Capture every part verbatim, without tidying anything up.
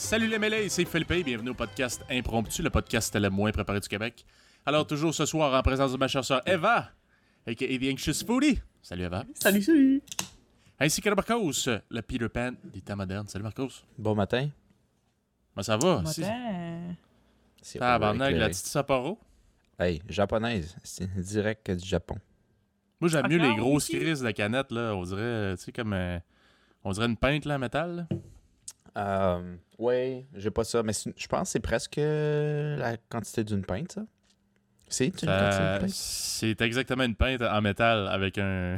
Salut les mêlés, c'est Philippe, bienvenue au podcast Impromptu, le podcast le moins préparé du Québec. Alors toujours ce soir en présence de ma chère sœur Eva, aka The Anxious Foodie. Salut Eva. Salut, salut. Ainsi que le Marcos, le Peter Pan des temps modernes. Salut Marcos. Bon matin. Ben ça va? Bon Si. matin. C'est Tabarnak, la overéclairé. petite Sapporo. Hey, japonaise. C'est direct que du Japon. Moi j'aime mieux Encore, les grosses ici? crises de canettes, là. On dirait, euh, tu sais, comme... euh, on dirait une pinte, là, en métal, là. Euh, oui, j'ai pas ça, mais c'est- je pense que c'est presque la quantité d'une pinte, ça. C'est une quantité Ça- d'une pinte? C'est exactement une pinte en métal avec un...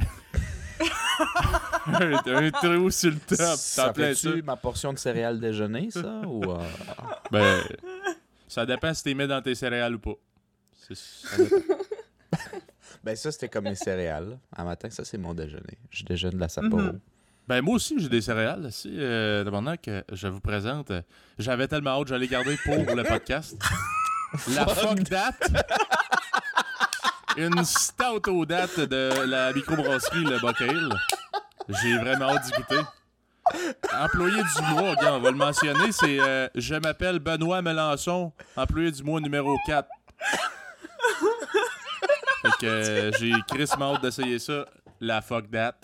un, un trou sur le top. Ça T'en plein ça. fait-tu ma portion de céréales déjeuner, ça? ou, euh, Ben, ça dépend si t'es mis dans tes céréales ou pas. C'est- ça dépend. Ben ça, c'était comme mes céréales. À matin, ça, c'est mon déjeuner. Je déjeune de la Sapporo. Mhm. Ben, moi aussi, j'ai des céréales. Si, euh, demandant que je vous présente, euh, j'avais tellement hâte, j'allais garder pour le podcast. La fuck date. Une stout aux dates de la microbrasserie Le Bocale. J'ai vraiment hâte d'y goûter. Employé du mois, gars, on va le mentionner, c'est euh, je m'appelle Benoît Melançon, employé du mois numéro quatre. Fait que euh, j'ai crissement hâte d'essayer ça, la fuck date.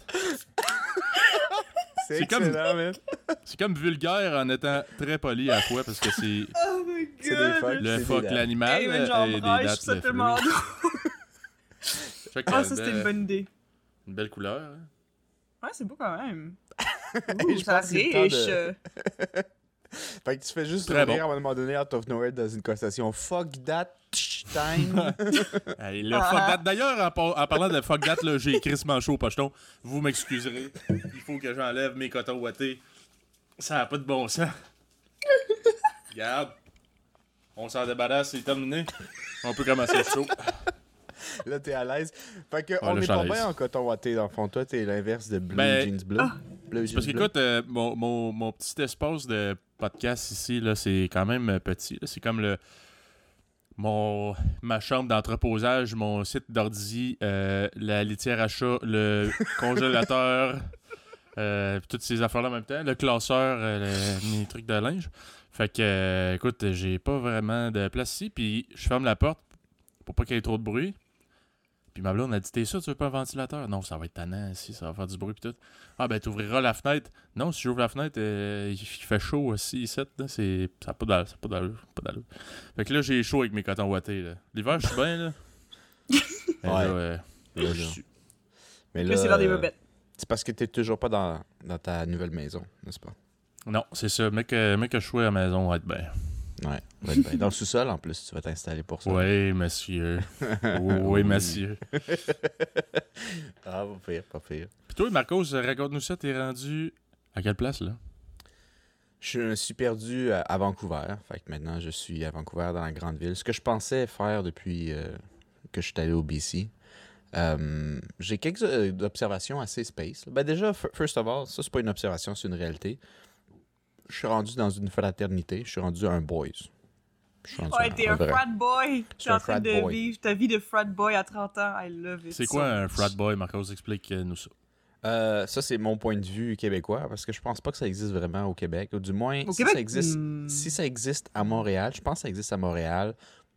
C'est C'est comme- excellent, man. C'est comme vulgaire en étant très poli à la fois parce que c'est Oh my C'est des fucks. god. le C'est fuck des dates. l'animal Hey, man, euh, j'en et des braille, je dates trouve ça de tellement fruits. drôle. Fait que, Ah, euh, ça, c'était ben, une bonne idée. une belle couleur. hein. Ouais, c'est beau quand même. Hey, Ouh, je ça pense que c'est le temps riche. de- Fait que tu fais juste Très rire bon. à un moment donné, out of nowhere, dans une conversation. Fuck that time. Hey, le fuck date. D'ailleurs, en, par- en parlant de fuck date, là, j'ai crissement chaud au pocheton. Vous m'excuserez. Il faut que j'enlève mes cotons ouatés. Ça n'a pas de bon sens. Regarde. On s'en débarrasse, c'est terminé. On peut commencer le show. Là, t'es à l'aise. Fait que, là, on je est suis à pas l'aise. bien en coton watté, dans le fond. Toi, t'es l'inverse de Blue Ben, Jeans Bleu. Blue C'est parce Jeans Bleu. qu'écoute, euh, mon, mon, mon petit espace de podcast ici, là, c'est quand même euh, petit. là. C'est comme le mon ma chambre d'entreposage, mon site d'ordi, euh, la litière à chat, le congélateur, euh, puis toutes ces affaires-là en même temps, le classeur, euh, le- mes trucs de linge. Fait que, euh, écoute, j'ai pas vraiment de place ici, puis je ferme la porte pour pas qu'il y ait trop de bruit. Puis ma blonde a dit, t'es sûr, tu veux pas un ventilateur? Non, ça va être tannant ici, ça va faire du bruit pis tout. Ah ben, t'ouvriras la fenêtre. Non, si j'ouvre la fenêtre, euh, il fait chaud aussi ici, là, c'est... Ça n'a pas d'allure, ça a pas d'allure, pas d'allure. Fait que là, j'ai chaud avec mes cotons ouatés, là. L'hiver, je suis bien, là. Mais Ouais. là, euh, Là, je là. suis- Mais Là, c'est l'heure des euh, bobettes. c'est parce que t'es toujours pas dans, dans ta nouvelle maison, n'est-ce pas? Non, c'est ça. Mais que, mais que je sois à la maison, on va être bien. Ouais. va être bien. Dans le sous-sol, en plus, tu vas t'installer pour ça. Oui, monsieur. Oui, monsieur. Ah, pas pire, pas pire. Puis toi, Marcos, raconte-nous ça, t'es rendu... À quelle place, là? Je suis perdu à, à Vancouver. Fait que maintenant, je suis à Vancouver, dans la grande ville. Ce que je pensais faire depuis euh, que je suis allé au B C. Euh, j'ai quelques euh, observations assez space. Ben déjà, f- first of all, ça, c'est pas une observation, c'est une réalité. Je suis rendu dans une fraternité. Je suis rendu un boys. Je suis rendu Ouais, t'es un vrai. frat boy. Je suis T'es en un train frat de boy. vivre ta vie de frat boy à trente ans. I love it. C'est so quoi un much. frat boy, Marcos? Explique-nous ça. Euh, ça, c'est mon point de vue québécois, parce que je pense pas que ça existe vraiment au Québec. Ou du moins, Au si, Québec? ça existe, Hmm. si ça existe à Montréal, je pense que ça existe à Montréal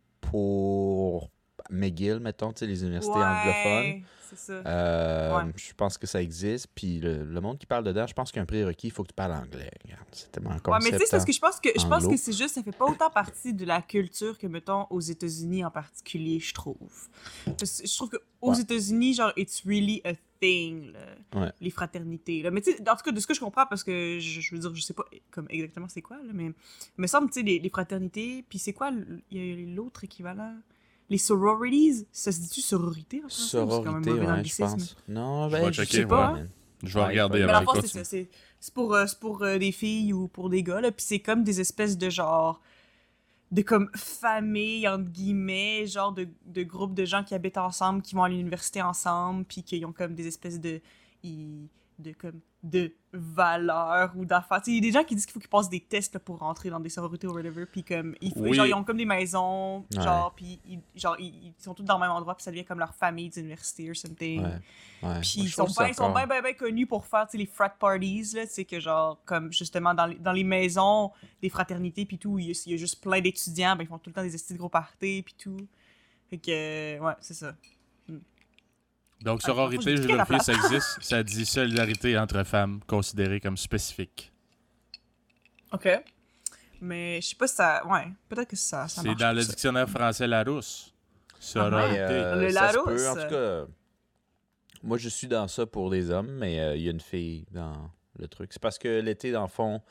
pour McGill, mettons, tu sais, les universités Ouais, anglophones. c'est ça. Euh, Ouais. Je pense que ça existe. Puis le, le monde qui parle dedans, je pense qu'il y a un prérequis, il faut que tu parles anglais. Regarde, c'est tellement un Ouais, concept. mais tu sais, c'est parce que je pense que je pense anglo. que c'est juste, ça fait pas autant partie de la culture que, mettons, aux États-Unis en particulier, je trouve. Parce que je trouve qu'aux Ouais. États-Unis, genre, it's really a thing, là, Ouais. les fraternités. Là. Mais tu sais, en tout cas, de ce que je comprends, parce que je, je veux dire, je sais pas comme exactement c'est quoi, là, mais il me semble, tu sais, les, les fraternités, puis c'est quoi, l- il y a l'autre équivalent? Les sororities, ça se dit-tu sororité en français? ou c'est quand même Sororité, mauvais ouais, je l'anglicisme? pense. Non, Je ben, vais je checker, sais voir. pas. man. Je vais Ouais, regarder ouais. Mais dans avec le fond, toi. c'est ça. C'est c'est pour, euh, c'est pour euh, des filles ou pour des gars, là. Puis c'est comme des espèces de genre... de comme famille, entre guillemets, genre de, de groupes de gens qui habitent ensemble, qui vont à l'université ensemble, puis qui ont comme des espèces de... ils- de comme de valeurs ou d'affaires. Il y a des gens qui disent qu'il faut qu'ils passent des tests là, pour rentrer dans des sororités ou whatever, puis comme ils, Oui. genre, ils ont comme des maisons, Ouais. genre puis ils, genre ils, ils sont tous dans le même endroit, puis ça devient comme leur famille d'université or something. Ouais. Ouais. Puis Moi, ils je sont trouve ça bien, ils sont encore- bien, bien, bien connus pour faire, tu sais, les frat parties, là, tu sais, que genre, comme, justement, dans les, dans les maisons, des fraternités, puis tout, il y, a, il y a juste plein d'étudiants, ben, ils font tout le temps des estis de gros parties, puis tout. Fait que, euh, ouais, c'est ça. Donc, Ah, sororité, j'ai j'ai piqué la vérifié, place. ça existe. Ça dit solidarité entre femmes, considérée comme spécifique. OK. Mais, je sais pas si ça, ouais, peut-être que ça, ça C'est marche dans pour le ça. dictionnaire français Larousse. Sororité. Mais, euh, Le ça se Larousse. peut. En tout cas, moi, je suis dans ça pour les hommes, mais euh, il y a une fille dans le truc. C'est parce que l'été, dans le fond,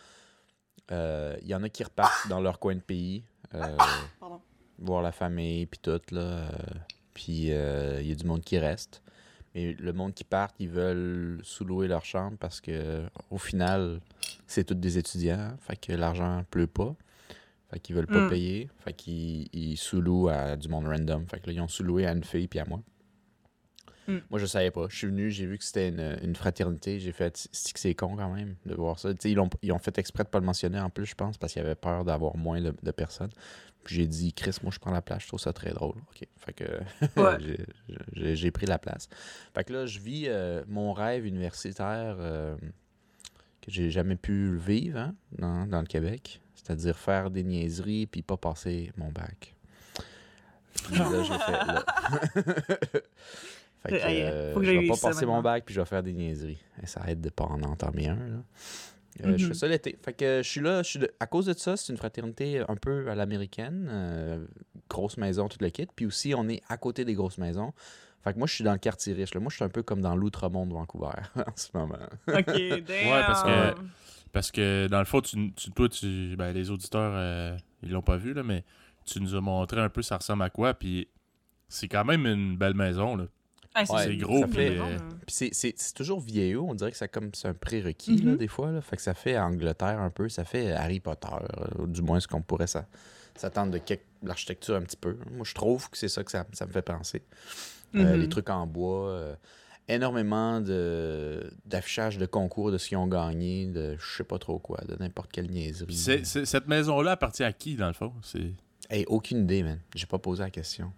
euh, il y en a qui repartent dans leur coin de pays, euh, Pardon. voir la famille, puis tout, là. euh, puis euh, il y a du monde qui reste. Mais le monde qui part, ils veulent sous-louer leur chambre parce que au final, c'est tous des étudiants. Fait que l'argent pleut pas. Fait qu'ils veulent pas Mm. payer. Fait qu'ils ils sous-louent à du monde random. Fait que là, ils ont sous-loué à une fille puis à moi. Mm. Moi, je savais pas. Je suis venu, j'ai vu que c'était une, une fraternité. J'ai fait, c'est que c'est con quand même de voir ça. Tu sais, ils, ont, ils ont fait exprès de pas le mentionner en plus, je pense, parce qu'ils avaient peur d'avoir moins de, de personnes. Puis j'ai dit, Chris, moi, je prends la place. Je trouve ça très drôle. OK. Fait que Ouais. j'ai, j'ai, j'ai pris la place. Fait que là, je vis euh, mon rêve universitaire euh, que j'ai jamais pu vivre hein, dans, dans le Québec. C'est-à-dire faire des niaiseries puis pas passer mon bac. Puis là, j'ai fait... Là. Fait que, Hey, euh, faut que je j'aille vais pas ça passer mon maintenant. bac puis je vais faire des niaiseries. Et ça aide de pas en entamer un. Là. Euh, Mhm. Je fais ça l'été. Fait que je suis là. Je suis de- À cause de ça, c'est une fraternité un peu à l'américaine. euh, grosse maison, tout le kit. Puis aussi, on est à côté des grosses maisons. Fait que moi, je suis dans le quartier riche. Là. Moi, je suis un peu comme dans l'outre-monde de Vancouver en ce moment. OK, damn. parce que- Parce que, dans le fond, tu, tu- toi, tu, ben, les auditeurs, euh, ils l'ont pas vu, là, mais tu nous as montré un peu ça ressemble à quoi, puis c'est quand même une belle maison, là. Hey, Ouais, c'est une gros, belle puis, maison, euh, là. Puis c'est, c'est, c'est toujours vieillot. On dirait que ça comme c'est un prérequis, là, Mhm. des fois. Là. Fait que ça fait Angleterre un peu. Ça fait Harry Potter. euh, du moins, ce qu'on pourrait s'a- s'attendre de quelque- l'architecture un petit peu. Moi, je trouve que c'est ça que ça, ça me fait penser. Euh, Mhm. les trucs en bois. euh, énormément de, d'affichage de concours de ce qu'ils ont gagné, de je sais pas trop quoi, de n'importe quelle niaiserie. Puis c'est- c'est- cette maison-là appartient à qui, dans le fond? C'est... Hey, aucune idée, man. J'ai pas posé la question.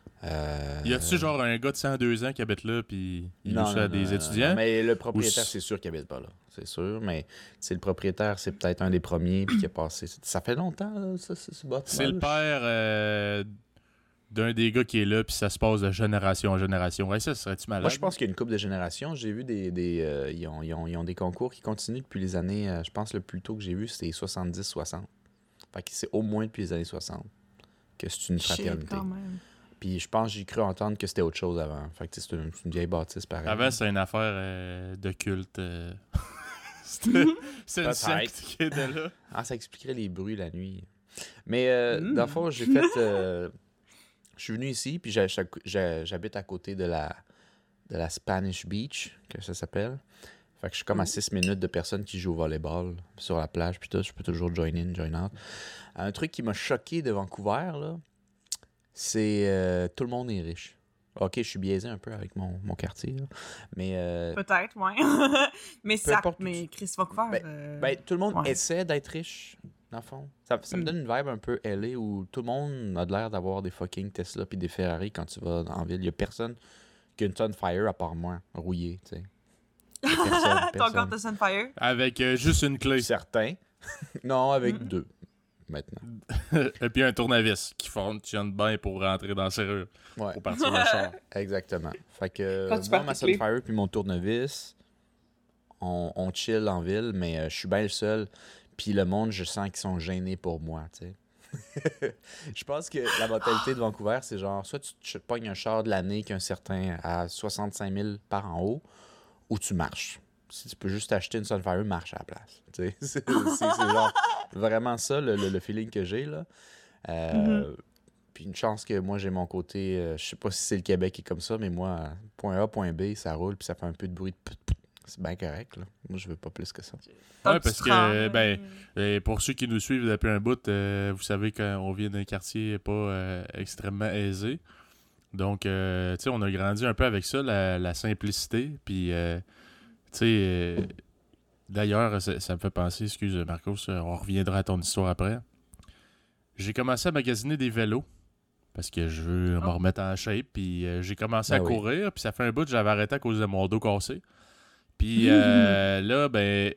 Euh... Y a-tu genre un gars de cent deux ans qui habite là, puis il Non, loue ça à non, des non, étudiants? non, mais le propriétaire, Ou- c'est sûr qu'il habite pas là. C'est sûr, mais c'est le propriétaire, c'est peut-être un des premiers puis qui a passé. Ça fait longtemps, là, ça, ce ce bâtiment. C'est le père euh, d'un des gars qui est là, puis ça se passe de génération en génération. Ouais, ça serait-tu malade? Moi, je pense qu'il y a une couple de générations. J'ai vu des. des euh, ils, ont, ils, ont, ils ont des concours qui continuent depuis les années. euh, je pense le plus tôt que j'ai vu, c'était soixante-dix soixante. Fait que c'est au moins depuis les années soixante que c'est une Shit, fraternité. quand même. Puis je pense j'ai cru entendre que c'était autre chose avant. Fait que tu sais, c'est une, c'est une vieille bâtisse pareil. Avant, c'est une affaire euh, de culte. euh. C'était c'est une Peut-être. secte qui était là. Ah, ça expliquerait les bruits la nuit. Mais euh, Mm. dans le fond, j'ai fait. euh, je suis venu ici, puis j'ai- j'ai- j'habite à côté de la, de la Spanish Beach, que ça s'appelle. Fait que je suis comme à six minutes de personnes qui jouent au volleyball sur la plage, puis tout. Je peux toujours join in, join out. Un truc qui m'a choqué de Vancouver, là, c'est euh, tout le monde est riche. Ok, je suis biaisé un peu avec mon, mon quartier, là, mais euh, Peut-être, ouais. mais ça, importe où mais Chris Vancouver... Ben- euh, ben, tout le monde ouais. essaie d'être riche, dans le fond. Ça, ça me Mm. donne une vibe un peu L A où tout le monde a l'air d'avoir des fucking Tesla puis des Ferrari quand tu vas en ville. Il y a personne qui a une tonne fire à part moi, rouillé, tu sais. Il y a personne, T'as personne. encore de Sunfire? Avec euh, juste une clé. Certains. non, avec Mm. deux, maintenant. Et puis un tournevis qui fonctionne bien pour rentrer dans la serrure. Ouais, Pour partir le char. exactement. Fait que Quand tu moi, perds ma tes clés. Sunfire puis mon tournevis, on, on chill en ville, mais euh, je suis bien le seul. Puis le monde, je sens qu'ils sont gênés pour moi, tu sais. Je pense que la mentalité de Vancouver, c'est genre, soit tu te pognes un char de l'année qui a un certain à soixante-cinq mille par en haut, ou tu marches. Si tu peux juste acheter une Sunfire, marche à la place. Tu sais, c'est c'est- c'est genre vraiment ça le, le- le feeling que j'ai, là. Euh, Puis une chance que moi, j'ai mon côté... euh, je sais pas si c'est le Québec qui est comme ça, mais moi, point A, point B, ça roule, puis ça fait un peu de bruit de pout, pout. C'est bien correct, là. Moi, je veux pas plus que ça. T'as un Ouais, petit parce que, train. ben, Et pour ceux qui nous suivent depuis un bout, euh, vous savez qu'on vient d'un quartier pas euh, extrêmement aisé. Donc, euh, tu sais, on a grandi un peu avec ça, la, la simplicité. Puis, euh, sais, euh, d'ailleurs, ça, ça me fait penser, excuse Marcos, on reviendra à ton histoire après. J'ai commencé à magasiner des vélos parce que je veux Oh. me remettre en shape. Puis euh, j'ai commencé Ben à oui. courir. Puis ça fait un bout que j'avais arrêté à cause de mon dos cassé. Puis euh, là, ben,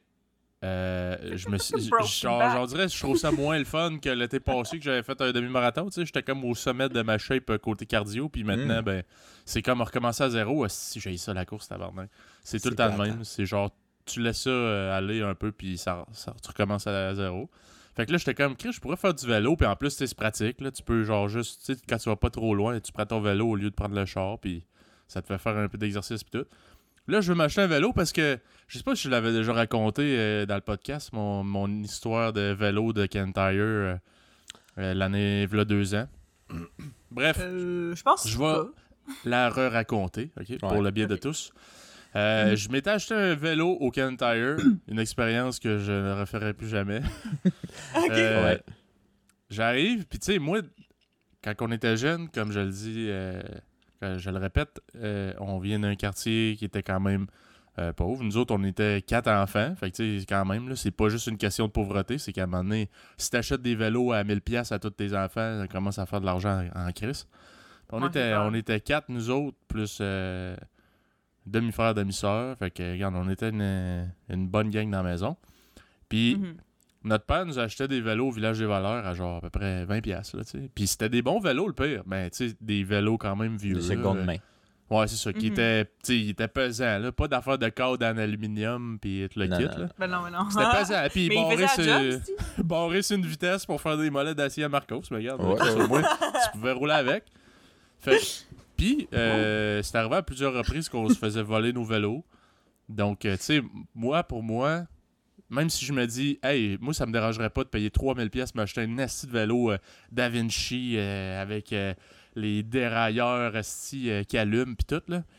euh, je me suis. Broken Genre, back. j'en dirais, je trouve ça moins le fun que l'été passé que j'avais fait un demi-marathon. Tu sais, j'étais comme au sommet de ma shape euh, côté cardio. Puis maintenant, Mm. ben, c'est comme recommencer à zéro. Si j'ai ça la course, tabarnak. C'est tout C'est le temps de plate, même. hein. C'est genre, tu laisses ça euh, aller un peu, puis ça, ça, tu recommences à zéro. Fait que là, j'étais comme, Chris, je pourrais faire du vélo, puis en plus, c'est pratique. Là, tu peux, genre, juste, tu sais, quand tu vas pas trop loin, tu prends ton vélo au lieu de prendre le char, puis ça te fait faire un peu d'exercice, puis tout. Là, je veux m'acheter un vélo parce que, je sais pas si je l'avais déjà raconté euh, dans le podcast, mon, mon histoire de vélo de Ken Tire euh, euh, l'année, v'là deux ans. Bref, Euh, je pense Je pas. vais- la re-raconter, ok, pour Ouais. le bien de Ok. tous. Euh, Je m'étais acheté un vélo au Ken Tire, une expérience que je ne referai plus jamais. Ok. Euh, Ouais. J'arrive, puis tu sais, moi, quand on était jeune, comme je le dis, euh, quand je le répète, euh, on vient d'un quartier qui était quand même euh, pauvre. Nous autres, on était quatre enfants. Fait que tu sais, quand même, là, c'est pas juste une question de pauvreté, c'est qu'à un moment donné, si t'achètes des vélos à mille dollars à tous tes enfants, ça commence à faire de l'argent en, en crise. On, Ouais, était, c'est clair. on était quatre, nous autres, plus euh, demi-frère, demi-sœur. Fait que, regarde, on était une, une bonne gang dans la maison. Puis, Mhm. notre père nous achetait des vélos au Village des Valeurs à genre à peu près vingt dollars, là, tu sais. Puis c'était des bons vélos, le pire. Mais, tu sais, des vélos quand même vieux. De là. seconde main. Ouais, c'est ça. Qui Mhm. était, tu sais, il était pesant, là. Pas d'affaires de cadre en aluminium, puis tout le Non, kit, non, là. Ben non, mais non. C'était pesant. Puis Mais il barré faisait la sur, job, c'est-tu? barré sur une vitesse pour faire des mollets d'acier à Marcos. Mais regarde, Ouais, ça, ouais. au moins, tu pouvais rouler avec. Fait que- puis, euh, c'est arrivé à plusieurs reprises qu'on se faisait voler nos vélos. Donc, euh, tu sais, moi, pour moi, même si je me dis, hey, moi, ça me dérangerait pas de payer trois mille dollars pour m'acheter un asti de vélo euh, Da Vinci euh, avec euh, les dérailleurs asti, euh, qui allument pis tout, là.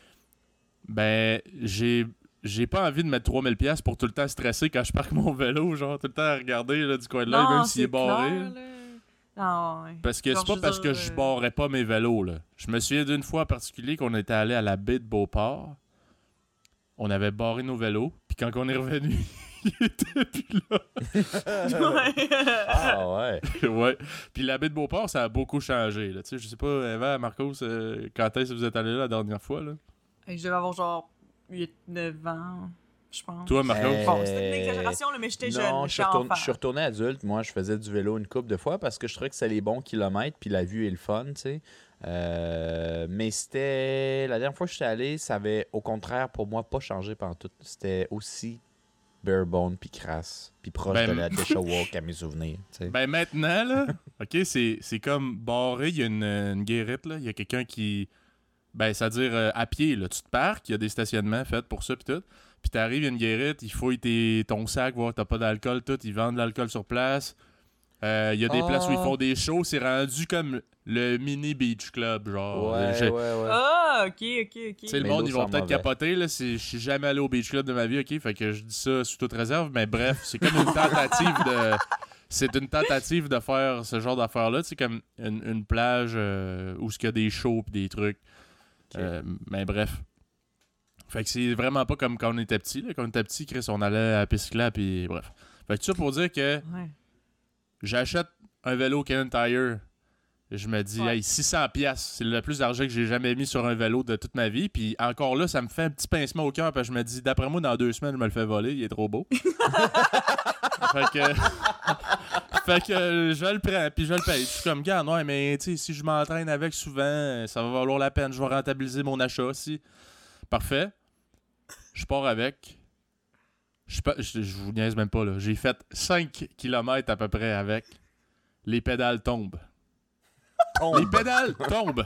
Ben, j'ai j'ai pas envie de mettre trois mille dollars pour tout le temps stresser quand je parque mon vélo, genre, tout le temps à regarder là, du coin de l'œil, Non, même s'il est c'est barré. clair, là. là. Non, ouais. Parce que Genre, c'est pas je veux parce dire, que je euh, barrais pas mes vélos, là. Je me souviens d'une fois en particulier qu'on était allé à la baie de Beauport. On avait barré nos vélos, puis quand on est revenu, il était plus là. Ouais. Ah ouais. Ouais. Puis la baie de Beauport, ça a beaucoup changé, là. Tu sais, je sais pas, Eva, Marcos, euh, quand est-ce que vous êtes allés là la dernière fois, là? Hey, je devais avoir genre huit neuf ans, je pense. Toi, Marcos? Euh, Bon, c'était une exagération, là, mais j'étais jeune. Non, je j'étais suis, retourné, enfant. je suis retourné adulte. Moi, je faisais du vélo une couple de fois parce que je trouvais que c'était les bons kilomètres, puis la vue est le fun, tu sais. Euh, mais c'était... La dernière fois que j'étais allé, ça avait, au contraire, pour moi, pas changé pendant tout. C'était aussi bare bone, puis crasse, puis proche Ben, de la Desha Walk à mes souvenirs, tu sais. Ben maintenant, là, OK, c'est, c'est comme barré, il y a une, une guérite, là. Il y a quelqu'un qui... Ben, c'est-à-dire euh, à pied, là. Tu te parques, il y a des stationnements faits pour ça, puis tout. Puis t'arrives, il y a une guérite, il fouille tes, ton sac, voir que t'as pas d'alcool, tout. Ils vendent de l'alcool sur place. Euh, Il y a des Ah. places où ils font des shows. C'est rendu comme le mini beach club, genre. Ouais, J'ai- ouais, ouais. Ah, ok, ok, ok. Tu sais, le Mais monde, l'eau ils vont sent peut-être mauvais. capoter, là. c'est- Je suis jamais allé au beach club de ma vie, OK? Fait que je dis ça sous toute réserve, mais bref, c'est comme une tentative de... C'est une tentative de faire ce genre d'affaires-là. C'est comme une, une plage euh, où il y a des shows pis des trucs. Ok. Euh, mais bref. Fait que c'est vraiment pas comme quand on était petit. Là. Quand on était petit, Chris, on allait à la piste cyclable, puis bref. Fait que tout ça pour dire que Ouais. j'achète un vélo Canon Tire. Je me dis, Ouais. hey, six cents piastres, c'est le plus d'argent que j'ai jamais mis sur un vélo de toute ma vie. Puis encore là, ça me fait un petit pincement au cœur parce que je me dis, d'après moi, dans deux semaines, je me le fais voler, il est trop beau. fait que. fait que je le prends, puis je le paye. Je suis comme, gars, ouais, mais tu sais, si je m'entraîne avec souvent, ça va valoir la peine, je vais rentabiliser mon achat aussi. Parfait. Je pars avec. Je, pa- je, je vous niaise même pas, là. J'ai fait cinq kilomètres à peu près avec. Les pédales tombent. Les pédales tombent.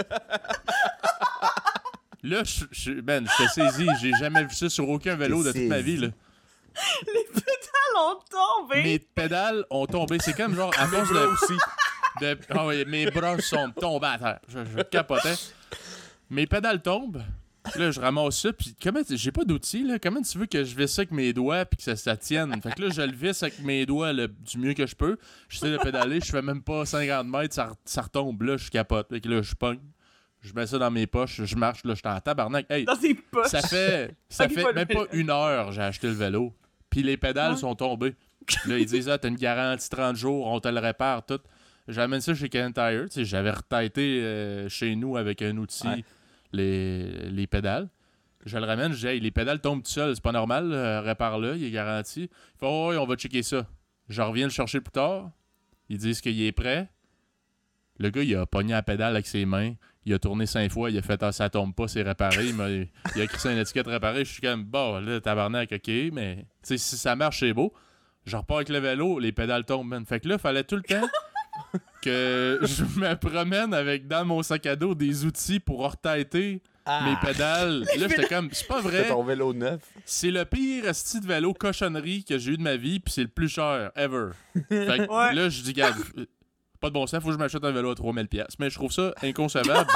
Là, je, je, ben, j'étais saisi. J'ai jamais vu ça sur aucun vélo de T'es toute ma vie, là. Les pédales ont tombé! Mes pédales ont tombé. C'est comme genre, à force de... aussi. De, ah oui, mes bras sont tombés à terre. Je, je capotais. Mes pédales tombent. Là, je ramasse ça. Puis, comment... J'ai pas d'outils, là. Comment tu veux que je visse ça avec mes doigts puis que ça, ça tienne? Fait que là, je le visse avec mes doigts là, du mieux que je peux. J'essaie de pédaler. Je fais même pas cinquante mètres. Ça, ça retombe. Là, je capote. Fait que là, je pogne. je mets ça dans mes poches, je marche, là, je suis en tabarnak. Hey, Dans tes poches. ça fait, ça Ok, fait pas même le pas vélo. une heure j'ai acheté le vélo. Puis les pédales Ouais. sont tombées. Là, ils disent, ah, t'as une garantie trente jours, on te le répare, tout. J'amène ça chez Ken Tire. Tu sais, j'avais retaité euh, chez nous avec un outil Ouais. les, les pédales. Je le ramène, je dis, hey, les pédales tombent tout seuls, c'est pas normal, euh, répare-le, il est garanti. Il fait, oh, oui, on va checker ça. Je reviens le chercher plus tard. Ils disent qu'il est prêt. Le gars, il a pogné la pédale avec ses mains. Il a tourné cinq fois. Il a fait, ah, ça tombe pas, c'est réparé. Il, m'a, il a écrit sur une étiquette réparée. Je suis comme, bon, là, tabarnak, ok, mais tu sais, si ça marche, c'est beau. Je repars avec le vélo, les pédales tombent, man. Fait que là, il fallait tout le temps que je me promène avec dans mon sac à dos des outils pour retaiter Ah! mes pédales. Là, j'étais comme, c'est pas vrai. C'est ton vélo neuf. C'est le pire esti de vélo cochonnerie que j'ai eu de ma vie, puis c'est le plus cher ever. Fait que Ouais. là, je dis, regarde, euh, pas de bon sens, faut que je m'achète un vélo à trois mille dollars. Mais je trouve ça inconcevable.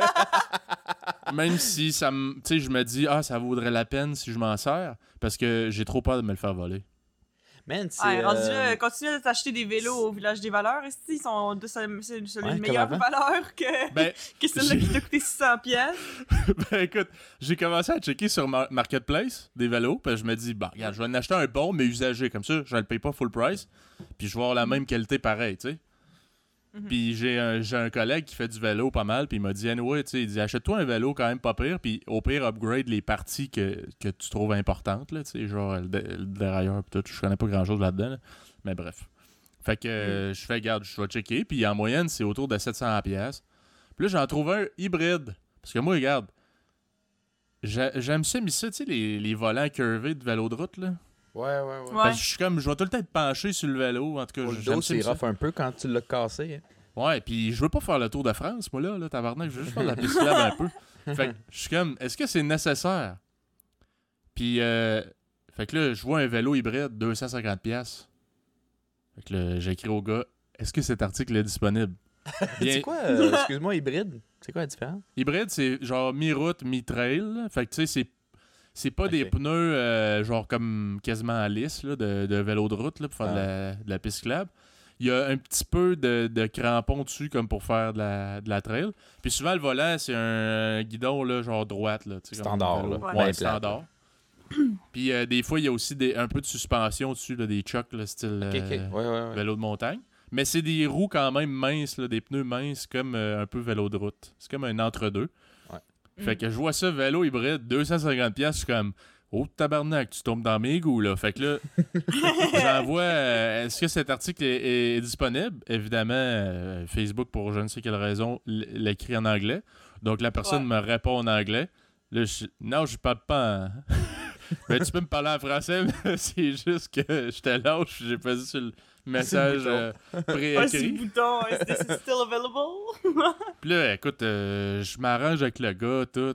Même si ça me. Tu sais, je me dis, ah, ça vaudrait la peine si je m'en sers, parce que j'ai trop peur de me le faire voler. Man, c'est... Ah, rendu euh, là, continue de t'acheter des vélos au village des valeurs. Est-ce qu'ils sont de c'est c'est- c'est Ouais, une meilleure comme valeur que, Ben, que celle-là qui t'a coûté six cents pièces? ben écoute, j'ai commencé à checker sur Mar- Marketplace des vélos, puis je me dis, bah, regarde, je vais en acheter un bon, mais usagé, comme ça, je le paye pas full price, puis je vais avoir la même qualité pareil, tu sais. Mhm. Puis j'ai un, j'ai un collègue qui fait du vélo pas mal, puis il m'a dit, anyway, tu sais, il dit, achète-toi un vélo quand même pas pire, puis au pire, upgrade les parties que, que tu trouves importantes, là, tu sais, genre le, dé- le dérailleur, pis tout, je connais pas grand-chose là-dedans, là. Mais bref. Fait que euh, je fais, regarde, je vais checker, puis en moyenne, c'est autour de sept cents pièces. Puis là, j'en trouve un hybride, parce que moi, regarde, j'ai- j'aime ça, mais ça, tu sais, les, les volants curvés de vélo de route, là. Ouais, ouais, ouais. Ouais. Parce que je suis comme, je vais tout le temps être penché sur le vélo, en tout cas, Pour le j'aime dos, ça. c'est ça. rough un peu quand tu l'as cassé. Hein. Ouais, puis je veux pas faire le tour de France, moi, là, là tabarnak, je veux juste faire de la piste cyclable un peu. Fait que je suis comme, est-ce que c'est nécessaire? Puis, euh, fait que là, je vois un vélo hybride, deux cent cinquante pièces. Fait que là, j'écris au gars, est-ce que cet article est disponible? Bien, C'est quoi, euh, excuse-moi, hybride? C'est quoi la différence? hybride, c'est genre mi-route, mi-trail. là. Fait que tu sais, c'est, c'est pas Ok. des pneus euh, genre comme quasiment à lisse là, de, de vélo de route là, pour faire de, la, de la piste cyclable. Il y a un petit peu de, de crampons dessus comme pour faire de la, de la trail. Puis souvent, le volant, c'est un guidon là, genre droite. Là, tu sais, comme Standard, un vélo. là. Ouais, Bien plate, standard. Puis euh, des fois, il y a aussi des, un peu de suspension dessus, là, des chocs, là, style Ok, ok. euh, Ouais, ouais, ouais. vélo de montagne. Mais c'est des roues quand même minces, là, des pneus minces comme euh, un peu vélo de route. C'est comme un entre-deux. Ouais. Fait que je vois ça, vélo hybride, deux cent cinquante pièces, je suis comme, oh tabarnak, tu tombes dans mes goûts, là. Fait que là, j'envoie, euh, est-ce que cet article est, est disponible? Évidemment, euh, Facebook, pour je ne sais quelle raison, l- l'écrit en anglais. Donc la personne me répond en anglais. Là, je non, je parle pas en... Ben, tu peux me parler en français, mais c'est juste que j'étais lâche, j'ai pas dit sur le message euh, Ouais, c'est le préécrit. bouton. Is this still available? Puis là, écoute, euh, je m'arrange avec le gars, tout.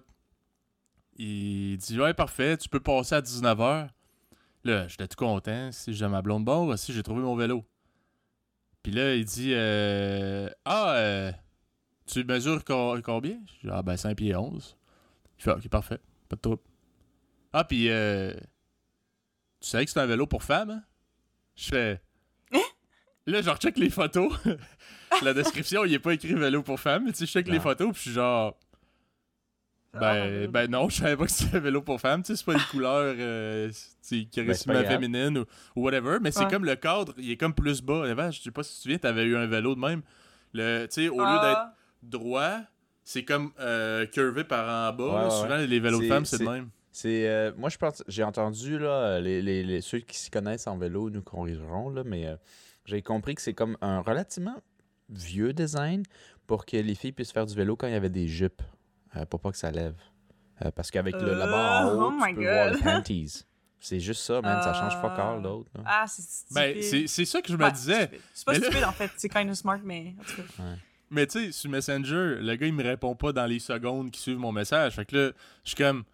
Il dit, ouais, parfait, tu peux passer à dix-neuf heures. Là, j'étais tout content. Si j'ai ma blonde bon, si j'ai trouvé mon vélo. Puis là, il dit, euh, ah, euh, tu mesures co- combien? Je dis, ah, ben, cinq pieds onze. Il fait, ok, parfait, pas de trouble. Ah, puis, euh, tu savais que c'est un vélo pour femmes, hein? Je fais, là, je recheck les photos. La description, il n'est pas écrit vélo pour femmes, mais tu sais, je check les Non. photos, puis je suis genre, ben, ben non, je savais pas que c'était un vélo pour femmes, tu sais, c'est pas une couleur euh, tu sais, Ben, c'est pas charisme grave. féminine ou, ou whatever, mais c'est Ouais. comme le cadre, il est comme plus bas. Avant, je sais pas si tu te souviens, t'avais eu un vélo de même. Le, tu sais, au lieu d'être Ah, droit, c'est comme euh, curvé par en bas. Ouais, là. ouais, Souvent, ouais. les vélos de C'est- femmes, c'est de c'est- même. C'est, euh, moi, je pense, j'ai entendu, là, les, les, les- ceux qui s'y connaissent en vélo nous corrigeront, là, mais euh, j'ai compris que c'est comme un relativement vieux design pour que les filles puissent faire du vélo quand il y avait des jupes, euh, pour pas que ça lève. Euh, parce qu'avec le, la barre en Euh, haut, oh my tu peux voir les God. panties. C'est juste ça, man, ça change pas Euh, all d'autre. là. Ah, c'est stupide. Ben, c'est c'est ça que je me Ouais, disais. stupide. C'est pas Mais là- stupide, en fait. C'est kind of smart, mais en tout cas. Mais tu sais, sur Messenger, le gars, il me répond pas dans les secondes qui suivent mon message. Fait que là, je suis comme,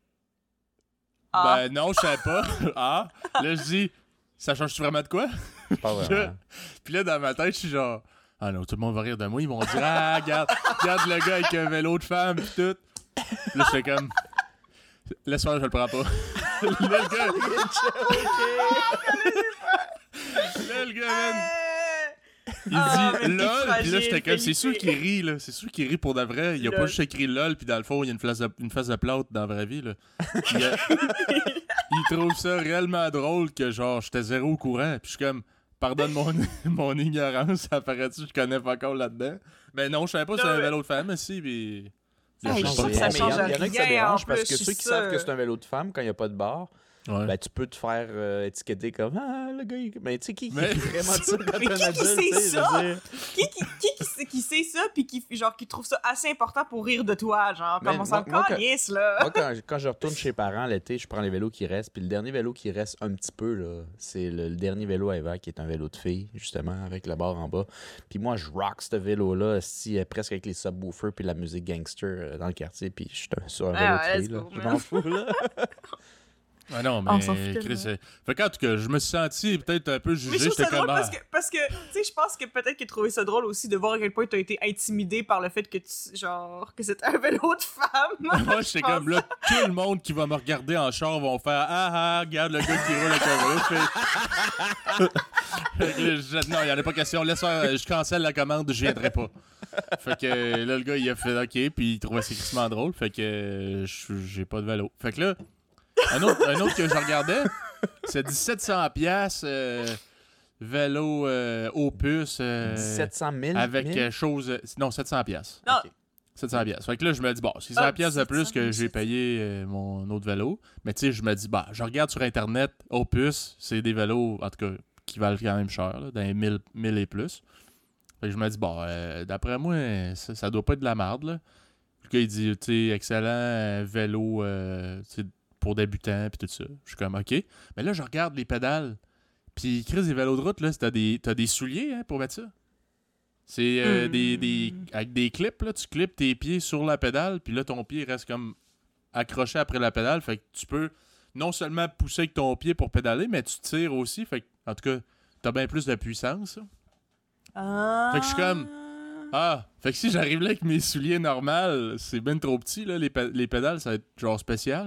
Ah. ben non, je savais pas. Ah, là, je dis, ça change-tu vraiment de quoi? Pas vraiment. Puis là, dans ma tête, je suis genre, ah non, tout le monde va rire de moi. Ils vont dire, ah, regarde, regarde le gars avec un vélo de femme, pis tout. Là, je fais comme, laisse faire, je le prends pas. là, le gars, là, le gars, man, Il Ah, mais dit t'es LOL, puis là, fragile, j'étais comme, c'est sûr Felipe. qu'il rit, là. C'est sûr qu'il rit pour de vrai. Il a Lol. pas juste écrit LOL, puis dans le fond, il y a une face de, une face de plâtre dans la vraie vie, là. Il, a- il trouve ça réellement drôle que, genre, j'étais zéro au courant. Puis je suis comme, pardonne mon, mon ignorance, ça paraît-tu que je connais pas encore là-dedans. Mais non, je savais pas si c'était un Non, mais- vélo de femme, aussi, puis... Hey, Je je sais sais pas que ça Mais trop. il y, change en- il y en a qui ça rien, dérange en parce plus, que je ceux suis qui savent que sûre. c'est un vélo de femme, quand il n'y a pas de barre, Ouais. ben, tu peux te faire euh, étiqueter comme Ah, le gars, il... mais tu sais, qui, qui Mais- fait vraiment ça quand Mais t'es un qui qui adulte, sait tu sais, je ça? veux dire. Qui qui, qui, qui, sait, qui sait ça, puis qui, genre, qui trouve ça assez important pour rire de toi, genre, Mais comme on s'en moi- moi, quand- calisse, là. Moi, quand, quand je retourne chez les parents l'été, je prends les vélos qui restent. Puis le dernier vélo qui reste un petit peu, là, c'est le, le dernier vélo à Eva, qui est un vélo de fille, justement, avec la barre en bas. Puis moi, je rock ce vélo-là, si, euh, presque avec les subwoofers puis la musique gangster euh, dans le quartier. Puis je suis un- sur un Ah, vélo ouais, de let's fille, là. go, Je man. m'en fous, là. Ah non, On mais s'en fout Chris, tellement. c'est... Fait qu'en tout cas, je me suis senti peut-être un peu Mais jugé. je trouve ça J'étais drôle comme, parce ah, que, parce que tu sais, je pense que peut-être qu'il a trouvé ça drôle aussi de voir à quel point tu as été intimidé par le fait que tu, genre, que c'était un vélo de femme. moi, j'étais Je pense. comme là, tout le monde qui va me regarder en char vont faire Ah ah, regarde le gars qui roule avec un vélo. Je fais- Fait que là, je- non, il n'y en a pas question. Laisse faire, je cancelle la commande, je viendrai pas. Fait que euh, là, le gars, il a fait OK, puis il trouvait ça crissement drôle. Fait que euh, je- j'ai pas de vélo. Fait que là, un autre, un autre que je regardais, c'est dix-sept cents piastres euh, vélo euh, Opus euh, sept cent mille. avec mille? euh, chose. euh, non, sept cents piastres. Non, Ok. sept cents piastres. Fait que là, je me dis, bon, c'est Ah, cent piastres de plus sept cents, que j'ai sept cents. payé euh, mon autre vélo. Mais tu sais, je me dis, bah, je regarde sur Internet, Opus, c'est des vélos, en tout cas, qui valent quand même cher, là, dans les mille, mille et plus. Fait que je me dis, bon, euh, d'après moi, ça, ça doit pas être de la merde, là. Le gars, il dit, tu sais, excellent euh, vélo, euh, tu sais, pour débutants, puis tout ça. Je suis comme, OK. Mais là, je regarde les pédales. Puis, Chris, les vélos de route, là, t'as des, t'as des souliers, hein, pour mettre ça. C'est euh, Hmm. des, des. Avec des clips, là, tu clips tes pieds sur la pédale, puis là, ton pied reste comme accroché après la pédale. Fait que tu peux non seulement pousser avec ton pied pour pédaler, mais tu tires aussi. Fait que, en tout cas, t'as bien plus de puissance. là. Ah. Fait que je suis comme- Ah! Fait que si j'arrive là avec mes souliers normaux, c'est ben trop petit, là, les, pé- les pédales, ça va être genre spécial.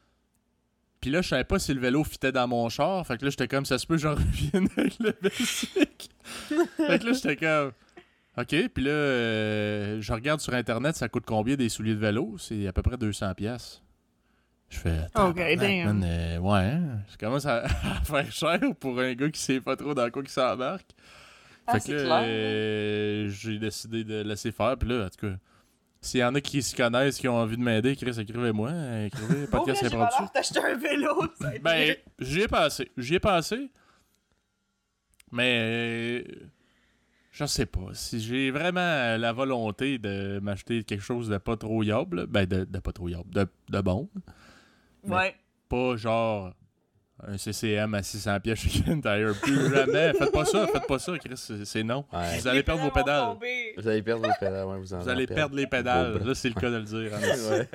Puis là, je savais pas si le vélo fitait dans mon char. Fait que là, j'étais comme, ça se peut, j'en revienne avec le basic. Fait que là, j'étais comme, OK. Puis là, euh, je regarde sur Internet, ça coûte combien des souliers de vélo? C'est à peu près deux cents piastres. Je fais, Ok, tabarnak, damn. man, euh, ouais, hein? Je commence à, à faire cher pour un gars qui sait pas trop dans quoi il s'embarque. Ah, Fait c'est que là, clair. euh, j'ai décidé de laisser faire. Puis là, en tout cas, s'il y en a qui s'y connaissent, qui ont envie de m'aider, Chris, écrivez-moi. euh, Écrivez, Pour vrai, podcast j'ai impromptu. valeur d'acheter un vélo. Ça a été- Ben, j'y ai passé. J'y ai passé. Mais, euh, je sais pas. Si j'ai vraiment la volonté de m'acheter quelque chose de pas trop yob, là, ben, de, de pas trop yob, de, de bon. Ouais. Pas genre un C C M à six cents pièces chez Ken Tire. Plus jamais. Faites pas ça, faites pas ça, Chris. C'est, c'est non. Ouais. Vous allez perdre vos pédales. Tomber. Vous allez perdre vos pédales, ouais, vous en Vous allez perdre. perdre les pédales. Vos bras. Là, c'est le cas de le dire. en esti.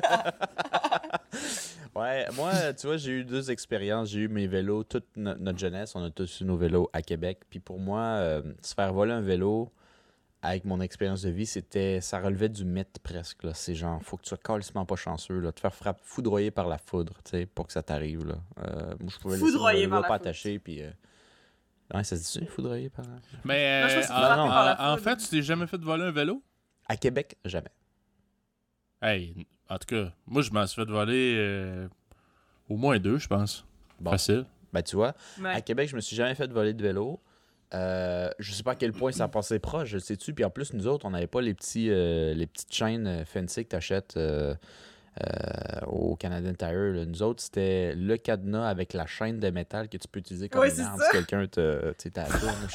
Ouais. Ouais, moi, tu vois, j'ai eu deux expériences. J'ai eu mes vélos, toute no- notre jeunesse, on a tous eu nos vélos à Québec. Puis pour moi, euh, se faire voler un vélo avec mon expérience de vie, c'était, ça relevait du mythe presque. Là. C'est genre, faut que tu sois calissement pas chanceux, là, te faire frapper, foudroyer par la foudre, tu sais, pour que ça t'arrive. Là. Euh, moi, je pouvais laisser mon Foudroyer vélo par la pas foudre. attaché, puis... euh, Ouais, ça se dit-tu, foudroyer par la... Mais Non, je euh, pense que c'est en, frappé en- par la en foudre. fait, tu t'es jamais fait voler un vélo? À Québec, jamais. Hey, en tout cas, moi, je m'en suis fait voler euh, au moins deux, je pense. Bon. Facile. Ben, tu vois, Ouais. à Québec, je me suis jamais fait voler de vélo. Euh, je sais pas à quel point ça passait proche, je sais-tu. Puis en plus, nous autres, on n'avait pas les, petits, euh, les petites chaînes euh, fancy que tu achètes euh, euh, au Canadian Tire. là. Nous autres, c'était le cadenas avec la chaîne de métal que tu peux utiliser comme Ouais, une c'est arme ça. si quelqu'un te. Tu sais, t'as la tourne.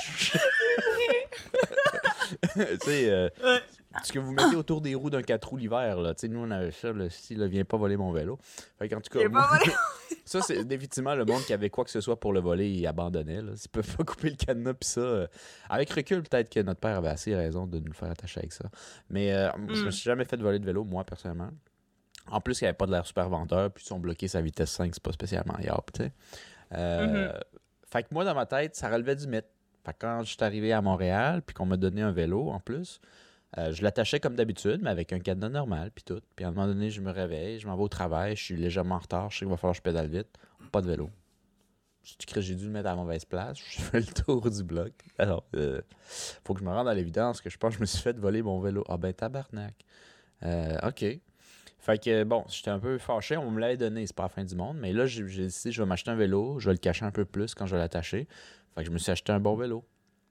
Tu sais, euh, Ouais. ce que vous mettez autour des roues d'un quatre roues l'hiver, là. Tu sais, nous, on avait ça, le style, viens pas voler mon vélo. Fait qu'en tout cas, Il est moi- pas volé. ça, c'est définitivement le monde qui avait quoi que ce soit pour le voler, il abandonnait. Là. S'ils peuvent pas couper le cadenas, puis ça. euh, Avec recul, peut-être que notre père avait assez raison de nous le faire attacher avec ça. Mais euh, je me suis jamais fait voler de vélo, moi, personnellement. En plus, il n'y avait pas de l'air super vendeur, puis ils ont bloqué sa vitesse cinq, c'est pas spécialement yop, tu sais. Euh, Fait que moi, dans ma tête, ça relevait du mythe. Fait que quand je suis arrivé à Montréal, puis qu'on m'a donné un vélo en plus, euh, je l'attachais comme d'habitude, mais avec un cadenas normal, puis tout. Puis à un moment donné, je me réveille, je m'en vais au travail, je suis légèrement en retard, je sais qu'il va falloir que je pédale vite. Pas de vélo. Je dis que j'ai dû le mettre à la mauvaise place. Je fais le tour du bloc. Alors, euh, faut que je me rende à l'évidence que je pense que je me suis fait voler mon vélo. Ah ben, tabarnak. Euh, OK. Fait que, bon, j'étais un peu fâché. On me l'avait donné, c'est pas la fin du monde. Mais là, j'ai, j'ai décidé, je vais m'acheter un vélo. Je vais le cacher un peu plus quand je vais l'attacher. Fait que je me suis acheté un bon vélo.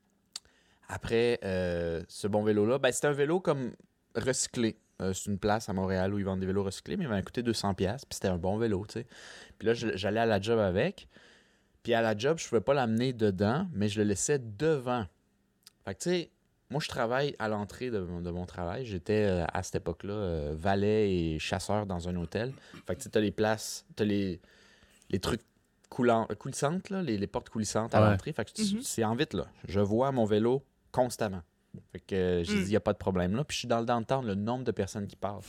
Après, euh, ce bon vélo-là, ben, c'était un vélo comme recyclé. Euh, c'est une place à Montréal où ils vendent des vélos recyclés, mais il m'a coûté deux cents dollars, puis c'était un bon vélo, tu sais. Puis là, je- j'allais à la job avec. Puis à la job, je pouvais pas l'amener dedans, mais je le laissais devant. Fait que, tu sais, moi, je travaille à l'entrée de, mon- de mon travail. J'étais, euh, à cette époque-là, euh, valet et chasseur dans un hôtel. Fait que, tu sais, t'as les places, t'as les, les trucs coulants, coulissantes, là, les, les portes coulissantes à Ouais. l'entrée. Fait que tu- Mhm. c'est en vite, là. Je vois mon vélo constamment. Fait que euh, j'ai Mm. dit, il n'y a pas de problème là. Puis je suis dans le downtown, le nombre de personnes qui passent.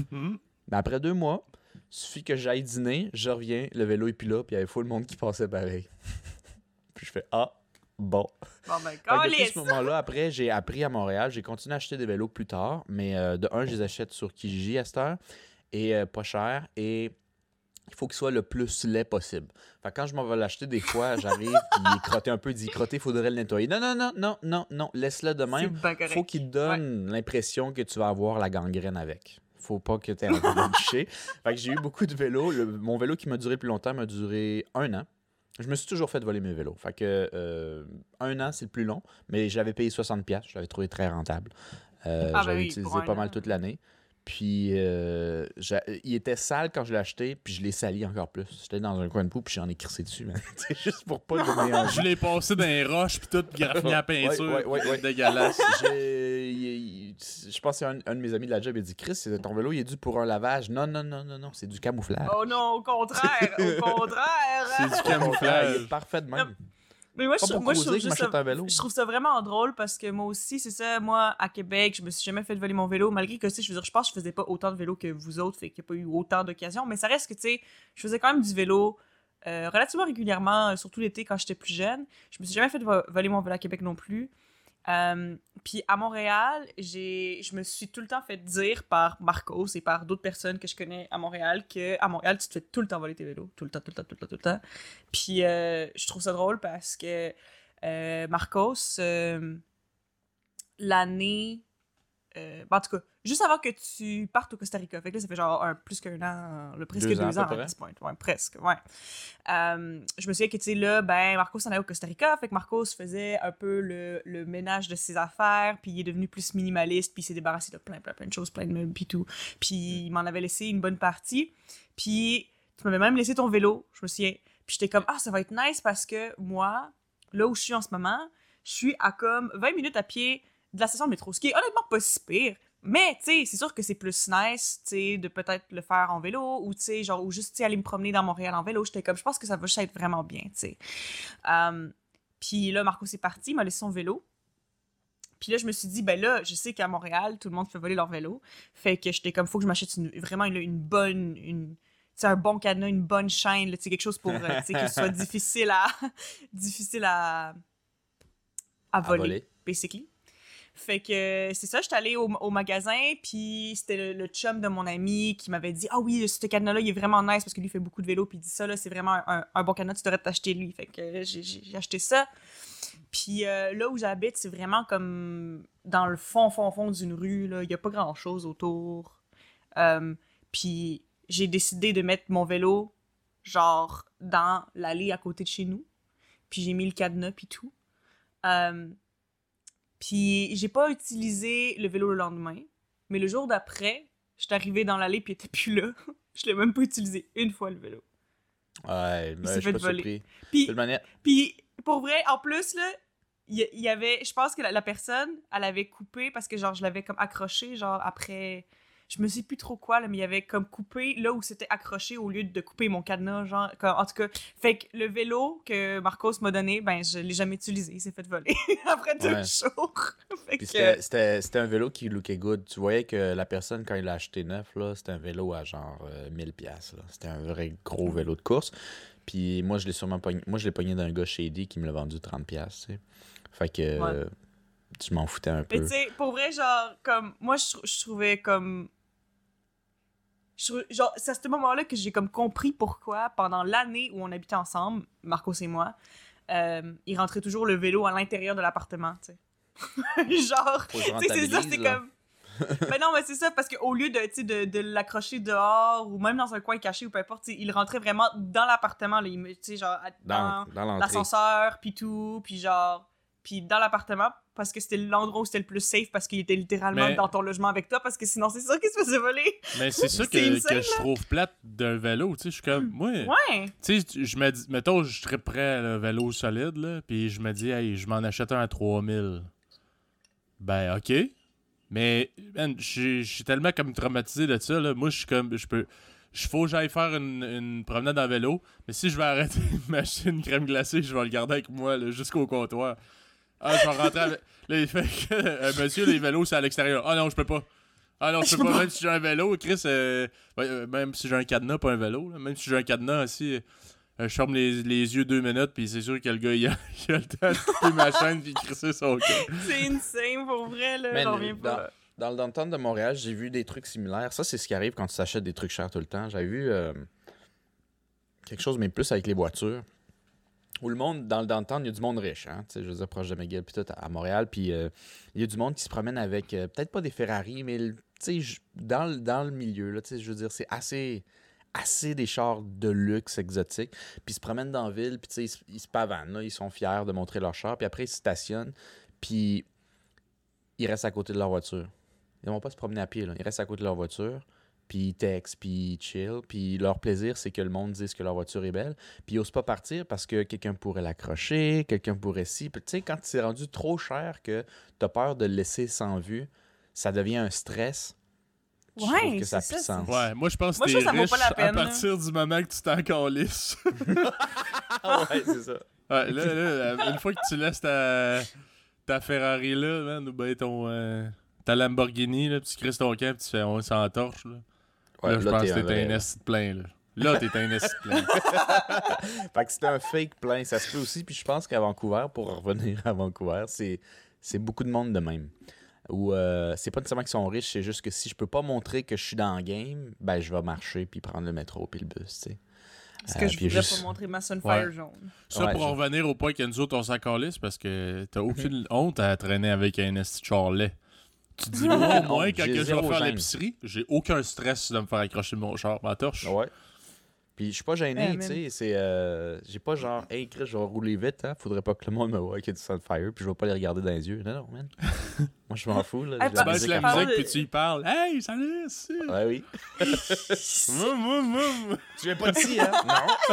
Mais après deux mois, il suffit que j'aille dîner, je reviens, le vélo est plus là, puis il y avait full le monde qui passait pareil. Puis je fais, ah, bon. Bon, ben, Fait que depuis câlisse! ce moment-là, après, j'ai appris à Montréal. J'ai continué à acheter des vélos plus tard, mais euh, de un, je les achète sur Kijiji à cette heure, et euh, pas cher, et il faut qu'il soit le plus laid possible. Fait que quand je m'en vais l'acheter, des fois, j'arrive, puis il est crotté un peu, il dit crotté, il faudrait le nettoyer. Non, non, non, non, non, non, laisse-le de C'est même. bien correct. Faut qu'il te donne l'impression que tu vas avoir la gangrène avec. Faut pas que tu aies envie de le toucher. Fait que j'ai eu beaucoup de vélos. Le- mon vélo qui m'a duré le plus longtemps m'a duré un an. Je me suis toujours fait voler mes vélos. Fait que euh, un an, c'est le plus long, mais j'avais payé soixante dollars. Je l'avais trouvé très rentable. Euh, Ah, ben j'avais oui, utilisé pour un pas mal an. toute l'année. Puis, euh, j'a- il était sale quand je l'ai acheté, puis je l'ai sali encore plus. J'étais dans un coin de poux, puis j'en ai crissé dessus, man. C'est juste pour pas le mélanger. Je l'ai passé dans les roches, puis tout graffiné à peinture. Ouais, ouais, ouais, ouais. Dégueulasse. J'ai- il- il- je pense qu'un un de mes amis de la job il a dit Chris, ton vélo il est dû pour un lavage. Non, non, non, non, non, c'est du camouflage. Oh non, au contraire! Au contraire! C'est du Il camouflage. est parfait de même. Mais moi, Pas je, pour moi, je, cruiser trouve que je juste m'achète ça, un vélo. je trouve ça vraiment drôle parce que moi aussi, c'est ça, moi, à Québec, je me suis jamais fait voler mon vélo, malgré que, tu sais, je veux dire, je pense que je faisais pas autant de vélo que vous autres, fait qu'il n'y a pas eu autant d'occasions, mais ça reste que, tu sais, je faisais quand même du vélo euh, relativement régulièrement, euh, surtout l'été quand j'étais plus jeune. Je me suis jamais fait vo- voler mon vélo à Québec non plus. Euh, puis à Montréal, j'ai, je me suis tout le temps fait dire par Marcos et par d'autres personnes que je connais à Montréal que à Montréal, tu te fais tout le temps voler tes vélos. Tout le temps, tout le temps, tout le temps, tout le temps. Puis euh, je trouve ça drôle parce que euh, Marcos, euh, l'année... euh, ben, en tout cas, juste avant que tu partes au Costa Rica, fait que là, ça fait genre un, plus qu'un an, là, presque Deux deux, ans, à ans peu à près. this point. Ouais, presque, ouais. Euh, je me souviens que, tu sais, là, ben, Marcos s'en allait au Costa Rica, fait que Marcos faisait un peu le, le ménage de ses affaires, puis il est devenu plus minimaliste, puis il s'est débarrassé de plein, plein, plein de choses, plein de meubles, puis tout. Puis il m'en avait laissé une bonne partie. Puis tu m'avais même laissé ton vélo, je me souviens. Puis j'étais comme, ah, ça va être nice parce que moi, là où je suis en ce moment, je suis à comme vingt minutes à pied de la station de métro, ce qui est honnêtement pas si pire. Mais, tu sais, c'est sûr que c'est plus nice, tu sais, de peut-être le faire en vélo ou, tu sais, genre, ou juste, tu sais, aller me promener dans Montréal en vélo. J'étais comme, je pense que ça va juste être vraiment bien, tu sais. Um, puis là, Marco, c'est parti, il m'a laissé son vélo. Puis là, je me suis dit, ben là, je sais qu'à Montréal, tout le monde fait voler leur vélo. Fait que j'étais comme, faut que je m'achète une, vraiment une, une bonne, une, tu sais, un bon cadenas, une bonne chaîne, là, tu sais, quelque chose pour, euh, tu sais, que ce soit difficile à, difficile à, à voler, voler. basically. Fait que c'est ça, j'étais allée au, au magasin, puis c'était le, le chum de mon ami qui m'avait dit « Ah oui, ce cadenas-là, il est vraiment nice parce que lui fait beaucoup de vélo, puis il dit ça, là, c'est vraiment un, un, un bon cadenas, tu devrais t'acheter lui. » Fait que j'ai, j'ai acheté ça. Puis euh, là où j'habite, c'est vraiment comme dans le fond, fond, fond d'une rue, là. Il n'y a pas grand-chose autour. Euh, puis j'ai décidé de mettre mon vélo, genre, dans l'allée à côté de chez nous. Puis j'ai mis le cadenas, puis tout. Euh, Puis j'ai pas utilisé le vélo le lendemain, mais le jour d'après, j'étais arrivée dans l'allée puis il était plus là. Je l'ai même pas utilisé une fois le vélo. Ouais, mais s'est je suis fait pas voler. surpris. Puis, De toute manière, puis pour vrai, en plus là, il y, y avait, je pense que la, la personne, elle avait coupé parce que genre je l'avais comme accroché genre après, je me sais plus trop quoi là, mais il y avait comme coupé là où c'était accroché au lieu de couper mon cadenas genre, comme, en tout cas, fait que le vélo que Marcos m'a donné, ben je l'ai jamais utilisé, il s'est fait voler après deux Ouais. jours. Fait puis que- c'était- c'était c'était un vélo qui lookait good. Tu voyais que la personne, quand il l'a acheté neuf, là, c'était un vélo à genre euh, mille piastres. là. C'était un vrai gros vélo de course. Puis moi, je l'ai sûrement pogné. Moi, je l'ai pogné d'un gars shady qui me l'a vendu trente piastres, tu sais. Fait que euh, je m'en foutais un Mais peu. tu sais, pour vrai, genre, comme, moi, je, trou- je trouvais comme. je, genre, c'est à ce moment-là que j'ai comme compris pourquoi, pendant l'année où on habitait ensemble, Marcos et moi, euh, il rentrait toujours le vélo à l'intérieur de l'appartement, tu sais. Genre, tu sais, c'est ça, c'est là. comme... Mais non, mais c'est ça, parce qu'au lieu de, tu sais, de, de l'accrocher dehors, ou même dans un coin caché, ou peu importe, tu sais, il rentrait vraiment dans l'appartement, là, il me- tu sais, genre, à- Dans, dans, dans l'entrée. l'ascenseur, puis tout, puis genre... Puis dans l'appartement, parce que c'était l'endroit où c'était le plus safe, parce qu'il était littéralement Mais- dans ton logement avec toi, parce que sinon, c'est ça qui se faisait voler. Mais c'est ça C'est que, insane, que je trouve plate d'un vélo, tu sais, je suis comme, moi, Ouais! tu sais, je me dis, mettons, je serais prêt à le vélo solide, là, puis je me dis, hey, je m'en achète un à trois mille. Ben, OK. Mais, man, je je suis tellement comme traumatisé de ça, là. Moi, je suis comme, je peux, je faut que j'aille faire une, une promenade en vélo, mais si je vais arrêter de m'acheter une crème glacée, je vais le garder avec moi, là, jusqu'au comptoir. Ah, je vais rentrer avec... Là, il fait que, euh, monsieur, les vélos, c'est à l'extérieur. Ah non, je peux pas. Ah non, je peux pas, même si j'ai un vélo, Chris, euh, ouais, euh, même si j'ai un cadenas, pas un vélo, là, même si j'ai un cadenas aussi, euh, je ferme les, les yeux deux minutes, puis c'est sûr que le gars, il a, il a le temps de couper ma chaîne, puis crisser son cœur. C'est insane, pour vrai, là, Man, j'en reviens dans, pas. dans le downtown de Montréal, j'ai vu des trucs similaires. Ça, c'est ce qui arrive quand tu s'achètes des trucs chers tout le temps. J'avais vu euh, quelque chose, mais plus avec les voitures. Où le monde, dans le downtown, il y a du monde riche, hein, tu sais, je veux dire, proche de McGill, puis tout, à Montréal, puis euh, il y a du monde qui se promène avec, euh, peut-être pas des Ferrari, mais, tu sais, j- dans, le- dans le milieu, là, tu sais, je veux dire, c'est assez, assez des chars de luxe exotiques, puis ils se promènent dans la ville, puis tu sais, ils, se- ils se pavanent, là, ils sont fiers de montrer leur char, puis après, ils se stationnent, puis ils restent à côté de leur voiture. Ils vont pas se promener à pied, là, ils restent à côté de leur voiture, puis ils textent, puis ils chill, puis leur plaisir, c'est que le monde dise que leur voiture est belle, puis ils osent pas partir parce que quelqu'un pourrait l'accrocher, quelqu'un pourrait si. Puis tu sais, quand c'est rendu trop cher que t'as peur de le laisser sans vue, ça devient un stress. Je Ouais, trouve que ça a c'est plus de ça, sens. Ouais, moi, je pense Moi, que je t'es trouve que ça vaut riche pas la à peine, là. partir du moment que tu t'en calisses. Ah ouais, c'est ça. Ouais, là, là, une fois que tu laisses ta, ta Ferrari là, man, ou ben ton, euh, ta Lamborghini, là, puis tu crisses ton camp, puis tu fais on s'entorche, là. Ouais, là, je pense t'es que un t'es vrai, un là. esti de plein, là. Là, t'es un esti de plein. Fait que c'était un fake plein, ça se peut aussi. Puis je pense qu'à Vancouver, pour revenir à Vancouver, c'est, c'est beaucoup de monde de même. Ou euh, c'est pas nécessairement qu'ils sont riches, c'est juste que si je peux pas montrer que je suis dans le game, ben je vais marcher puis prendre le métro puis le bus, tu sais. Parce Euh, que je puis voudrais juste- pas montrer ma Sunfire Ouais. jaune. Ça, Ouais, pour je- en revenir au point que nous autres, on s'en calisse, parce que t'as aucune honte à traîner avec un esti de charlet. Tu dis, moi, au moins, honte, quand j'ai que je vais zéro faire gêne. l'épicerie, j'ai aucun stress de me faire accrocher mon char, ma torche. Ouais. Puis je suis pas gêné, Ouais, tu man. sais. C'est, euh, j'ai pas genre, hey Chris, je vais rouler vite, hein. Faudrait pas que le monde me voie qu'il y a du Sunfire, puis je vais pas les regarder dans les yeux. Non, non, man. Moi, je m'en fous, là. Hey, J'ai Tu Ah, baisses c'est la parle musique, de- puis tu y parles. Hey, salut, c'est... Ouais, oui. Moum, moum, moum. Tu viens pas d'ici, hein? Non.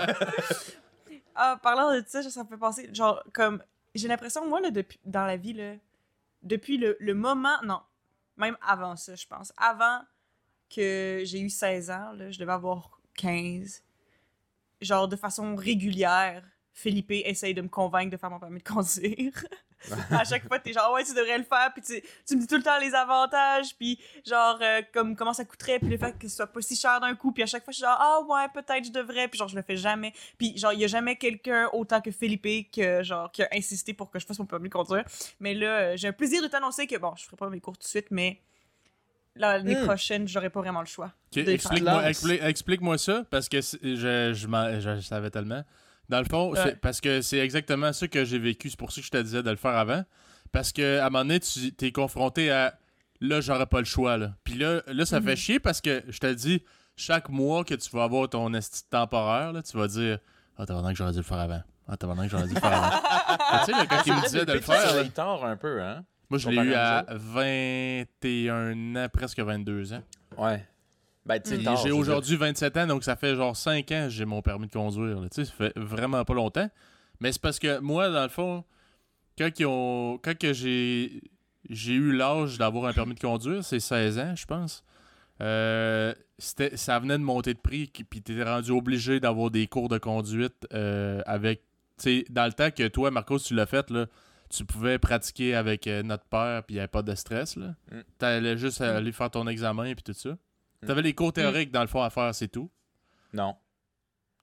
Ah, parlant de ça, ça me fait penser, genre, comme, j'ai l'impression, moi, là, depuis, dans la vie, là, depuis le, le moment, non, même avant ça, je pense, avant que j'ai eu seize ans, là, je devais avoir quinze, genre, de façon régulière, Felipe essaye de me convaincre de faire mon permis de conduire. À chaque fois, t'es genre, ouais, tu devrais le faire, puis tu, tu me dis tout le temps les avantages, puis genre, euh, comme comment ça coûterait, puis le fait que ce soit pas si cher d'un coup, puis à chaque fois, je suis genre, ah ouais, peut-être je devrais, puis genre, je le fais jamais. Puis genre, il y a jamais quelqu'un autant que Felipe que, genre, qui a insisté pour que je fasse mon permis de conduire. Mais là, euh, j'ai un plaisir de t'annoncer que, bon, je ferai pas mes cours tout de suite, mais l'année Mm. prochaine, j'aurai pas vraiment le choix. Ok, de explique-moi, faire. expli- explique-moi ça, parce que c'est- je, je, m'en- je, je savais tellement. Dans le fond, Ouais. c'est- parce que c'est exactement ça que j'ai vécu. C'est pour ça que je te disais de le faire avant. Parce que à un moment donné, tu t'es confronté à là, j'aurais pas le choix. Là. Puis là, là ça fait Mhm. chier parce que je te dis, chaque mois que tu vas avoir ton esti de temporaire, là, tu vas dire ah, t'as vraiment que j'aurais dû le faire avant. Ah, t'as vraiment que j'aurais dû le faire avant. Mais tu sais, là, quand il me disait de le faire, là, Il tard un peu, hein? moi, je l'ai comparé eu à à vingt et un ans, presque vingt-deux ans. Ouais. Ben, tu sais, Mm. tard, J'ai je veux aujourd'hui vingt-sept ans, donc ça fait genre cinq ans que j'ai mon permis de conduire. là. Tu sais, ça fait vraiment pas longtemps. Mais c'est parce que moi, dans le fond, quand, ils ont... quand que j'ai... j'ai eu l'âge d'avoir un permis de conduire, c'est seize ans, je pense. Euh, c'était... Ça venait de monter de prix, qui- puis t'étais rendu obligé d'avoir des cours de conduite euh, avec... Tu sais, dans le temps que toi, Marcos, tu l'as fait, là, tu pouvais pratiquer avec euh, notre père, puis il n'y avait pas de stress. Là. Mm. T'allais juste aller faire ton examen, puis tout ça. T'avais les cours théoriques, dans le fond, à faire, c'est tout. Non.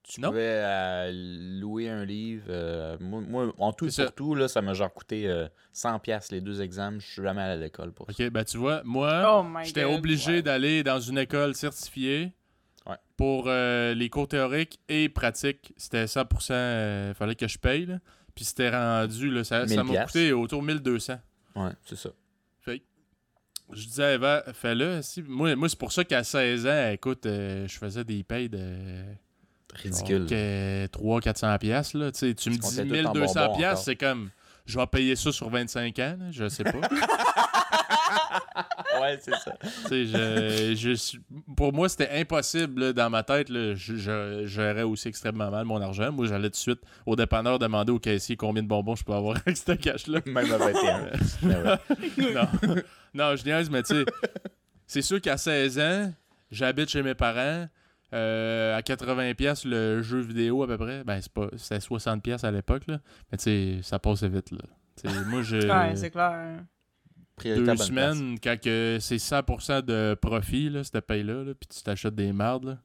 Tu Non? pouvais euh, louer un livre. euh, moi, moi, en tout et C'est pour ça. tout, là, ça m'a genre coûté euh, cent piastres les deux examens. Je suis jamais allé à l'école pour ça. OK, ben tu vois, moi, Oh my j'étais God, obligé ouais. d'aller dans une école certifiée Ouais. pour euh, les cours théoriques et pratiques. C'était cent pour cent, il fallait que je paye. Là. Puis c'était rendu, là, ça, ça mille m'a coûté autour de mille deux cents. Ouais, c'est ça. Fait que je disais à Eva, fais-le. Si. Moi, moi c'est pour ça qu'à seize ans, écoute, euh, je faisais des payes de... Ridicule. trois cents à quatre cents piastres, là. Tu sais, tu me Tu dis comptais tout mille en deux cents bonbons piastres, encore. c'est comme... Je vais payer ça sur vingt-cinq ans, là, je sais pas. Ouais, c'est ça. Tu sais, je, je suis- pour moi, c'était impossible là, dans ma tête. Là, je, je gérais aussi extrêmement mal mon argent. Moi, j'allais tout de suite au dépanneur demander au caissier combien de bonbons je peux avoir avec ce cash-là. Même à vingt et un. Ben ouais. non. non, je niaise, mais tu sais, c'est sûr qu'à seize ans, j'habite chez mes parents. Euh, à quatre-vingts piastres le jeu vidéo à peu près. Ben, c'est pas, c'était soixante piastres à l'époque. Là. Mais tu sais, ça passait vite. Là. Tu sais, moi, je... Ouais, c'est clair. Priorité à Deux bonne semaines, quand que c'est cent pour cent de profit, là, cette paye-là, là, puis tu t'achètes des mardes, là.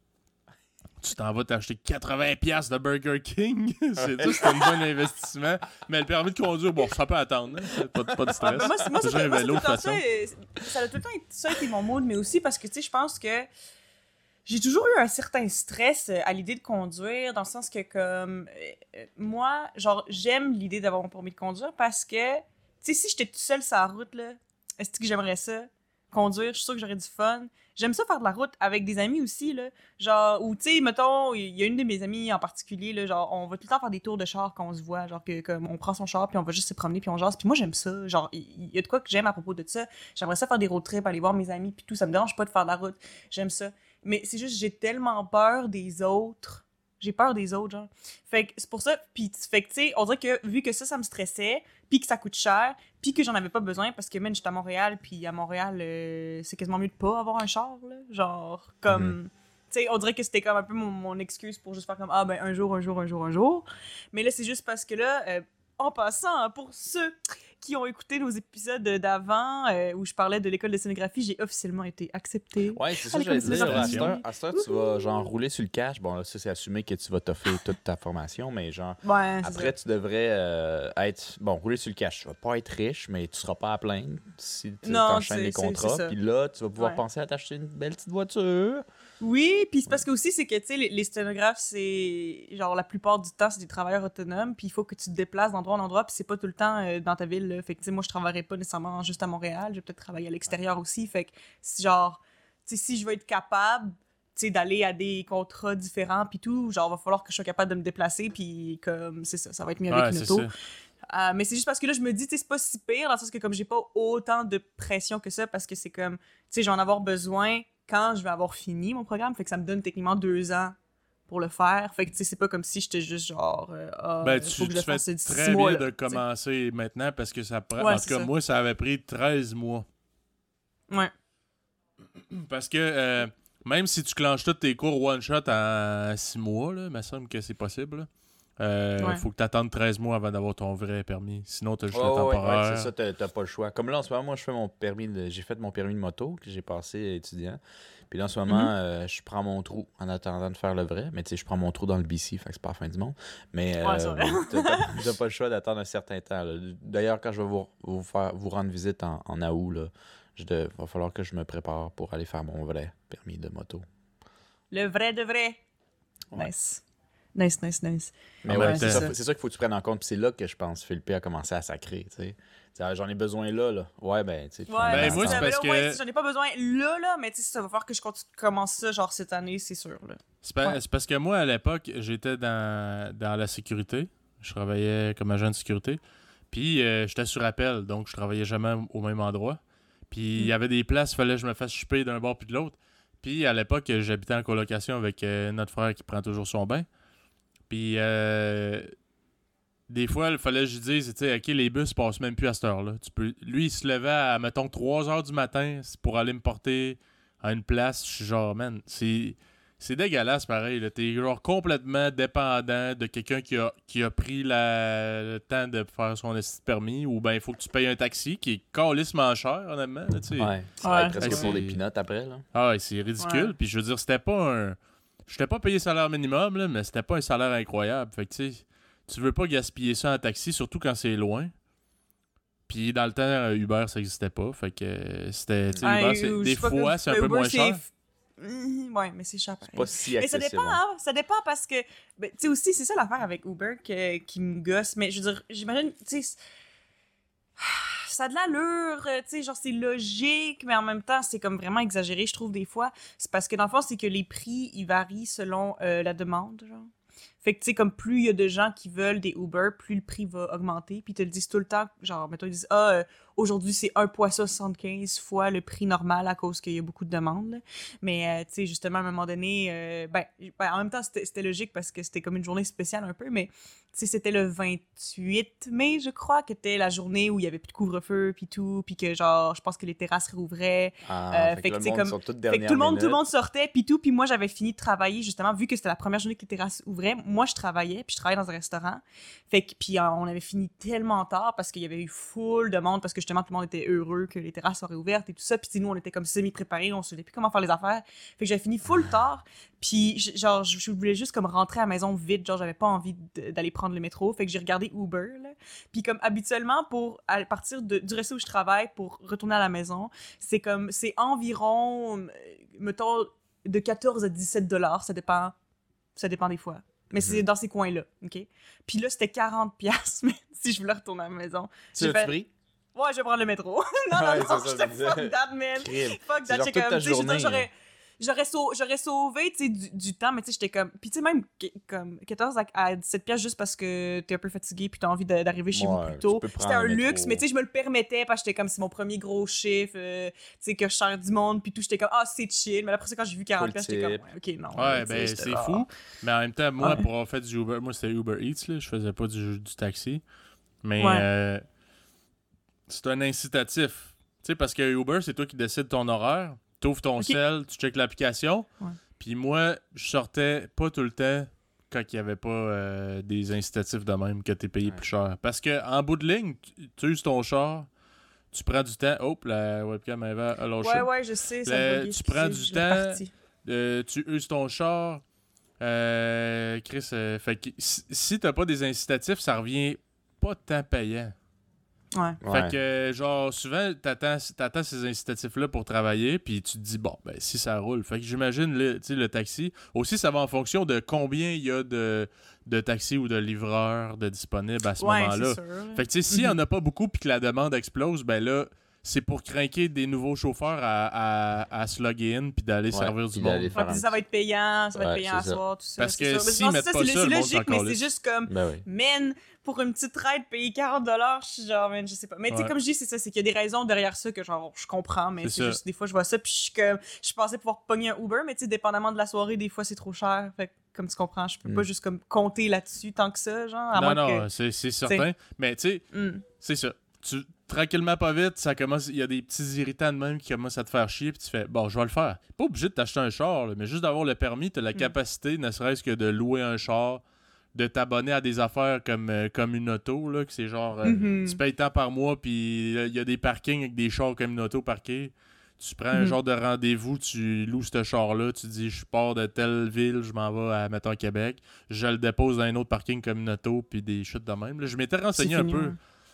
Tu t'en vas t'acheter quatre-vingts piastres de Burger King. c'est ça, c'est un bon investissement. Mais le permis de conduire, bon, ça peut attendre. Hein. C'est Pas, pas de Ah, stress. ben, moi, c'est- moi, J'ai ça, un moi, vélo, c'est tout de le temps toute ça, euh, ça a tout le temps été ça été mon mood, mais aussi parce que, tu sais, je pense que j'ai toujours eu un certain stress euh, à l'idée de conduire, dans le sens que, comme, euh, euh, moi, genre, j'aime l'idée d'avoir mon permis de conduire parce que, tu sais, si j'étais toute seule sur la route, là, est-ce que j'aimerais ça? Conduire, je suis sûre que j'aurais du fun. J'aime ça faire de la route avec des amis aussi, là. Genre, ou tu sais, mettons, il y a une de mes amies en particulier, là, genre, on va tout le temps faire des tours de char quand on se voit, genre, que, comme, on prend son char, puis on va juste se promener, puis on jase. Puis moi, j'aime ça. Genre, il y, y a de quoi que j'aime à propos de ça. J'aimerais ça faire des road trips, aller voir mes amis, puis tout. Ça me dérange pas de faire de la route. J'aime ça. Mais c'est juste, j'ai tellement peur des autres. J'ai peur des autres, genre. Fait que c'est pour ça, puis fait que, tu sais, on dirait que, vu que ça, ça me stressait, puis que ça coûte cher, puis que j'en avais pas besoin, parce que, man, j'étais à Montréal, puis à Montréal, euh, c'est quasiment mieux de pas avoir un char, là. Genre, comme... Tu sais, on dirait que c'était comme un peu mon, mon excuse pour juste faire comme, ah, ben, un jour, un jour, un jour, un jour. Mais là, c'est juste parce que là, euh, en passant, hein, pour ceux qui ont écouté nos épisodes d'avant, euh, où je parlais de l'école de scénographie, j'ai officiellement été acceptée. Ouais, c'est ça Allez, que j'allais comme dire. c'est À la cette heure, à cette heure, tu vas genre rouler sur le cash. Bon, là, ça, c'est assumé que tu vas t'offrir toute ta formation, mais genre, Ouais, c'est après, ça. tu devrais euh, être. Bon, rouler sur le cash. Tu vas pas être riche, mais tu seras pas à plaindre si tu Non, enchaînes c'est- les c'est- contrats. c'est ça. Puis là, tu vas pouvoir Ouais. penser à t'acheter une belle petite voiture. Oui, puis c'est parce que aussi, c'est que, tu sais, les, les sténographes, c'est, genre, la plupart du temps, c'est des travailleurs autonomes, puis il faut que tu te déplaces d'endroit en endroit, puis c'est pas tout le temps euh, dans ta ville, là. Fait que, tu sais, moi, je travaillerai pas nécessairement juste à Montréal, je vais peut-être travailler à l'extérieur aussi, fait que, c'est genre, tu sais, si je veux être capable, tu sais, d'aller à des contrats différents, puis tout, genre, va falloir que je sois capable de me déplacer, puis comme, c'est ça, ça va être mieux Ouais, avec une c'est auto. ça. Euh, mais c'est juste parce que là, je me dis, tu sais, c'est pas si pire, dans le sens que comme j'ai pas autant de pression que ça, parce que c'est comme, tu sais, je vais en avoir besoin quand je vais avoir fini mon programme, fait que ça me donne techniquement deux ans pour le faire. Fait que, tu sais, c'est pas comme si j'étais juste genre, euh, ah, Ben, faut tu, que je le tu fais fasse d'ici très six mois, bien là, de tu sais. commencer maintenant parce que ça prend. Ouais, en c'est tout cas, ça. moi, ça avait pris treize mois. Ouais. Parce que euh, même si tu clenches tous tes cours one-shot en six mois, là, il me semble que c'est possible. là. Euh, Ouais. Faut que tu attendes treize mois avant d'avoir ton vrai permis. Sinon, tu as juste Ouais, le ouais, ouais, temporaire. c'est ça, t'as t'as pas le choix. Comme là, en ce moment, moi, je fais mon permis de... j'ai fait mon permis de moto que j'ai passé étudiant. Puis là, en ce moment, Mhm. euh, je prends mon trou en attendant de faire le vrai. Mais tu sais, je prends mon trou dans le B C, fait que c'est pas la fin du monde. Mais euh, Ouais, c'est vrai. t'as t'as- t'as pas le choix d'attendre un certain temps. là. D'ailleurs, quand je vais vous, vous faire vous rendre visite en, en août, là, je de- va falloir que je me prépare pour aller faire mon vrai permis de moto. Le vrai de vrai. Ouais. Nice. Nice, nice, nice. Mais En ouais, même c'est temps. ça, c'est ça qu'il faut que tu prennes en compte. Puis c'est là que je pense Philippe a commencé à sacrer. Tu sais. Tu sais, j'en ai besoin là, là. Ouais, ben, tu sais. Ouais, Ben, mais moi, ça, c'est mais parce là, ouais, que- si j'en ai pas besoin là, là, mais tu sais, ça va falloir que je continue, commence ça, genre, cette année, c'est sûr, là. C'est pa- Ouais. c'est parce que moi, à l'époque, j'étais dans, dans la sécurité. Je travaillais comme agent de sécurité. Puis, euh, j'étais sur appel, donc je travaillais jamais au même endroit. Puis, il y avait des places, il fallait que je me fasse choper d'un bord puis de l'autre. Puis, à l'époque, j'habitais en colocation avec euh, notre frère qui prend toujours son bain. Puis, euh, des fois, il fallait que je dise, tu sais, OK, les bus passent même plus à cette heure-là. Tu peux... Lui, il se levait à, mettons, trois heures du matin pour aller me porter à une place. Je suis genre, man, c'est... C'est dégueulasse, pareil. Là. T'es genre complètement dépendant de quelqu'un qui a, qui a pris la, le temps de faire son esti de permis, ou ben il faut que tu payes un taxi qui est calissement cher, honnêtement. Là, tu sais. Ouais, ça Ouais. va être presque Ouais, pour c'est- des pinottes après, là. Ah, ouais, c'est ridicule. Ouais. Puis je veux dire, c'était pas un... j'étais pas payé salaire minimum, là, mais c'était pas un salaire incroyable. Fait que, tu sais, tu veux pas gaspiller ça en taxi, surtout quand c'est loin. Puis dans le temps, Uber, ça existait pas. Fait que euh, c'était, tu sais, Ouais, Uber, c'est- ou- je des sais pas fois, que- c'est un Uber, peu moins c'est cher. f- Mm, Ouais, mais c'est cher pareil. Pas si Mais ça accessible. dépend, hein. Ça dépend parce que, ben, tu sais, aussi, c'est ça l'affaire avec Uber que- qui me gosse. Mais je veux dire, j'imagine, tu sais, ça a de l'allure, euh, tu sais, genre c'est logique, mais en même temps, c'est comme vraiment exagéré, je trouve, des fois. C'est parce que dans le fond, c'est que les prix, ils varient selon euh, la demande, genre. Fait que, tu sais, comme plus il y a de gens qui veulent des Uber, plus le prix va augmenter. Puis ils te le disent tout le temps, genre, mettons, ils disent « Ah, euh, aujourd'hui, c'est un poisson soixante-quinze fois le prix normal à cause qu'il y a beaucoup de demandes. » là. Mais, euh, tu sais, justement, à un moment donné, euh, ben, ben, en même temps, c'était c'était logique parce que c'était comme une journée spéciale un peu, mais, tu sais, c'était le vingt-huit mai, je crois, que c'était la journée où il y avait plus de couvre-feu, puis tout, puis que, genre, je pense que les terrasses réouvraient. Ah, Euh, fait, fait que que, le tu sais, monde comme- sont toutes Fait dernières que tout le monde, tout le minutes. monde sortait, puis tout, puis moi, j'avais fini de travailler, justement, vu que c'était la première journée que les terrasses ouvraient. Moi, je travaillais, puis je travaillais dans un restaurant. Fait que, puis euh, on avait fini tellement tard parce qu'il y avait eu full de monde, parce que justement, tout le monde était heureux que les terrasses soient réouvertes et tout ça. Puis tu sais, nous, on était comme semi-préparés, on savait plus comment faire les affaires. Fait que j'avais fini full tard. Puis, j- genre, je je voulais juste comme rentrer à la maison vite. Genre, j'avais pas envie de- d'aller prendre le métro. Fait que j'ai regardé Uber, là. Puis comme habituellement, pour à partir de, du resto où je travaille, pour retourner à la maison, c'est comme, c'est environ, euh, mettons, de quatorze à dix-sept dollars. Ça dépend, ça dépend des fois. Mais c'est dans ces coins-là, OK? Puis là, c'était quarante piastres, mais si je voulais retourner à la maison. Tu j'ai l'as fait- pris? Ouais, je vais prendre le métro. non, non, Ouais, non, c'est ça, j'étais je me disais. fuck that, man. Crime. Fuck C'est that, genre j'étais toute ta comme, tu sais, je veux dire, journée, j'aurais... J'aurais, sau- j'aurais sauvé, tu sais, du, du temps, mais tu sais, j'étais comme... Puis tu sais, même qu- comme quatorze à, à dix-sept piastres juste parce que t'es un peu fatigué puis t'as envie de- d'arriver chez Ouais, vous plus tu tôt. peux prendre C'était un le métro. luxe, mais tu sais, je me le permettais parce que j'étais comme, c'est mon premier gros chiffre, euh, tu sais, que je sers du monde, puis tout, j'étais comme, ah, c'est chill. Mais après ça, quand j'ai vu quarante Full piastres, j'étais comme, tip. ouais, ok, non. Ouais, là, tu sais, ben j'étais c'est là. fou. Mais en même temps, moi, Ouais. pour avoir fait du Uber, moi c'était Uber Eats, là, je faisais pas du, du taxi. Mais Ouais. euh, c'est un incitatif. Tu sais, parce que Uber, c'est toi qui décides ton horaire. Tu ouvres ton Ok. cell, tu checkes l'application. Ouais. Puis moi, je sortais pas tout le temps quand il n'y avait pas euh, des incitatifs de même que tu es payé Ouais. plus cher. Parce que en bout de ligne, tu, tu uses ton char, tu prends du temps. Hop, la webcam elle va à lâcher. Ouais, ouais, je sais, ça Le- me buguait, tu prends excusez, du je l'ai temps. parti. Euh, tu uses ton char. Euh, Chris, euh, fait que si, si t'as pas des incitatifs, ça revient pas tant payant. Ouais. Ouais. Fait que, euh, genre, souvent, t'attends, t'attends ces incitatifs-là pour travailler, puis tu te dis, bon, ben, si ça roule. Fait que j'imagine, le, tu sais, le taxi. Aussi, ça va en fonction de combien il y a de, de taxis ou de livreurs de disponibles à ce Ouais, moment-là. c'est sûr. là. Fait que, tu sais, s'il y en a pas beaucoup, puis que la demande explose, ben là, c'est pour craquer des nouveaux chauffeurs à, à, à se loguer in, puis d'aller Ouais, servir du puis monde. d'aller Ouais, faire puis un ça va être payant, ça va Ouais, être payant à c'est ça. soir, tout ça. Parce c'est que sûr. Mais s'ils non, mettent c'est pas c'est, ça, c'est le monde logique, s'en mais c'est calisse. juste comme, Ben oui. man, pour une petite ride, payer quarante dollars, je suis genre, man, je sais pas. Mais tu sais, Ouais. comme je dis, c'est ça, c'est qu'il y a des raisons derrière ça que genre, je comprends, mais C'est c'est ça. juste, des fois, je vois ça, puis je suis comme, je pensais pouvoir pogner un Uber, mais tu sais, dépendamment de la soirée, des fois, c'est trop cher. Fait que, comme tu comprends, je peux Mm. pas juste comme compter là-dessus tant que ça, genre, à Non, moins non, que... c'est, c'est certain. Mais tu sais, Hmm. c'est ça. Tu, tranquillement, pas vite, ça commence. Il y a des petits irritants de même qui commencent à te faire chier, puis tu fais, bon, je vais le faire. Pas obligé de t'acheter un char, là, mais juste d'avoir le permis, tu as la Mm. capacité, ne serait-ce que de louer un char, de t'abonner à des affaires comme, euh, comme une auto, là, que c'est genre, euh, Mhm. tu payes tant par mois, puis euh, il y a des parkings avec des chars comme une auto parqués. Tu prends un Mhm. genre de rendez-vous, tu loues ce char-là, tu dis, je pars de telle ville, je m'en vais à, mettons, Québec, je le dépose dans un autre parking comme une auto, puis des chutes de même. Là, je m'étais renseigné C'est un fini, peu ouais.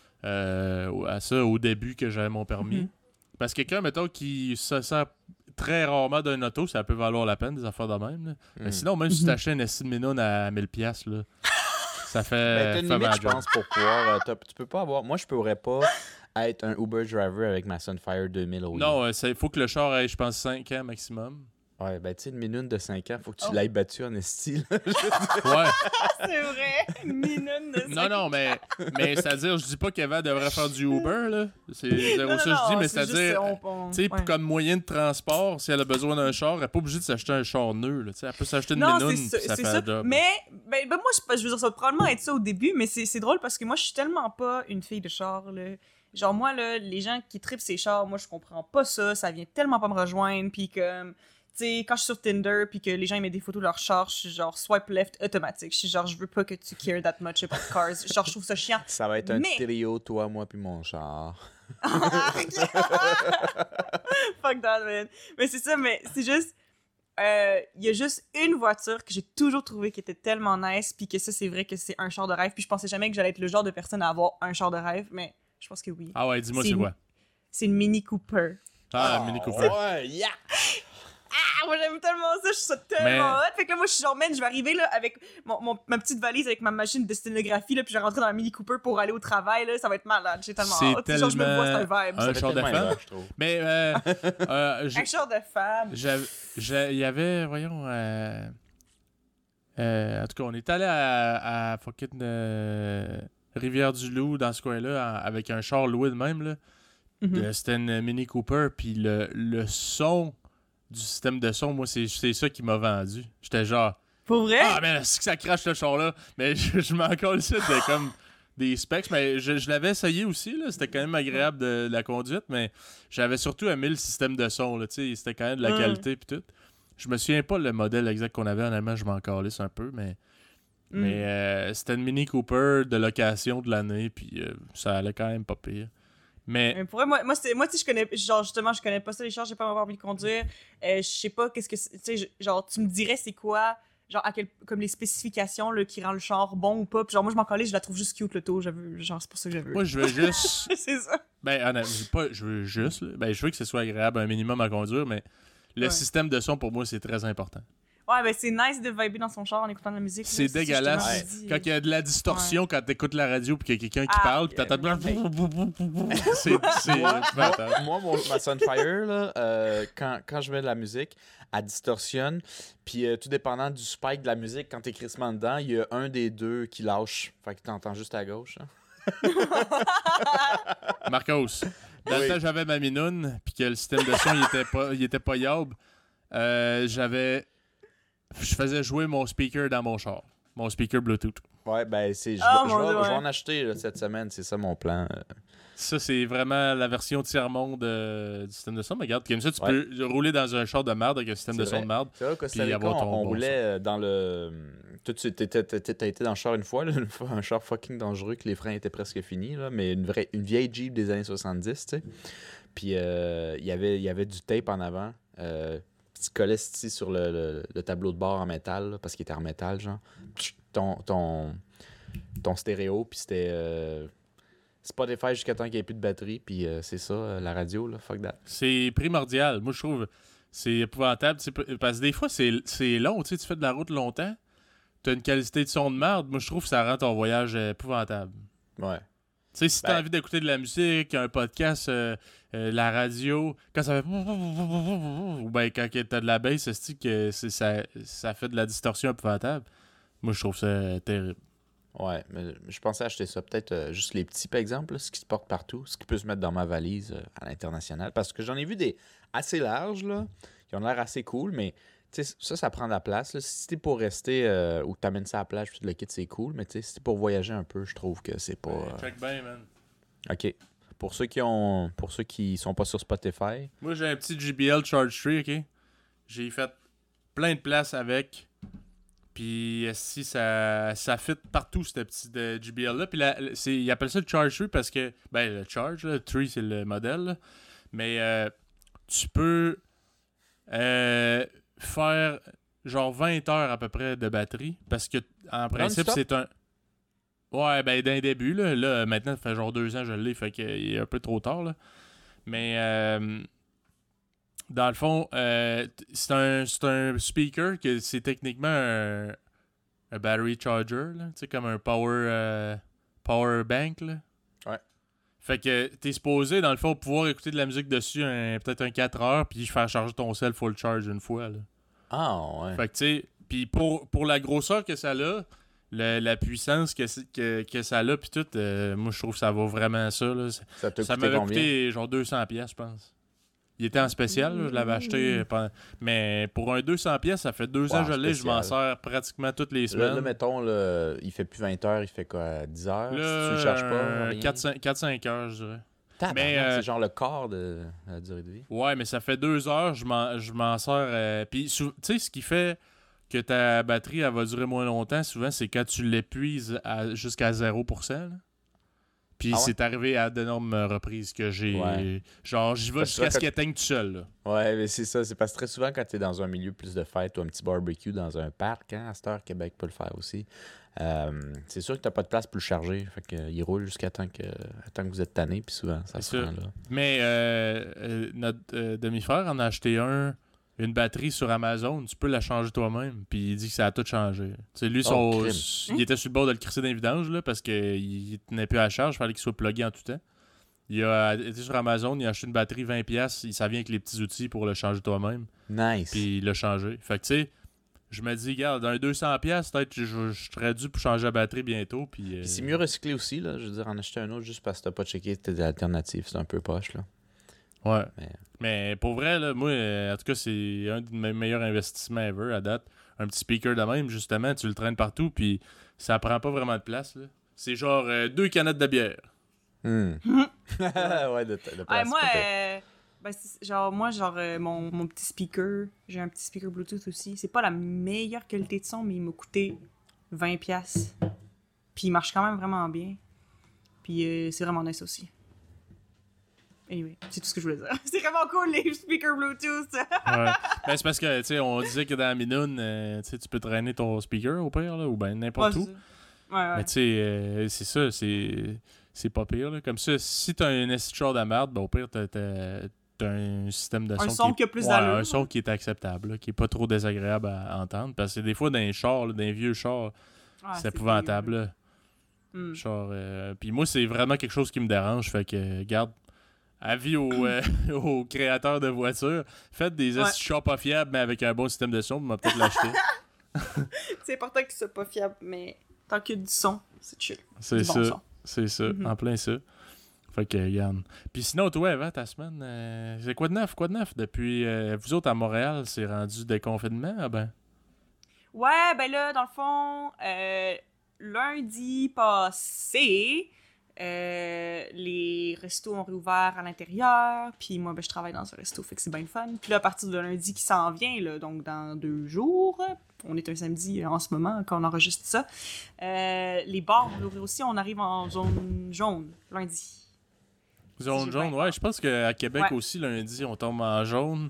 euh, à ça au début que j'avais mon permis. Mhm. Parce que quelqu'un, mettons, qui se sert très rarement d'un auto, ça peut valoir la peine, des affaires de même. là. Mais Mm. sinon, même si tu Mhm. t'achètes une estime minoune à mille piastres, là, ça fait... Ben, t'as une fait limite, ma je job. pense, pour pouvoir. euh, t'as- tu peux pas avoir. Moi, je pourrais pas être un Uber driver avec ma Sunfire deux mille au Non, il faut que le char ait, je pense, cinq ans maximum. Ouais, ben, tu sais, une minute de cinq ans, faut que tu Oh. l'aies battu en esti. là. Ouais. C'est vrai, une minute de Non, non, mais, mais c'est-à-dire, je dis pas qu'Eva devrait faire du Uber, là. C'est zéro Non, ça, non, je dis, non, mais c'est juste, c'est-à-dire... on- on- Tu sais, ouais. comme moyen de transport, si elle a besoin d'un char, elle n'est pas obligée de s'acheter un char neuf. Là, tu sais, elle peut s'acheter une Non, minoune, c'est ça, puis ça c'est fait ça. un job. Mais, ben, ben moi, je, je veux dire, ça va probablement être ça au début, mais c'est c'est drôle parce que moi, je suis tellement pas une fille de char, là. Genre, moi, là, les gens qui trippent ces chars, moi, je comprends pas ça, ça vient tellement pas me rejoindre, puis comme... Tu sais, quand je suis sur Tinder, puis que les gens ils mettent des photos de leur char, je suis genre swipe left automatique. Je suis genre, je veux pas que tu cares that much about cars. Genre, je trouve ça chiant. Ça va être un Mais- trio, toi, moi, puis mon char. Fuck that, man. Mais c'est ça, mais c'est juste... euh, il y a juste une voiture que j'ai toujours trouvé qui était tellement nice, puis que ça, c'est vrai que c'est un char de rêve, puis je pensais jamais que j'allais être le genre de personne à avoir un char de rêve, mais je pense que oui. Ah ouais, dis-moi C'est c'est une- quoi. C'est une Mini Cooper. Ah, Mini Cooper. Ouais, yeah! Ah, moi j'aime tellement ça, je suis ça tellement Mais- hot. Fait que là, moi je suis genre, man, je vais arriver là avec mon, mon- ma petite valise avec ma machine de sténographie, là, puis je vais rentrer dans la Mini Cooper pour aller au travail, là, ça va être malade, j'ai tellement C'est hâte. Tu sais, genre, je me le vois, c'est un vibe. un Ça fait char de tellement femme. erreur, je trouve. Mais euh, euh, j'ai- Un char de femme. j'avais- j'ai- il y avait, voyons, euh, euh, en tout cas, on est allé à, à fucking euh, Rivière-du-Loup, dans ce coin-là, en- avec un char loué de même, là. Mhm. Euh, C'était une Mini Cooper, puis le, le son du système de son, moi, c'est c'est ça qui m'a vendu. J'étais genre, Pour vrai? ah, mais c'est que ça crache ce char-là. Mais je, je m'en colle ça de comme des specs. Mais je, je l'avais essayé aussi, là. C'était quand même agréable de, de la conduite, mais j'avais surtout aimé le système de son, là. Tu sais, c'était quand même de la Mm. qualité, puis tout. Je me souviens pas le modèle exact qu'on avait, honnêtement, je m'en calisse un peu, mais. Mm. Mais euh, c'était une Mini Cooper de location de l'année, puis euh, ça allait quand même pas pire. Mais Mais pour vrai, moi, moi, c'est- moi tu sais, je connais, genre, justement, je connais pas ça, les chars, j'ai pas mon permis de conduire. Euh, je sais pas qu'est-ce que, c'est- tu sais, je- genre, tu me dirais c'est quoi, genre, à quel, comme les spécifications, là, qui rend le char bon ou pas. Puis genre, moi, je m'en calais, je la trouve juste cute, l'auto, j'avoue, genre, c'est pour ça que j'avoue. moi, je veux juste. c'est ça. Ben, honnêtement, je veux pas, je veux juste, là, ben, je veux que ce soit agréable un minimum à conduire, mais le Ouais. système de son, pour moi, c'est très important. Ouais, ben, c'est nice de vibrer dans son char en écoutant de la musique. là, C'est ça, dégueulasse. justement, je dis, Quand il y a de la distorsion, quand t'écoutes la radio puis qu'il y a quelqu'un qui Ah, parle, puis t'entends... C'est... c'est Moi, épouvantable. moi, mon- ma Sunfire, là, euh, quand, quand je mets de la musique, elle distorsionne. Puis euh, tout dépendant du spike de la musique, quand t'es crissement dedans, il y a un des deux qui lâche. Fait que t'entends juste à gauche. hein. Marcos, dans le Oui. temps j'avais ma minoune, puis que le système de son, il était pas, il était pas yable, euh, j'avais... Je faisais jouer mon speaker dans mon char. Mon speaker Bluetooth. Ouais, ben, c'est, je, Ah, vais- je mon vais, Dieu, je vais ouais. en acheter là, cette semaine. C'est ça mon plan. euh. Ça, c'est vraiment la version tiers-monde euh, du système de son. Mais regarde, comme ça, tu Ouais. peux rouler dans un char de merde avec un système C'est de son vrai. de merde. C'est vrai que Puis Costa Rica, avoir ton on, on bon roulait euh, dans le. Toi, tu t'étais- t'étais- t'as été dans le char une fois, là, une fois, un char fucking dangereux, que les freins étaient presque finis, là, mais une, vraie, une vieille Jeep des années soixante-dix, tu sais. Puis euh, il y avait- il y avait du tape en avant. Euh, puis tu collais ici sur le, le- le tableau de bord en métal, là, parce qu'il était en métal, genre. Tch, Ton, ton, ton stéréo, puis c'était. Euh, Spotify jusqu'à temps qu'il n'y ait plus de batterie, puis euh, c'est ça, euh, la radio, là, fuck that. C'est primordial. Moi, je trouve c'est épouvantable. tu sais, p- Parce que des fois, c'est c'est long. Tu sais, tu fais de la route longtemps. Tu as une qualité de son de merde. Moi, je trouve que ça rend ton voyage euh, épouvantable. Ouais. Tu sais, si Ben- t'as envie d'écouter de la musique, un podcast, euh, euh, la radio, quand ça fait... Ou ben quand t'as de la bass, c'est que c'est- ça, ça fait de la distorsion épouvantable. Moi, je trouve ça terrible. Ouais, mais je pensais acheter ça. Peut-être euh, juste les petits, par exemple, là, ce qui se porte partout, ce qui peut se mettre dans ma valise euh, à l'international. Parce que j'en ai vu des assez larges, là, qui ont l'air assez cool, mais tu sais, ça, ça prend de la place. Là. Si t'es pour rester euh, ou que t'amènes ça à la plage puis tu le quittes, c'est cool, mais tu sais, si t'es pour voyager un peu, je trouve que c'est pas. euh, Check bien, man. OK. Pour ceux qui ont. Pour ceux qui sont pas sur Spotify. Moi, j'ai un petit J B L Charge Tree, OK? J'ai fait plein de places avec. Puis si ça, ça fit partout, ce petit de J B L-là. Puis la- c'est, ils appellent ça le Charge Tree parce que... Ben, le Charge, là, le Tree, c'est le modèle. Là. Mais euh, tu peux euh, faire genre vingt heures à peu près de batterie. Parce que, en principe, Non-stop? c'est un... Ouais, ben d'un début, là, là, maintenant, ça fait genre deux ans que je l'ai, fait qu'il est un peu trop tard, là. Mais, euh, dans le fond, euh, t- c'est un, c'est un speaker que c'est techniquement un, un battery charger, là, tu sais, comme un power, euh, power bank, là. Ouais. Fait que t'es supposé, dans le fond, pouvoir écouter de la musique dessus un- peut-être un quatre heures, puis faire charger ton cell full charge une fois, là. Ah, ouais. Fait que, tu sais, puis pour, pour la grosseur que ça a, le- la puissance que, c'est- que, que ça a, puis tout, euh, moi, je trouve que ça vaut vraiment ça, là. Ça, Ça t'a ça coûté m'avait combien? coûté genre deux cents pièces, je pense. Il était en spécial, là, je l'avais acheté. pendant- Mais pour un deux cents pièces, ça fait deux ans Wow, que je l'ai, je m'en spécial. sers pratiquement toutes les Là, semaines. là, mettons, là, il fait plus vingt heures, il fait quoi, dix heures? si tu le charges pas, rien? quatre cinq heures, je dirais. Tabarnak, mais, euh, c'est genre le quart de la durée de vie. Ouais, mais ça fait deux heures, je m'en, je m'en sers. euh, Puis, sou- tu sais, ce qui fait que ta batterie, elle va durer moins longtemps, souvent, c'est quand tu l'épuises à- jusqu'à zéro pour cent. là. Puis Ah ouais? c'est arrivé à d'énormes reprises que j'ai... Ouais. Genre, j'y vais Parce que jusqu'à là, ce quand- qu'il atteigne tout seul, là. Ouais, mais c'est ça. C'est parce que très souvent, quand t'es dans un milieu plus de fête ou un petit barbecue dans un parc, hein, à cette heure, Québec peut le faire aussi, euh, c'est sûr que t'as pas de place pour le charger. Fait que, euh, il roule jusqu'à temps que, à temps que vous êtes tanné, puis souvent, ça se C'est rend ça. là. Mais euh, euh, notre euh, demi-frère en a acheté un, une batterie sur Amazon. Tu peux la changer toi-même. Puis il dit que ça a tout changé. Tu sais, lui, son, crime. s- il était sur le bord de le crisser dans les vidanges, là, parce qu'il tenait plus à la charge. Il fallait qu'il soit plugué en tout temps. Il a été sur Amazon, il a acheté une batterie vingt dollars. Ça vient avec les petits outils pour le changer toi-même. Nice. Puis il l'a changé. Fait que tu sais, je me dis, regarde, dans un deux cents dollars, peut-être que je, je serais dû pour changer la batterie bientôt. Puis, euh, Puis c'est mieux recyclé aussi, là. Je veux dire, en acheter un autre juste parce que t'as pas checké tes alternatives. C'est un peu poche, là. Ouais. Mais- Mais pour vrai, là, moi, euh, en tout cas, c'est un de mes meilleurs investissements ever à date. Un petit speaker de même, justement, tu le traînes partout, puis ça prend pas vraiment de place. Là. C'est genre euh, deux canettes de bière. Hmm. ouais, de, de place. Ouais, moi, pas pire. euh, ben, c'est- genre, moi, genre, euh, mon, mon petit speaker, j'ai un petit speaker Bluetooth aussi. C'est pas la meilleure qualité de son, mais il m'a coûté vingt piastres. Puis il marche quand même vraiment bien. Puis euh, c'est vraiment nice aussi. Anyway, c'est tout ce que je voulais dire. C'est vraiment cool, les speakers Bluetooth. Ouais. Ben, c'est parce que, tu sais, on disait que dans la minoune, euh, tu sais, tu peux traîner ton speaker au pire, là, ou ben n'importe Ouais, où. c'est ça. Ouais, ouais. Mais tu sais, euh, c'est ça, c'est c'est pas pire. Là. Comme ça, si t'as un S T de merde, ben, au pire, t'as, t'as, t'as un système de son, Un son qui, qui est, a plus ouais, d'allure. un son qui est acceptable, là, qui est pas trop désagréable à entendre. Parce que des fois, dans les chars, là, dans les vieux chars, Ah, c'est épouvantable. dégueu. Là. Hmm. Genre, euh, puis moi, c'est vraiment quelque chose qui me dérange. Fait que, garde, avis aux, euh, aux créateurs de voitures, faites des Ouais. S T pas fiables, mais avec un bon système de son, on va peut-être l'acheter. C'est important qu'il soit pas fiable, mais tant qu'il y a du son, c'est chill. C'est Du bon ça. son. C'est ça, Mhm. en plein ça. Fait que, regarde. Puis sinon, toi, Eva, ta semaine, euh, c'est quoi de neuf? Quoi de neuf? Depuis, euh, vous autres, à Montréal, c'est rendu déconfinement? Ah ben. Ouais, ben là, dans le fond, euh, lundi passé, euh, les restos ont réouvert à l'intérieur, puis moi, ben, je travaille dans un resto, fait que c'est bien le fun. Puis là, à partir de lundi qui s'en vient, là, donc dans deux jours, on est un samedi en ce moment quand on enregistre ça, euh, les bars vont ouvrir aussi, on arrive en zone jaune, lundi. Zone J'ai jaune, bien ouais. hâte. Je pense qu'à Québec Ouais. aussi, lundi, on tombe en jaune.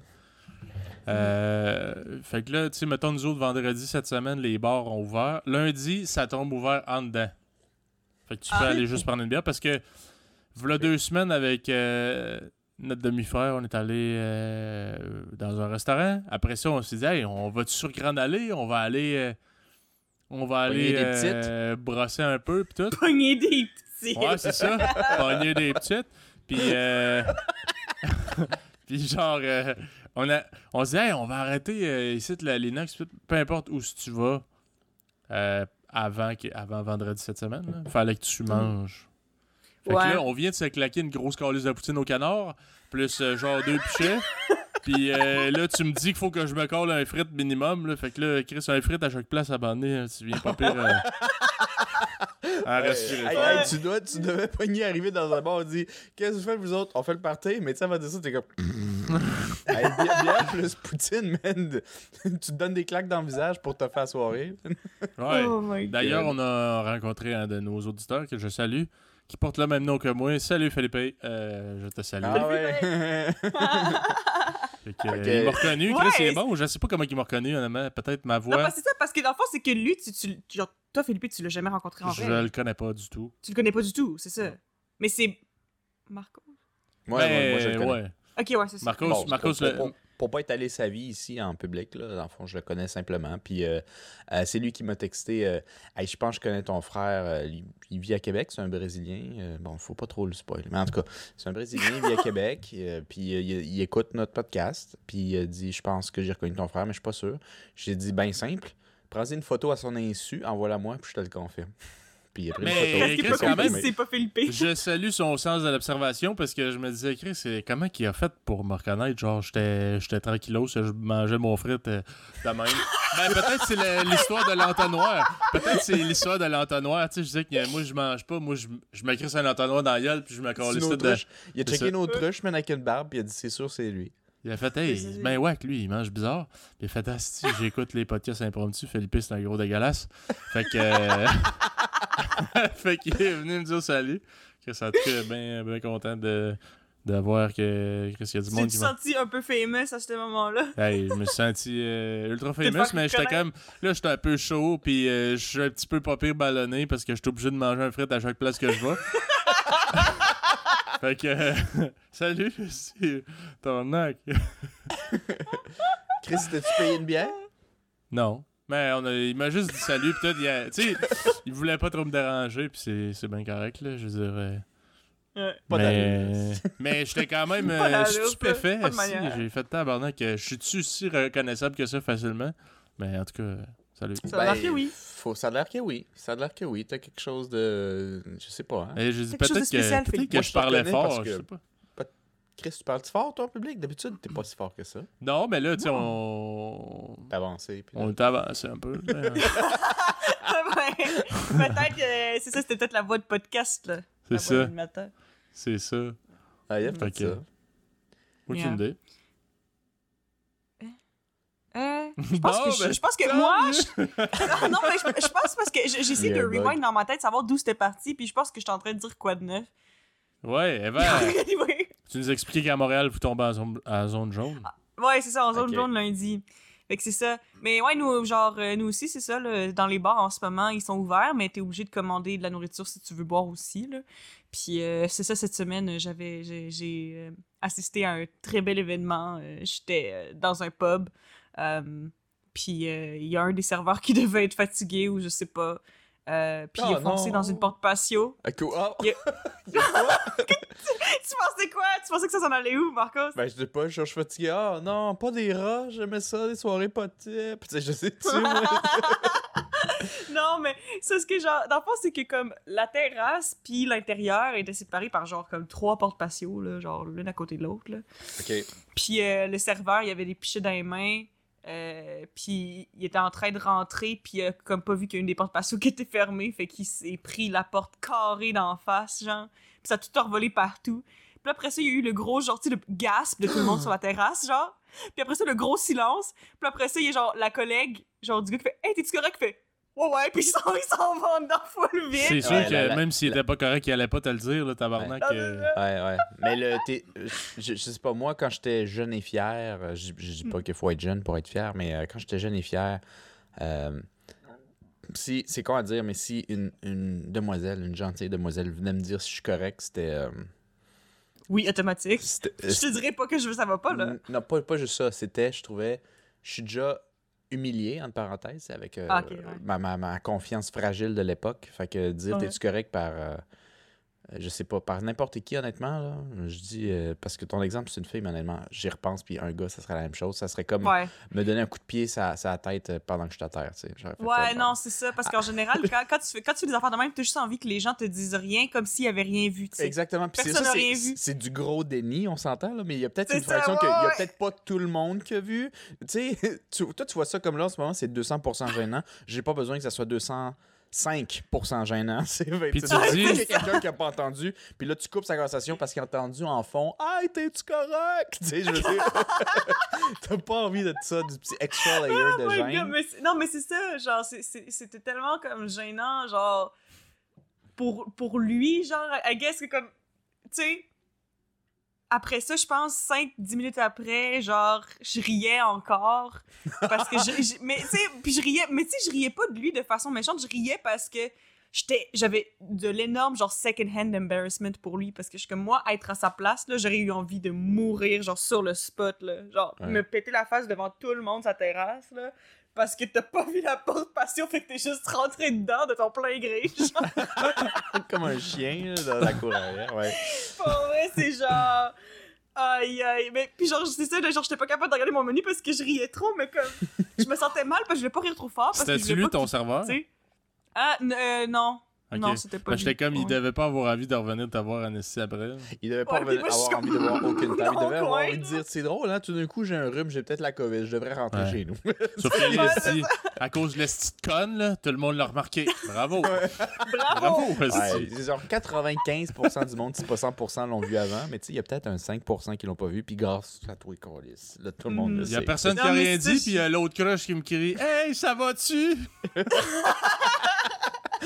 Euh, fait que là, tu sais, mettons, nous autres, vendredi, cette semaine, les bars ont ouvert. Lundi, ça tombe ouvert en dedans. Fait que tu peux Ah. aller juste prendre une bière parce que, voilà deux semaines avec euh, notre demi-frère, on est allé euh, dans un restaurant. Après ça, on s'est dit, hey, on va-tu sur Grande Allée? On va aller. euh, on va Pogner aller des euh, brosser un peu, pis tout. Pogner des petits. Ouais, c'est ça. Pogner des petites. Puis, euh... puis genre, euh, on, a... on se dit, hey, on va arrêter euh, ici la Linux, peu importe où si tu vas, euh, avant, que... avant vendredi cette semaine. Il fallait que tu manges. Fait Ouais. que là, on vient de se claquer une grosse calice de poutine au canard, plus euh, genre deux pichets. Puis euh, là, tu me dis qu'il faut que je me colle un frite minimum. Là. Fait que là, Chris, un frite à chaque place à abandonner, tu viens pas pire euh, à respirer. Hey, fort. hey, tu, dois, tu devais pogner arriver dans un bar, on dit qu'est-ce que vous faites vous autres? On fait le party, mais tu sais, avant de ça, t'es comme. Hey, bien, bien plus poutine, man. Tu te donnes des claques dans le visage pour te faire soirée. Ouais. Oh my D'ailleurs, God. on a rencontré un de nos auditeurs que je salue, qui porte le même nom que moi. Salut Philippe, euh, je te salue. Ah ouais. Fait que, Ok. euh, Il m'a reconnu, Chris, Ouais. c'est bon. Je sais pas comment il m'a reconnu, honnêtement. Peut-être ma Non, voix. parce que c'est ça, parce que dans le fond, c'est que lui, tu, tu, genre, toi, Philippe, tu l'as jamais rencontré en Je vrai. le connais pas du tout. Tu le connais pas du tout, c'est ça. Mais c'est. Marco? Ouais, ouais, moi, je le Mais, connais. ouais. Ok, ouais, c'est ça. Marcos, Bon, Marcos pour, le- pour, pour- pour pas étaler sa vie ici en public, là, dans le fond, je le connais simplement. Puis euh, euh, c'est lui qui m'a texté euh, Hey, je pense que je connais ton frère. euh, il, il vit à Québec, c'est un Brésilien. Euh, bon, faut pas trop le spoiler. Mais en tout cas, c'est un Brésilien, il vit à Québec. euh, puis euh, il, il écoute notre podcast. Puis il a dit Je pense que j'ai reconnu ton frère, mais je suis pas sûr. J'ai dit Ben simple, prends-y une photo à son insu, envoie-la moi, puis je te le confirme. Puis il a pris Mais- une photo. Parce qu'il Chris, peut quand compris même. si c'est pas Philippe. Je salue son sens de l'observation parce que je me disais, Chris, c'est comment qu'il a fait pour me reconnaître? Genre, j'étais j'étais tranquillos, je mangeais mon frite euh, de même. Ben, peut-être c'est le- l'histoire de l'entonnoir. Peut-être c'est l'histoire de l'entonnoir. Tu sais, je disais que moi, je mange pas. Moi, je, je me crisse un entonnoir dans la gueule puis je me C'est colle une de... autruche. Il a C'est checké ça. une autruche, mais avec une barbe, puis il a dit C'est sûr, c'est lui. Il a fait, hey, C'est ça. ben ouais, lui, il mange bizarre. Puis il a fait, ah, si, j'écoute les podcasts impromptus. Philippe, c'est un gros dégueulasse. Fait que. euh, fait qu'il est venu me dire salut. Chris, en tout cas, bien ben content de, de voir que Chris, il y a du monde Tu qui t'es senti un peu famous à ce moment-là? Hey, je me suis senti euh, ultra T'es famous, fait mais j'étais connaître. comme... Là, j'étais un peu chaud, puis euh, je suis un petit peu pas pire ballonné parce que j'étais obligé de manger un frit à chaque place que je vais. Fait que... euh, salut, c'est ton nac. Chris, t'as-tu payé une bière? Non. Mais on a, il m'a juste dit salut, pis tout. Il a- Tu sais, il voulait pas trop me déranger, puis c'est, c'est bien correct, là, je veux dire... euh, Ouais. Pas mais d'allure. mais j'étais quand même Pas euh, d'allure, stupéfait. pas de si, manière. j'ai fait tabarnak que je suis si reconnaissable que ça facilement. Mais en tout cas, euh, salut. Ça a l'air que oui. Faut, ça a l'air que oui. Ça a l'air que oui. T'as quelque chose de... Je sais pas, hein? Et j'ai dit Quelque chose de peut-être que, spécial, peut-être Philippe. que Moi, je je te parlais reconnais fort, parce je que- sais pas. Chris, tu parles-tu fort, toi, en public? D'habitude, t'es pas si fort que ça. Non, mais là, tu sais, on... T'as avancé. Puis là- on est avancé un peu. là. Ouais. Peut-être que c'est ça, c'était peut-être la voix de podcast, là. C'est La ça. voix d'animateur. C'est ça. Ah, il y a Fait peut-être que- ça. Aucune Yeah. idée. Euh, je pense Bon, que, je, ben, je pense que tant moi, mieux. je... non, mais je, je pense parce que j- j'essaie Il y a de un bug. rewind dans ma tête, savoir d'où c'était parti, puis je pense que je suis en train de dire quoi de neuf. Ouais, Eva, Anyway. tu nous expliquais qu'à Montréal, vous tombez en zone, en zone jaune. Ouais, c'est ça, en zone Ok. jaune lundi. Fait que c'est ça. Mais ouais, nous, genre, euh, nous aussi, c'est ça, là, dans les bars en ce moment, ils sont ouverts, mais t'es obligé de commander de la nourriture si tu veux boire aussi, là. Puis euh, c'est ça, cette semaine, j'avais, j'ai, j'ai euh, assisté à un très bel événement. Euh, j'étais euh, dans un pub, euh, puis euh, il y a un des serveurs qui devait être fatigué ou je sais pas. Euh, puis Oh, il a foncé non. dans une porte patio. Ah, cool. Oh! Il y a- Il y a quoi? Tu pensais quoi? Tu pensais que ça s'en allait où, Marcos? Ben, je sais pas, je suis fatigué. Ah, non, pas des rats, j'aimais ça, des soirées pas de type. Tu sais, je sais-tu, moi? Non, mais c'est ce que genre. Dans le fond, c'est que comme la terrasse puis l'intérieur étaient séparés par genre comme trois portes patio, là, genre l'une à côté de l'autre, là. Ok. Puis euh, le serveur, il avait des pichets dans les mains. Euh, puis il était en train de rentrer, puis il a comme pas vu qu'il y a une des portes patio qui était fermée, fait qu'il s'est pris la porte carrée d'en face, genre. Puis ça a tout envolé partout. Puis après ça, il y a eu le gros, genre, tu sais, le gasp de tout le monde sur la terrasse, genre. Puis après ça, le gros silence. Puis après ça, il y a genre la collègue, genre du gars qui fait « Hey, t'es-tu correct? » Qui fait « Ouais, ouais. » Puis ils s'en ils s'en vont dans full vide. C'est sûr Ouais, que la- la- même s'il la- était pas correct, il allait pas te le dire, là, tabarnak. Ouais. euh, Ouais, ouais. Mais le, t'es- je, je sais pas, moi, quand j'étais jeune et fier, euh, je, je dis pas qu'il faut être jeune pour être fier, mais euh, quand j'étais jeune et fier, euh, si, c'est con à dire, mais si une, une demoiselle, une gentille demoiselle venait me dire si je suis correct, c'était... euh, Oui, automatique. c'était- Je te dirais pas que je veux, ça va pas, là. N- Non, pas, pas juste ça. C'était, je trouvais, je suis déjà humilié, entre parenthèses, avec euh, Ah, ok, ouais. ma, ma, ma confiance fragile de l'époque. Fait que dire, Ouais. t'es-tu correct par, euh, euh, je sais pas, par n'importe qui, honnêtement, là. Je dis, euh, parce que ton exemple, c'est une fille, mais honnêtement, j'y repense, puis un gars, ça serait la même chose. Ça serait comme Ouais. me donner un coup de pied sur la tête euh, pendant que je suis à terre, tu sais. J'aurais fait, Ouais, euh, bon. non, c'est ça. Parce qu'en général, quand, quand, tu fais, quand tu fais des affaires de même, t'as juste envie que les gens te disent rien comme s'ils avaient rien vu, tu sais. Exactement. Puis c'est Personne ça, n'a c'est, rien vu. c'est du gros déni, on s'entend, là, mais il y a peut-être C'est une ça, fraction ouais, qu'il y a ouais. peut-être pas tout le monde qui a vu. Tu sais, tu- toi, tu vois ça comme là, en ce moment, c'est deux cents pour cent gênant. J'ai pas besoin que ça soit deux cent cinq pour cent gênant. C'est vingt- Puis tu tu sais, dis- il y a quelqu'un qui a pas entendu, puis là, tu coupes sa conversation parce qu'il a entendu en fond « Hey, t'es-tu correct? » Tu sais, je veux dire, t'as pas envie de ça, du petit extra layer de Oh my gêne. God, mais c'est- non, mais c'est ça, genre, c'est- c'est- c'était tellement comme gênant, genre, pour, pour lui, genre, I guess que comme, tu sais, après ça, je pense, cinq dix minutes après, genre, je riais encore, parce que je, je- mais tu sais, puis je riais, mais tu sais, je riais pas de lui de façon méchante, je riais parce que j'étais, j'avais de l'énorme, genre, second-hand embarrassment pour lui, parce que je suis comme, moi, être à sa place, là, j'aurais eu envie de mourir, genre, sur le spot, là, genre, Ouais. me péter la face devant tout le monde, sa terrasse, là, parce que t'as pas vu la porte patio, fait que t'es juste rentré dedans de ton plein gré, genre, Comme un chien là, dans la cour arrière, ouais. pour vrai, c'est genre... Aïe, aïe, mais puis genre, c'est ça, là, genre, j'étais pas capable de regarder mon menu parce que je riais trop, mais comme, je me sentais mal parce que je voulais pas rire trop fort, parce que je C'était-tu voulais lui pas ton qu'il- serveur? tu sais. Ah, n- euh, non. Ok. Non, c'était pas Ben, j'étais lui. comme, il Ouais. devait pas avoir envie de revenir te voir en esti après. Il devait pas Ouais, puis revenir- moi, je suis avoir comme- envie de voir aucune table. Il Dans devait le avoir coin, envie de dire c'est drôle, hein, tout d'un coup j'ai un rhume, j'ai peut-être la COVID, je devrais rentrer Ouais. chez nous. Sauf que Ouais, l'esti, à cause de l'esti de conne, là, tout le monde l'a remarqué. Bravo! Bravo! Bravo! esti. Ouais, c'est genre quatre-vingt-quinze pour cent du monde, si pas cent pour cent l'ont vu avant, mais tu sais, il y a peut-être un cinq pour cent qui l'ont pas vu, puis grâce à toi, Colis. Là, tout le monde Mhm. le Il y a sait. personne Non, qui a mais rien c'est dit, ça, puis il y a l'autre crush qui me crie « Hey, ça va-tu? »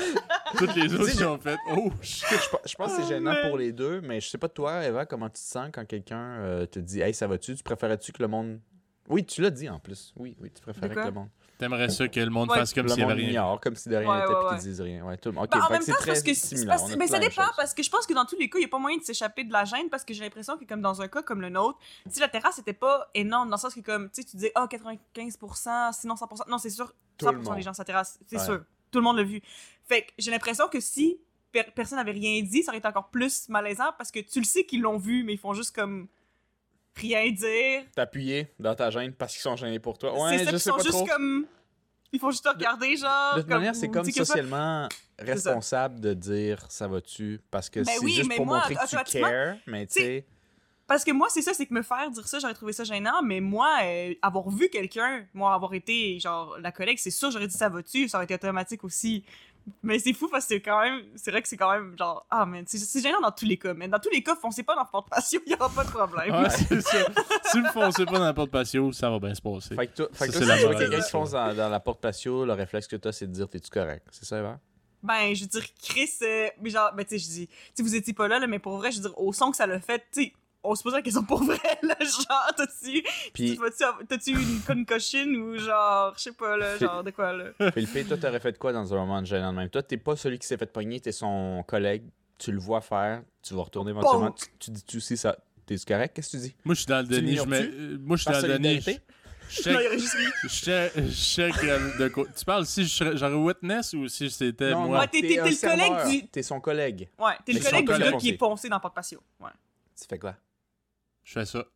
Toutes les autres Tu sais, qui ont fait « Oh, shit! Je, pe- je pense que c'est Oh, gênant man. pour les deux, mais je sais pas toi, Eva, comment tu te sens quand quelqu'un euh, te dit « Hey, ça va-tu? » Tu préférais-tu que le monde... Oui, tu l'as dit en plus. Oui, oui, tu préférais De que quoi? le monde... T'aimerais ça que le monde Ouais. fasse comme le s'il y avait monde rien. ignore, comme si de rien Ouais, n'était, ouais, puis ouais. qu'ils disent rien. Ouais, tout... Ok, Ben, en fait même que c'est temps, c'est très parce que c'est similaire. parce- on a mais fait ça la même dépend chose. parce que je pense que dans tous les cas, il n'y a pas moyen de s'échapper de la gêne parce que j'ai l'impression que comme dans un cas comme le nôtre, si la terrasse était pas énorme dans le sens que comme tu sais tu disais ah quatre-vingt-quinze pour cent sinon cent pour cent non c'est sûr Tout cent le pour cent des monde. gens sur la terrasse c'est Ouais. sûr tout le monde l'a vu. Fait que j'ai l'impression que si per- personne n'avait rien dit, ça aurait été encore plus malaisant parce que tu le sais qu'ils l'ont vu mais ils font juste comme rien dire. T'appuyer dans ta gêne parce qu'ils sont gênés pour toi. Ouais, c'est ça je qu'ils sais sont pas juste trop. comme ils font juste te regarder genre De toute manière, c'est ou comme tu sais que ça- socialement responsable de dire ça va-tu parce que Ben c'est oui, juste mais pour moi, montrer que tu automatiquement, cares, mais tu sais. Parce que moi, c'est ça, c'est que me faire dire ça, j'aurais trouvé ça gênant, mais moi, euh, avoir vu quelqu'un, moi, avoir été, genre, la collègue, c'est sûr, j'aurais dit ça va-tu, ça aurait été automatique aussi. Mais c'est fou parce que c'est quand même, c'est vrai que c'est quand même, genre, ah, man, c'est c'est gênant dans tous les cas, mais dans tous les cas, foncez pas dans le porte-patio, il y aura pas de problème. Ouais, c'est ça. Si vous foncez pas dans la porte patio, ça va bien se passer. Fait que toi, fait que Ça, toi, c'est si la tu vois morale quelqu'un de qui ça. fonce dans, dans la porte patio, le réflexe que t'as, c'est de dire t'es-tu correct? C'est ça, Eva? Ben, je veux dire, Chris, euh, mais genre, ben, tu sais, je dis, tu sais, vous étiez pas là, là, mais pour vrai, je veux dire, au son que ça l'a fait, tu sais, on se pose la question pour vrai, là, genre, t'as-tu, Puis, t'as-tu t'as-tu une, une cochine ou genre, je sais pas, là, genre, de quoi, là? Philippe, toi, t'aurais fait quoi dans un moment de gênant de même? Toi, t'es pas celui qui s'est fait pogner, t'es son collègue, tu le vois faire, tu vas retourner éventuellement, Bon. tu, tu dis-tu aussi ça? T'es-tu correct? Qu'est-ce que tu dis? Moi, je suis dans le Tu déni. Je mets... l'ignores-tu? euh, Moi, je suis Par dans le déni. solidarité? Je Non, il check, aurait juste ri. je check, je check euh, de quoi. Tu parles si je serais- j'aurais witness ou si c'était Non, moi? Ouais, t'es- t'es- un t'es le collègue serveur. du- T'es son collègue. Ouais, t'es le Mais collègue son du gars collègue. qui est poncé dans le porte-patio. Ouais. Tu fais quoi? Je fais ça.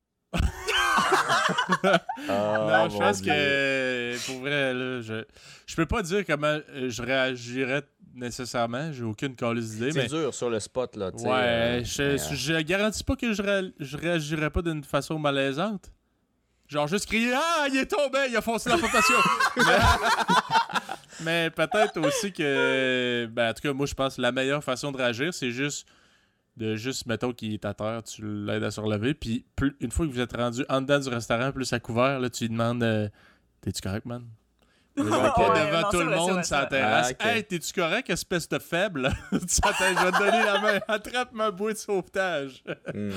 Oh, non, je mon pense Dieu. que pour vrai, là, je, je peux pas dire comment euh, je réagirais nécessairement. J'ai aucune calice d'idée, C'est mais. dur sur le spot, là. tu sais, Ouais, euh, je, mais, euh, je, je garantis pas que je, ré- je réagirais pas d'une façon malaisante. Genre juste crier Ah, il est tombé, il a foncé dans la portation. mais mais peut-être aussi que. Ben, en tout cas, moi, je pense que la meilleure façon de réagir, c'est juste de juste, mettons qu'il est à terre, tu l'aides à se relever. Puis plus, une fois que vous êtes rendu en dedans du restaurant, plus à couvert, là, tu lui demandes euh, T'es-tu correct, man? Ouais, Pas ouais, devant non, tout c'est le vrai, c'est monde vrai, sur la c'est vrai. terrasse. Ah, ok. Hey, t'es-tu correct, espèce de faible? Tu attends, je vais te donner la main. Attrape ma bouée de sauvetage. hmm.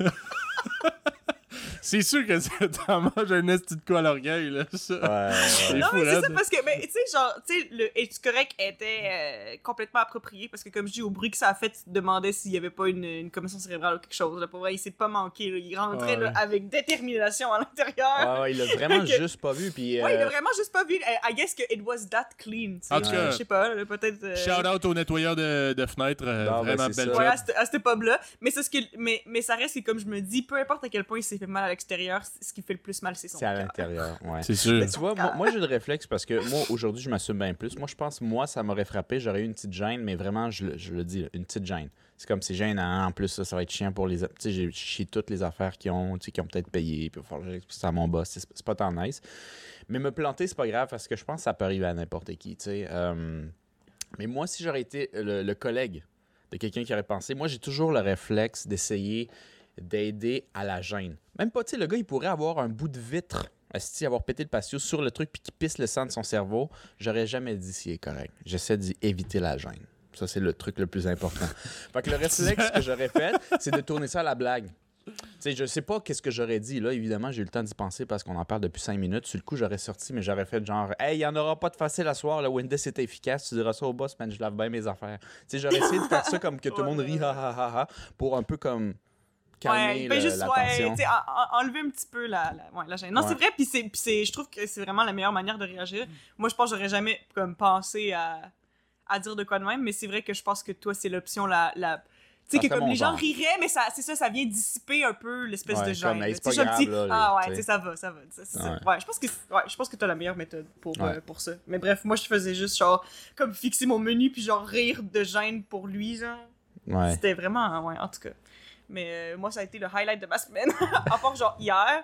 C'est sûr que ça t'en manges un esti de quoi à l'orgueil, là. Ça. Ouais, ouais. C'est Non, fou, mais c'est raide. ça parce que, ben, tu sais, genre, tu sais, le es-tu correct était euh, complètement approprié parce que, comme je dis, au bruit que ça a fait, tu te demandais s'il y avait pas une, une commotion cérébrale ou quelque chose. Là, pour vrai, il s'est pas manqué. Là. Il rentrait Ouais. là, avec détermination à l'intérieur. Ouais, ouais, il a vraiment Ok. juste pas vu. Puis, Ouais, il a euh, vraiment juste pas vu. Euh, I guess que it was that clean. tu sais. En tout cas, je sais pas, là, peut-être. euh, Shout out au nettoyeur de, de fenêtres. euh, Non, ben, vraiment c'est belle ça. Ouais, job. à cette, à cette pub-là. Mais, c'est ce que, mais, mais ça reste que, comme je me dis, peu importe à quel point il s'est fait mal à l'extérieur, ce qui fait le plus mal, c'est son c'est à cœur. l'intérieur. Ouais. C'est sûr. Mais tu vois, moi, moi, j'ai le réflexe parce que moi, aujourd'hui, je m'assume bien plus. Moi, je pense, moi, ça m'aurait frappé. J'aurais eu une petite gêne, mais vraiment, je, le- je le dis, là, une petite gêne. C'est comme c'est gênant. En plus, ça, ça va être chiant pour les. Tu sais, j'ai chié toutes les affaires qui ont, tu sais, qui ont peut-être payé. Puis il va falloir que j'explique ça à mon boss. C'est, c'est pas tant nice. Mais me planter, c'est pas grave parce que je pense que ça peut arriver à n'importe qui. Tu sais. Euh, Mais moi, si j'aurais été le, le collègue de quelqu'un qui aurait pensé, moi, j'ai toujours le réflexe d'essayer d'aider à la gêne. Même pas, tu sais, le gars, il pourrait avoir un bout de vitre, esti, avoir pété le patio sur le truc puis qu'il pisse le sang de son cerveau. J'aurais jamais dit s'il est correct. J'essaie d'éviter la gêne. Ça, c'est le truc le plus important. Fait que le réflexe que j'aurais fait, c'est de tourner ça à la blague. Tu sais, je sais pas qu'est-ce que j'aurais dit. Là, évidemment, j'ai eu le temps d'y penser parce qu'on en parle depuis cinq minutes. Sur le coup, j'aurais sorti, mais j'aurais fait genre, hey, il n'y en aura pas de facile à soir. Le Windows est efficace. Tu diras ça au boss, man, je lave bien mes affaires. Tu sais, j'aurais essayé de faire ça comme que tout le monde rit, ha ha ha ha, pour un peu comme calmer Ouais, ben le- juste, la ouais, tension. tu sais, en- en- enlever un petit peu la, la, ouais, la gêne. Non, Ouais. c'est vrai, puis c'est, puis c'est, je trouve que c'est vraiment la meilleure manière de réagir. Moi, je pense que j'aurais jamais comme pensé à, à dire de quoi de même, mais c'est vrai que je pense que toi, c'est l'option la... la... tu sais, Ah, que c'était comme mon les gens genre. riraient, mais ça, c'est ça, ça vient dissiper un peu l'espèce Ouais, de gêne. comme, hey, là. c'est Tu sais, pas genre, grave, petit, là, ah ouais, tu tu sais. sais, ça va, ça va. Ça, c'est ça. Ouais. Ouais, je pense que, ouais, je pense que t'as la meilleure méthode pour, Ouais. euh, pour ça. Mais bref, moi, je faisais juste, genre, comme fixer mon menu, puis genre, rire de gêne pour lui, genre. Ouais. C'était vraiment, ouais, en tout cas. Mais euh, moi, ça a été le highlight de ma semaine. À part, genre, hier.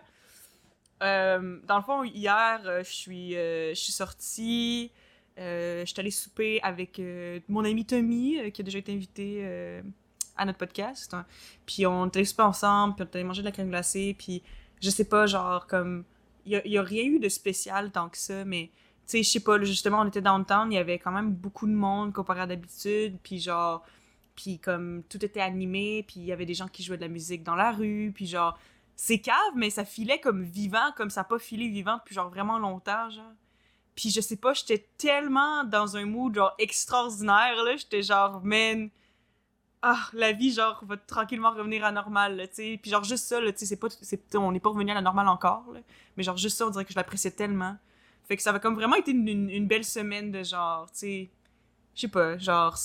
Euh, dans le fond, hier, euh, je suis euh, je suis sortie. Euh, je suis allée souper avec euh, mon ami Tommy, euh, qui a déjà été invité euh, à notre podcast. Hein. Puis on est allé souper ensemble, puis on est allé manger de la crème glacée. Puis je sais pas, genre, comme. Il y a, y a rien eu de spécial tant que ça, mais. sais, je sais pas, là, justement, on était downtown, il y avait quand même beaucoup de monde comparé à d'habitude, puis genre, puis comme tout était animé, puis il y avait des gens qui jouaient de la musique dans la rue, puis genre, c'est cave, mais ça filait comme vivant, comme ça n'a pas filé vivant depuis genre vraiment longtemps, genre. Puis je sais pas, j'étais tellement dans un mood genre extraordinaire, là, j'étais genre, man, ah, la vie, genre, va tranquillement revenir à normal, là, tu sais. Puis genre, juste ça, là, tu sais, c'est pas, c'est, on n'est pas revenu à la normale encore, là, mais genre, juste ça, on dirait que je l'appréciais tellement. Fait que ça va comme vraiment été une, une, une belle semaine de genre, tu sais, je sais pas, genre,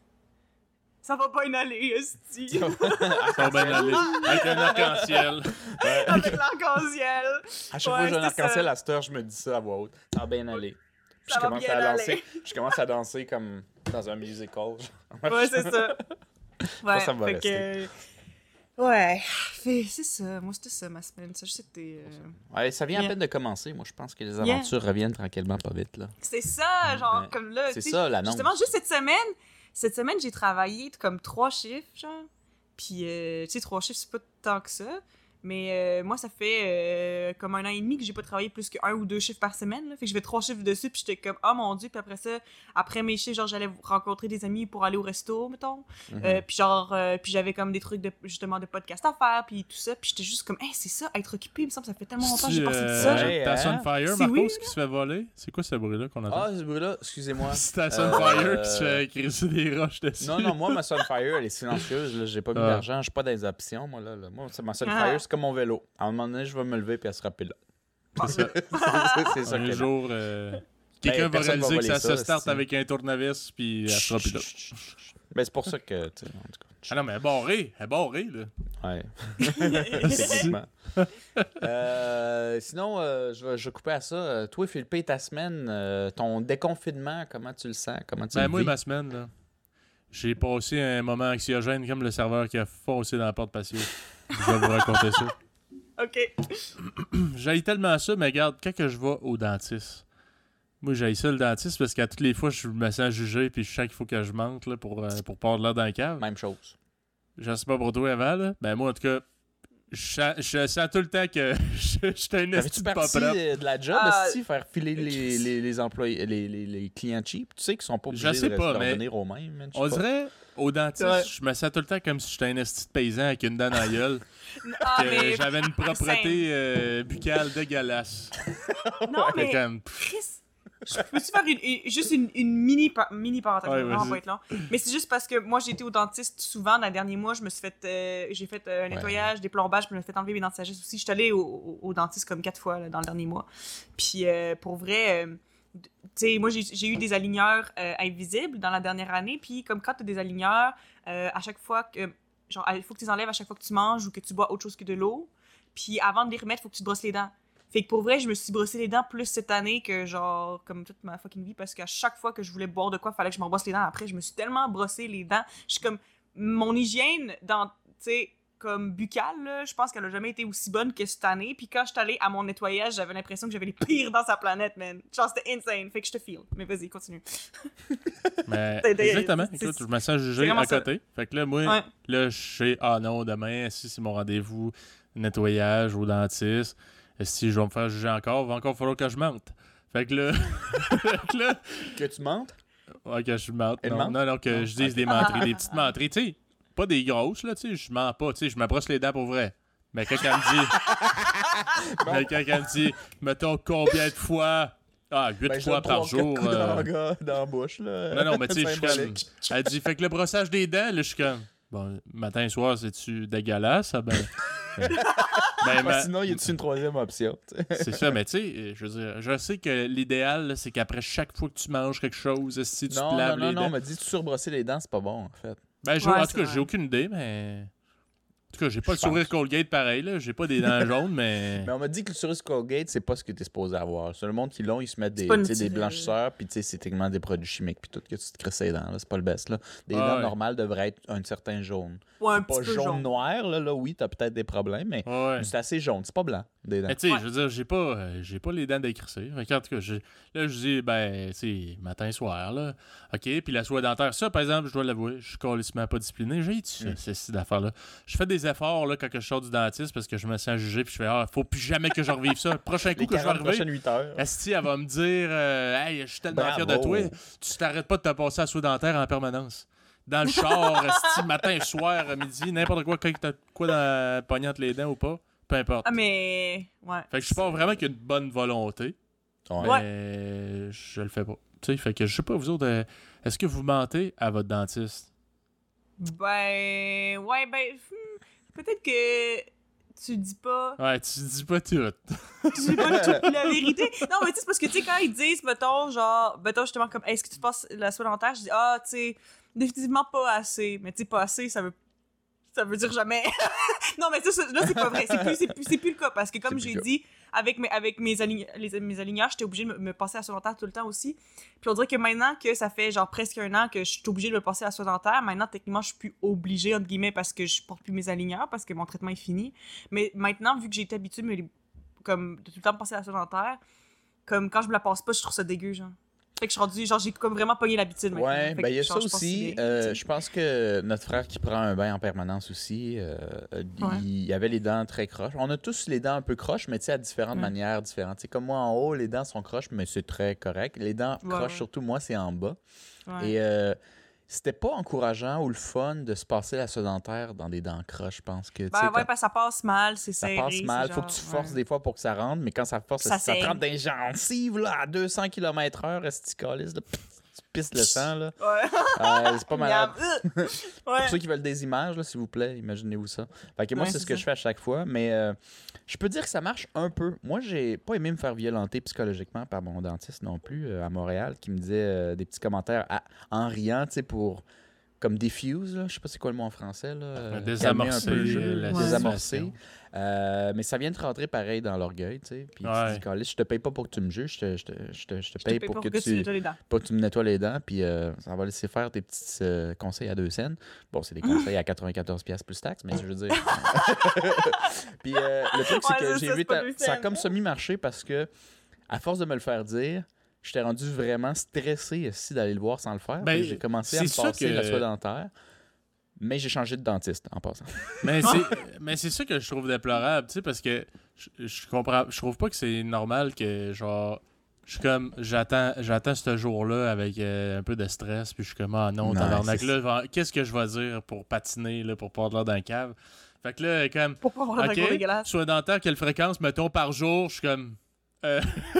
ça va pas bien aller, esti. Ça va bien aller. Avec un arc-en-ciel. Ouais. Avec l'arc-en-ciel. À chaque Ouais, fois que j'ai un c'est arc-en-ciel ça. à cette heure, je me dis ça à voix haute. Ça va bien aller. Puis Ça je va commence bien à aller. danser. Je commence à danser comme dans un musical. genre. Ouais, c'est ça. Ouais, ça me va fait que... Ouais, fait, c'est ça. Moi, c'était ça, ma semaine. Ça, je sais que t'es... euh, Ouais, ça vient Yeah. à peine de commencer. Moi, je pense que les Yeah. aventures reviennent tranquillement pas vite, là. C'est ça, genre, Ouais. comme là, C'est tu sais, ça, l'annonce. justement, juste cette semaine, cette semaine, j'ai travaillé comme trois chiffres, genre. Puis, euh, tu sais, trois chiffres, c'est pas tant que ça. Mais euh, moi, ça fait euh, comme un an et demi que j'ai pas travaillé plus qu'un ou deux chiffres par semaine. Là. Fait que je vais trois chiffres dessus, puis j'étais comme, oh mon Dieu. Puis après ça, après mes chiffres, genre, j'allais rencontrer des amis pour aller au resto, mettons. Mhm. Euh, puis genre, euh, puis j'avais comme des trucs de, justement de podcast à faire, puis tout ça. Puis j'étais juste comme, hey, c'est ça, être occupé, il me semble, ça fait tellement longtemps que j'ai C'est-tu, pensé de euh, ça. Ouais, genre. Ouais, ta hein? Sunfire, C'est Marcos, oui, qui se fait voler? C'est quoi ce bruit-là qu'on entend? Ah, ce bruit-là, excusez-moi. C'est ta Euh, Sunfire qui se fait crisser des roches dessus. Non, non, moi, ma Sunfire, elle est silencieuse. Là. J'ai pas mis Ah. d'argent. Je suis pas dans les options, moi. Là, là. Moi, c'est- ma Sunfire, Ah. c'est comme mon vélo. À un moment donné, je vais me lever puis elle sera plus là. C'est ça. c'est c'est ça Un que jour, euh, quelqu'un va personne va réaliser que voler ça se ça, starte c'est- avec un tournevis, puis elle sera plus là. Ben, c'est pour ça que, tu sais, en tout cas. Ah non, mais elle est barrée. Elle est barrée, là. Ouais. Techniquement. Euh, sinon, euh, je, vais, je vais couper à ça. Euh, Toi, Philippe, ta semaine, euh, ton déconfinement, comment tu le sens? Comment tu Ben, le moi, vis? ma semaine, là, j'ai passé un moment anxiogène comme le serveur qui a foncé dans la porte patio. Je vais vous raconter ça. Ok. J'haïs tellement ça, mais regarde, quand que je vais au dentiste, moi, j'haïs ça, le dentiste, parce qu'à toutes les fois, je me sens jugé, puis je sens qu'il faut que je mente là, pour, euh, pour pas avoir de l'air dans la cave. Même chose. Je sais pas pour toi avant, là. Ben, moi, en tout cas, je sens, je sens tout le temps que je suis un T'avais-tu esti de pas parti propre. de la job, Ah, esti, faire filer les, les, les employés, les, les, les clients cheap? Tu sais qu'ils sont pas Je obligés sais de, pas, de mais revenir au même. man, je sais On pas. dirait, au dentiste, Ouais. je me sens tout le temps comme si j'étais un esti de paysan avec une dent dans la gueule. Ah, que mais... j'avais une propreté euh, buccale dégueulasse. Non, Fait mais... comme, Chris, je peux-tu faire une, une- juste une, une mini, pa- mini parenthèse, Ouais, je vais vraiment vas-y. pas être long. Mais c'est juste parce que moi, j'ai été au dentiste souvent dans les derniers mois. Je me suis fait, euh, j'ai fait euh, un nettoyage, des plombages, je me suis fait enlever mes dents de sagesse aussi. Je suis allée au, au- au dentiste comme quatre fois là, dans le dernier mois. Puis euh, pour vrai, euh, tu sais, moi, j'ai j'ai eu des aligneurs euh, invisibles dans la dernière année. Puis comme quand tu as des aligneurs, euh, à chaque fois que, genre, il faut que tu les enlèves à chaque fois que tu manges ou que tu bois autre chose que de l'eau. Puis avant de les remettre, il faut que tu te brosses les dents. Fait que pour vrai, je me suis brossé les dents plus cette année que genre, comme toute ma fucking vie, parce qu'à chaque fois que je voulais boire de quoi, il fallait que je me brosse les dents. Après, je me suis tellement brossé les dents. Je suis comme, mon hygiène, dans, tu sais, comme buccale, là, je pense qu'elle a jamais été aussi bonne que cette année. Puis quand je suis allée à mon nettoyage, j'avais l'impression que j'avais les pires dans sa planète, man. Genre, c'était insane. Fait que je te feel. Mais vas-y, continue. mais C'est- c'est- exactement. c'est- Écoute, je me sens c'est jugé vraiment à ça. côté. Fait que là, moi, Ouais. là, je sais, ah non, demain, si c'est mon rendez-vous nettoyage au dentiste, si je vais me faire juger encore, il va encore falloir que je mente. Fait que là, fait que là Que tu mentes? ouais, que je mente. Elle Non, mente? non, non, que Non. je dise Ok. des menteries, des petites menteries, tu sais. Pas des grosses, là, tu sais, je mens pas, tu sais, je me brosse les dents pour vrai. Mais quand elle me dit, mais quand elle me dit, mettons combien de fois, ah, huit Ben, je fois donne par trois, quatre jour. coups euh, dans, la ga- dans la bouche, là. Non, non, mais tu sais, je suis comme. Symbolique. Elle dit, fait que le brossage des dents, là, je suis comme. Bon, matin et soir, c'est-tu dégueulasse? Ah, ben. ben, Ah, ma- sinon, y a-tu une troisième option? tu sais? C'est ça, mais tu sais, je veux dire, je sais que l'idéal, là, c'est qu'après chaque fois que tu manges quelque chose, si tu Non, te non, laves non, les non, dents. on m'a dit de surbrosser les dents, c'est pas bon, en fait. Ben, j'ai- Ouais, en c'est tout cas, vrai. j'ai aucune idée, mais. En tout cas, j'ai pas Je le sourire pense. Colgate pareil, là. J'ai pas des dents jaunes, mais. Mais on m'a dit que le Surus Colgate, c'est pas ce que t'es supposé avoir. C'est le monde qui l'ont, ils se mettent des, C'est pas tu sais, des naturel. blanchisseurs, puis tu sais, c'est techniquement des produits chimiques, puis tout, que tu te crisses les dents, là. C'est pas le best, là. Des Ah dents ouais. normales devraient être un certain jaune. Ouais, un Pas petit peu jaune, jaune. noir, là, là, oui, t'as peut-être des problèmes, mais Ouais. c'est assez jaune, c'est pas blanc. des dents. Mais tu sais, Ouais. je veux dire, j'ai pas, euh, j'ai pas les dents décrissées. Fait qu'en tout cas, j'ai- là, je dis, ben, tu sais, matin, soir, là. OK, puis la soie dentaire, ça, par exemple, je dois l'avouer, je suis calissement pas discipliné. J'ai tu Mm. c'est cette affaire-là. Je fais des efforts, là, quand que je sors du dentiste parce que je me sens jugé, puis je fais, ah, faut plus jamais que je revive ça. Le prochain coup Les que je vais quarante arriver, prochaines huit heures. Esti, elle va me dire, euh, hey, je suis tellement fier de Bravo. toi, tu t'arrêtes pas de te passer à soie dentaire en permanence. Dans le char, esti, matin, soir, midi, n'importe quoi, quand t'as quoi dans pognante les dents ou pas, peu importe. Ah, mais. Ouais. Fait que je pense vraiment qu'il y a une bonne volonté, Ouais. mais je le fais pas. Tu sais, fait que je sais pas, vous autres, euh, est-ce que vous mentez à votre dentiste? Ben. Ouais, ben. hmm, peut-être que. Tu dis pas. Ouais, tu dis pas tout. Tu dis pas toute la vérité. Non, mais tu sais, c'est parce que, tu sais, quand ils disent, mettons, genre. Mettons, justement, comme. Est-ce que tu te passes la soie dentaire? Je dis, ah, tu sais. Définitivement pas assez. Mais tu sais, pas assez, ça veut. Ça veut dire jamais. Non, mais ça, ça- là, c'est pas vrai. C'est plus, c'est plus, c'est plus le cas. Parce que, comme C'est plus j'ai le cas. dit, avec mes, avec mes, align- les, mes aligneurs, j'étais obligée de me, me passer à la soie dentaire tout le temps aussi. Puis on dirait que maintenant que ça fait genre presque un an que je suis obligée de me passer à la soie dentaire, maintenant, techniquement, je suis plus obligée, entre guillemets, parce que je porte plus mes aligneurs, parce que mon traitement est fini. Mais maintenant, vu que j'ai été habituée de, me les- comme, de tout le temps me passer à la soie dentaire, comme quand je me la passe pas, je trouve ça dégueu, genre. Fait que je suis rendue, genre, j'ai comme vraiment pogné l'habitude maintenant. Ouais, Fait ben que il y a genre, ça je pense aussi. que c'est Euh, bien, tu sais. je pense que notre frère qui prend un bain en permanence aussi, euh, Ouais. il avait les dents très croches. On a tous les dents un peu croches, mais tu sais, à différentes Ouais. manières différentes. C'est comme moi en haut, les dents sont croches, mais c'est très correct. Les dents Ouais, croches, ouais. surtout moi, c'est en bas. Ouais. Et euh, c'était pas encourageant ou le fun de se passer la soie dentaire dans des dents croches, je pense que. tu sais, Ben ouais, quand- parce que ça passe mal, c'est ça serré. passe mal, c'est faut que tu genre- forces ouais. des fois pour que ça rentre, mais quand ça force, Ça ça, te saigne. rentre dans les gencives là, à deux cents kilomètres heure, esti calice, là, pff, tu pisses le sang. Là. Ouais. Euh, c'est pas malade. Miam. ouais. Pour ceux qui veulent des images, là, s'il vous plaît, imaginez-vous ça. Fait que moi, Ouais, c'est c'est ce que ça. je fais à chaque fois, mais euh, je peux dire que ça marche un peu. Moi, j'ai pas aimé me faire violenter psychologiquement par mon dentiste non plus euh, à Montréal, qui me disait euh, des petits commentaires à- en riant, tu sais, pour comme diffuse, là. Je sais pas c'est quoi le mot en français, là. euh, Désamorcer calmer un peu le jeu, la Ouais. désamorcer. situation. Euh, mais ça vient de rentrer pareil dans l'orgueil, tu sais. Puis tu Ouais. te dis, Caliste, je te paye pas pour que tu me juges, je te, je te, je te, je te Je te paye paye pour, pour que, que tu, tu nettoies les dents. pas que tu me nettoies les dents, puis euh, ça va laisser faire tes petits euh, conseils à deux cents. Bon, c'est des conseils à quatre-vingt-quatorze piastres plus taxes, mais je veux dire. Puis euh, le truc, c'est Ouais, que ça, j'ai ça, vu, c'est pas ta- deux ça a cents. comme semi-marché parce que, à force de me le faire dire, j'étais rendu vraiment stressé aussi d'aller le voir sans le faire. Ben, Puis j'ai commencé à me c'est ça passer que- la soie dentaire, mais j'ai changé de dentiste en passant. Mais c'est, mais c'est ça que je trouve déplorable, tu sais, parce que je, je comprends, je trouve pas que c'est normal que, genre, je suis comme, j'attends, j'attends ce jour-là avec euh, un peu de stress, puis je suis comme, ah non, Non, tabarnak, c'est là, genre, qu'est-ce que je vais dire pour patiner, là, pour pas avoir l'air d'un cave? Fait que là, comme, Pour pas avoir l'air d'un gros ok, dégueulasse. soie dentaire, quelle fréquence, mettons, par jour, je suis comme, euh...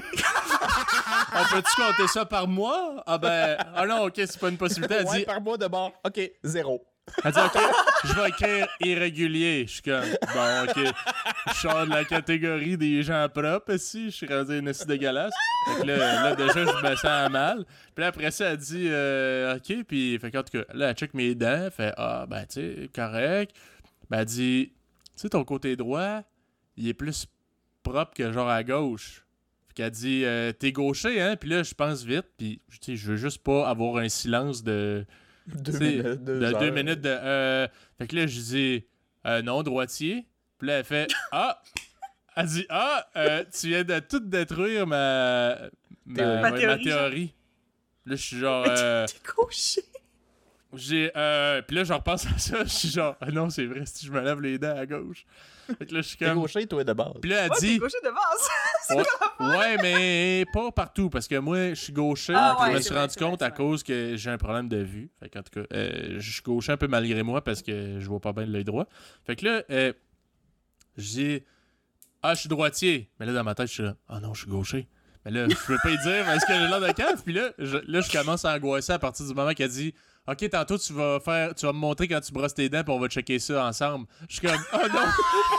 on peut-tu compter ça par mois? Ah ben, ah non, ok, c'est pas une possibilité. Elle Ouais, dit, par mois de bord, OK, zéro. Elle dit, OK, je vais écrire irrégulier. Je suis comme, bon, OK. Je sors de la catégorie des gens propres ici. Je suis rendu une aussi dégueulasse. Fait que là, là, déjà, je me sens mal. Puis là, après ça, elle dit, euh, OK. Puis, fait qu'en tout cas, là, elle check mes dents. Elle fait, ah, ben, tu sais, correct. Ben, elle dit, tu sais, ton côté droit, il est plus propre que genre à gauche. Fait qu'elle dit, euh, t'es gaucher, hein? Puis là, je pense vite. Puis, tu sais, je veux juste pas avoir un silence de. Deux Tu sais, minutes, deux de heures. deux minutes de. Euh... Fait que là, je dis euh, non, droitier. Puis là, elle fait ah! Elle dit ah! euh, tu viens de tout détruire ma. Ma, Théorie. ma Ma théorie, théorie. Là, je suis genre. Euh... T'es gaucher. J'ai. Euh... Puis là, je repense à ça. Je suis genre ah non, c'est vrai, si je me lave les dents à gauche. Fait que là, je suis T'es comme. gaucher, toi, de base. Puis là, elle Ouais, t'es dit. gaucher de base. Ouais, ouais, mais pas partout, parce que moi, je suis gaucher, Ah puis ouais, je me c'est suis vrai, rendu c'est vrai, compte c'est à vrai. cause que j'ai un problème de vue. Fait qu'en tout cas, euh, je suis gaucher un peu malgré moi parce que je vois pas bien de l'œil droit. Fait que là, euh, je dis ah, je suis droitier. Mais là, dans ma tête, je suis là, ah non, je suis gaucher. Mais là, je peux pas y dire parce que j'ai l'air de cave. Puis là, je, là, je commence à angoisser à partir du moment qu'elle dit OK, tantôt, tu vas faire, tu vas me montrer quand tu brosses tes dents, puis on va checker ça ensemble. Je suis comme, oh non!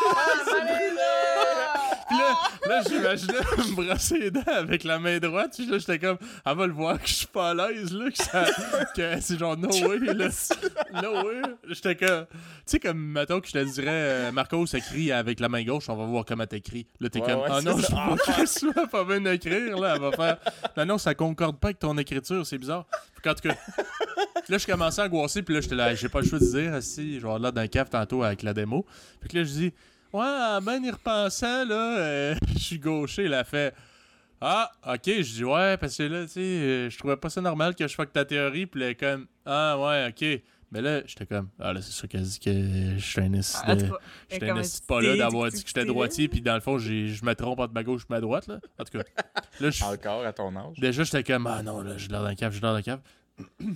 Puis là, là j'imaginais me brosser les dents avec la main droite. Puis là, j'étais comme, elle va le voir que je suis pas à l'aise, là, que, ça, que c'est genre no way, là. No way. J'étais comme, tu sais, comme, mettons que je te dirais, euh, Marcos écrit avec la main gauche, on va voir comment t'écris. Là, t'es Ouais, comme, ouais, oh c'est non, ça. je vois que soit pas bien écrire, là. Elle va faire, non, non, ça concorde pas avec ton écriture, c'est bizarre. Fait qu'en tout cas, là, je commençais à angoisser, puis là, j'étais là, j'ai pas le choix de dire, si, je vais avoir l'air d'un cave tantôt avec la démo. Fait que là, je dis, ouais, en ben y repensant, là, euh, je suis gaucher, là, elle fait ah, ok, je dis ouais, parce que là, tu sais, euh, je trouvais pas ça normal que je fuck ta théorie, puis là, comme ah, ouais, ok. Mais là, j'étais comme ah, là, c'est sûr qu'elle dit que je suis un esti Ah, en de. tout cas, Je elle suis un comme esti de pas là t'es- d'avoir t'es- dit que j'étais t'es- droitier, puis dans le fond, j'ai- je me trompe entre ma gauche et ma droite, là. En tout cas, là, je Encore à ton âge. déjà, j'étais comme ah non, là, j'ai l'air d'un cave, j'ai l'air d'un cave. Puis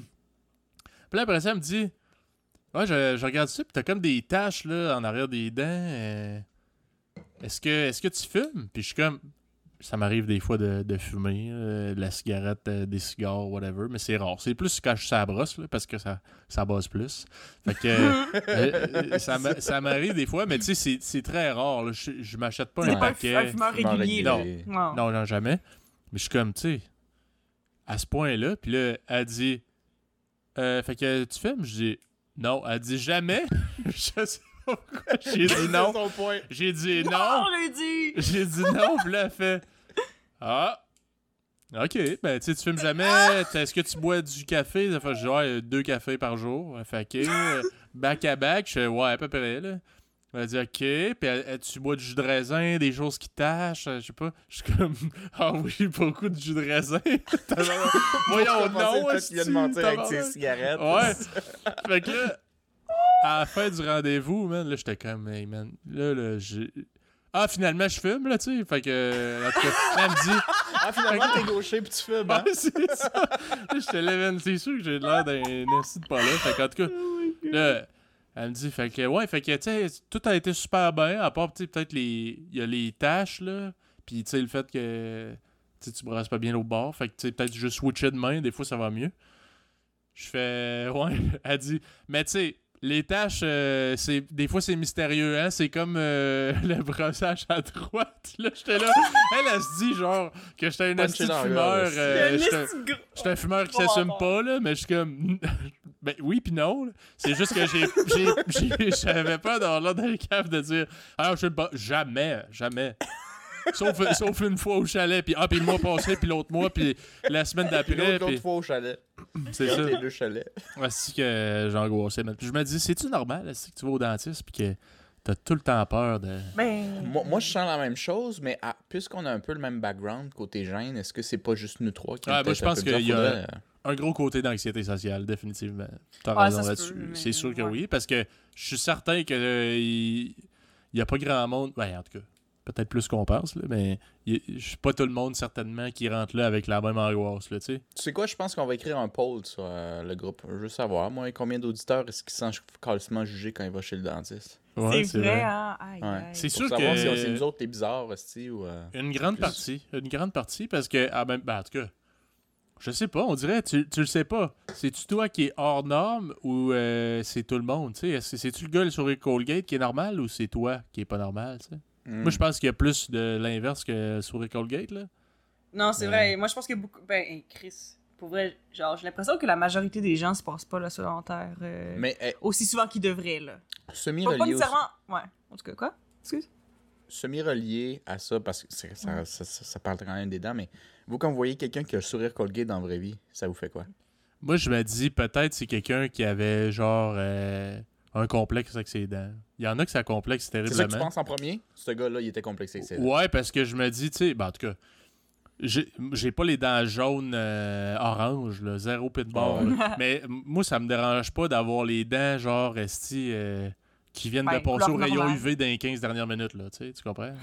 là, après ça, elle me dit ouais, je, je regarde ça, puis t'as comme des taches, là, en arrière des dents. euh, Est-ce que, est-ce que tu fumes? Puis je suis comme. Ça m'arrive des fois de, de fumer, euh, de la cigarette, euh, des cigares, whatever, mais c'est rare. C'est plus quand je suis à la brosse, là, parce que ça, ça bosse plus. Fait que euh, euh, ça, m'a- ça m'arrive des fois, mais tu sais, c'est, c'est très rare. Là. Je, je m'achète pas C'est un pas un paquet. fu- un fumeur Fumeur régulier. régulier. là. Non. Non, non, jamais. Mais je suis comme, tu sais, à ce point-là, puis là, elle dit, euh, fait que tu fumes? Je dis, non. Elle dit, jamais. Je sais pas pourquoi. J'ai dit non. son point. J'ai dit Non, non. on l'a dit! J'ai dit non, puis là, elle fait ah, ok, ben tu sais, tu fumes jamais. Est-ce que tu bois du café? Elle fait, je dis, ouais, deux cafés par jour. Elle fait, ok. euh, Back à back, je fais, ouais, à peu près, là. Elle dit, ok. Puis elle- elle- tu bois du jus de raisin, des choses qui tâchent, euh, je sais pas. Je suis comme, ah oui, beaucoup de jus de raisin. Voyons, non, Tu viens de mentir avec tes esti, cigarettes. Ouais. Fait que là, à la fin du rendez-vous, man, là, j'étais comme, hey, man, là, là, j'ai. Ah, finalement, je fume, là, tu sais. Fait que, euh, en tout cas, là, elle me dit, Ah, finalement, t'es gaucher puis tu fumes, hein? ouais, c'est ça. Là, j'étais là, man, c'est sûr que j'ai l'air d'un esti de pas là. Fait qu'en tout cas, là, elle me dit, fait que, ouais, fait que, tu sais, tout a été super bien, à part, tu sais, peut-être les. Il y a les tâches, là. Puis, tu sais, le fait que. Tu sais, tu brasses pas bien l'autre bord. Fait que, tu sais, peut-être juste switcher de main, des fois, ça va mieux. Je fais, ouais, elle dit, mais tu sais, les tâches, euh, c'est, des fois, c'est mystérieux, hein? C'est comme euh, le brossage à droite. Là, j'étais là. Elle, elle se dit, genre, que j'étais un Punché esti de dans la fumeur. gorge. euh, Il y a j'étais un esti de gros- j'étais un fumeur qui Trop s'assume barbare. pas, là, mais je suis comme. Ben oui, pis non. là. C'est juste que j'ai. j'ai, j'ai j'avais peur d'avoir l'air d'un cave de dire. Ah, je sais pas. Jamais, jamais. Sauf, sauf une fois au chalet, puis ah, puis le mois passé, puis l'autre mois, puis la semaine Puis d'après. l'autre, l'autre Puis fois au chalet. c'est ça. Les deux chalets. Ouais, c'est que j'angoissais. man. Puis je me dis, c'est-tu normal, est-ce que tu vas au dentiste, puis que t'as tout le temps peur de. Ben. Moi, moi, je sens la même chose, mais ah, puisqu'on a un peu le même background côté gène, est-ce que c'est pas juste nous trois qui ont Ouais, moi, peut-être je pense un peu qu'il y a- bizarre? Faudrait, euh, Un gros côté d'anxiété sociale, définitivement. T'as Ouais, raison ça se là-dessus. peut, mais C'est sûr que ouais. oui, parce que je suis certain que euh, il y a pas grand monde. Ouais, en tout cas, peut-être plus qu'on pense, là, mais il- je suis pas tout le monde certainement qui rentre là avec la même angoisse, là, tu sais. Tu sais quoi, je pense qu'on va écrire un poll sur euh, le groupe. Je veux savoir, moi, combien d'auditeurs est-ce qui se sent calcement jugé quand il va chez le dentiste? Ouais, c'est vrai, hein? Aïe, Ouais. aïe. C'est Pour sûr savoir que si c'est nous autres les bizarres, hostie, ou... euh, une grande plus- partie, une grande partie, parce que ah ben, ben, en tout cas, je sais pas, on dirait, tu, tu le sais pas. C'est-tu toi qui est hors norme ou euh, c'est tout le monde, tu sais? Est-ce que c'est-tu le gars sur le Colgate qui est normal ou c'est toi qui est pas normal, tu sais? hmm. Moi, je pense qu'il y a plus de l'inverse que sur le Colgate, là. Non, c'est Ben- vrai. Moi, je pense qu'il y a beaucoup. Ben, hey, Chris, pour vrai, genre, j'ai l'impression que la majorité des gens se passent pas le secondaire euh, Mais eh, aussi souvent qu'ils devraient, là. Pas, pas semi-relié, au- nécessairement. Ouais. En tout cas, quoi? Excuse? semi-relié à ça, parce que c'est- ça, ça, ça, ça parle quand même des dents, mais vous, quand vous voyez quelqu'un qui a le sourire Colgate dans la vraie vie, ça vous fait quoi? Moi, je me dis, peut-être c'est quelqu'un qui avait, genre, euh, un complexe avec ses dents. Il y en a que ça complexe C'est ça que tu terriblement. penses en premier? Ce gars-là, il était complexé avec ses dents. Ouais, parce que je me dis, tu sais, ben, en tout cas, j'ai j'ai pas les dents jaunes euh, orange, là, zéro pit de bord. Ouais. là. Mais m- moi, ça me dérange pas d'avoir les dents, genre, esti, euh, qui viennent Ben, de passer au couleur rayon normale. U V dans les quinze dernières minutes, là, tu sais, tu comprends?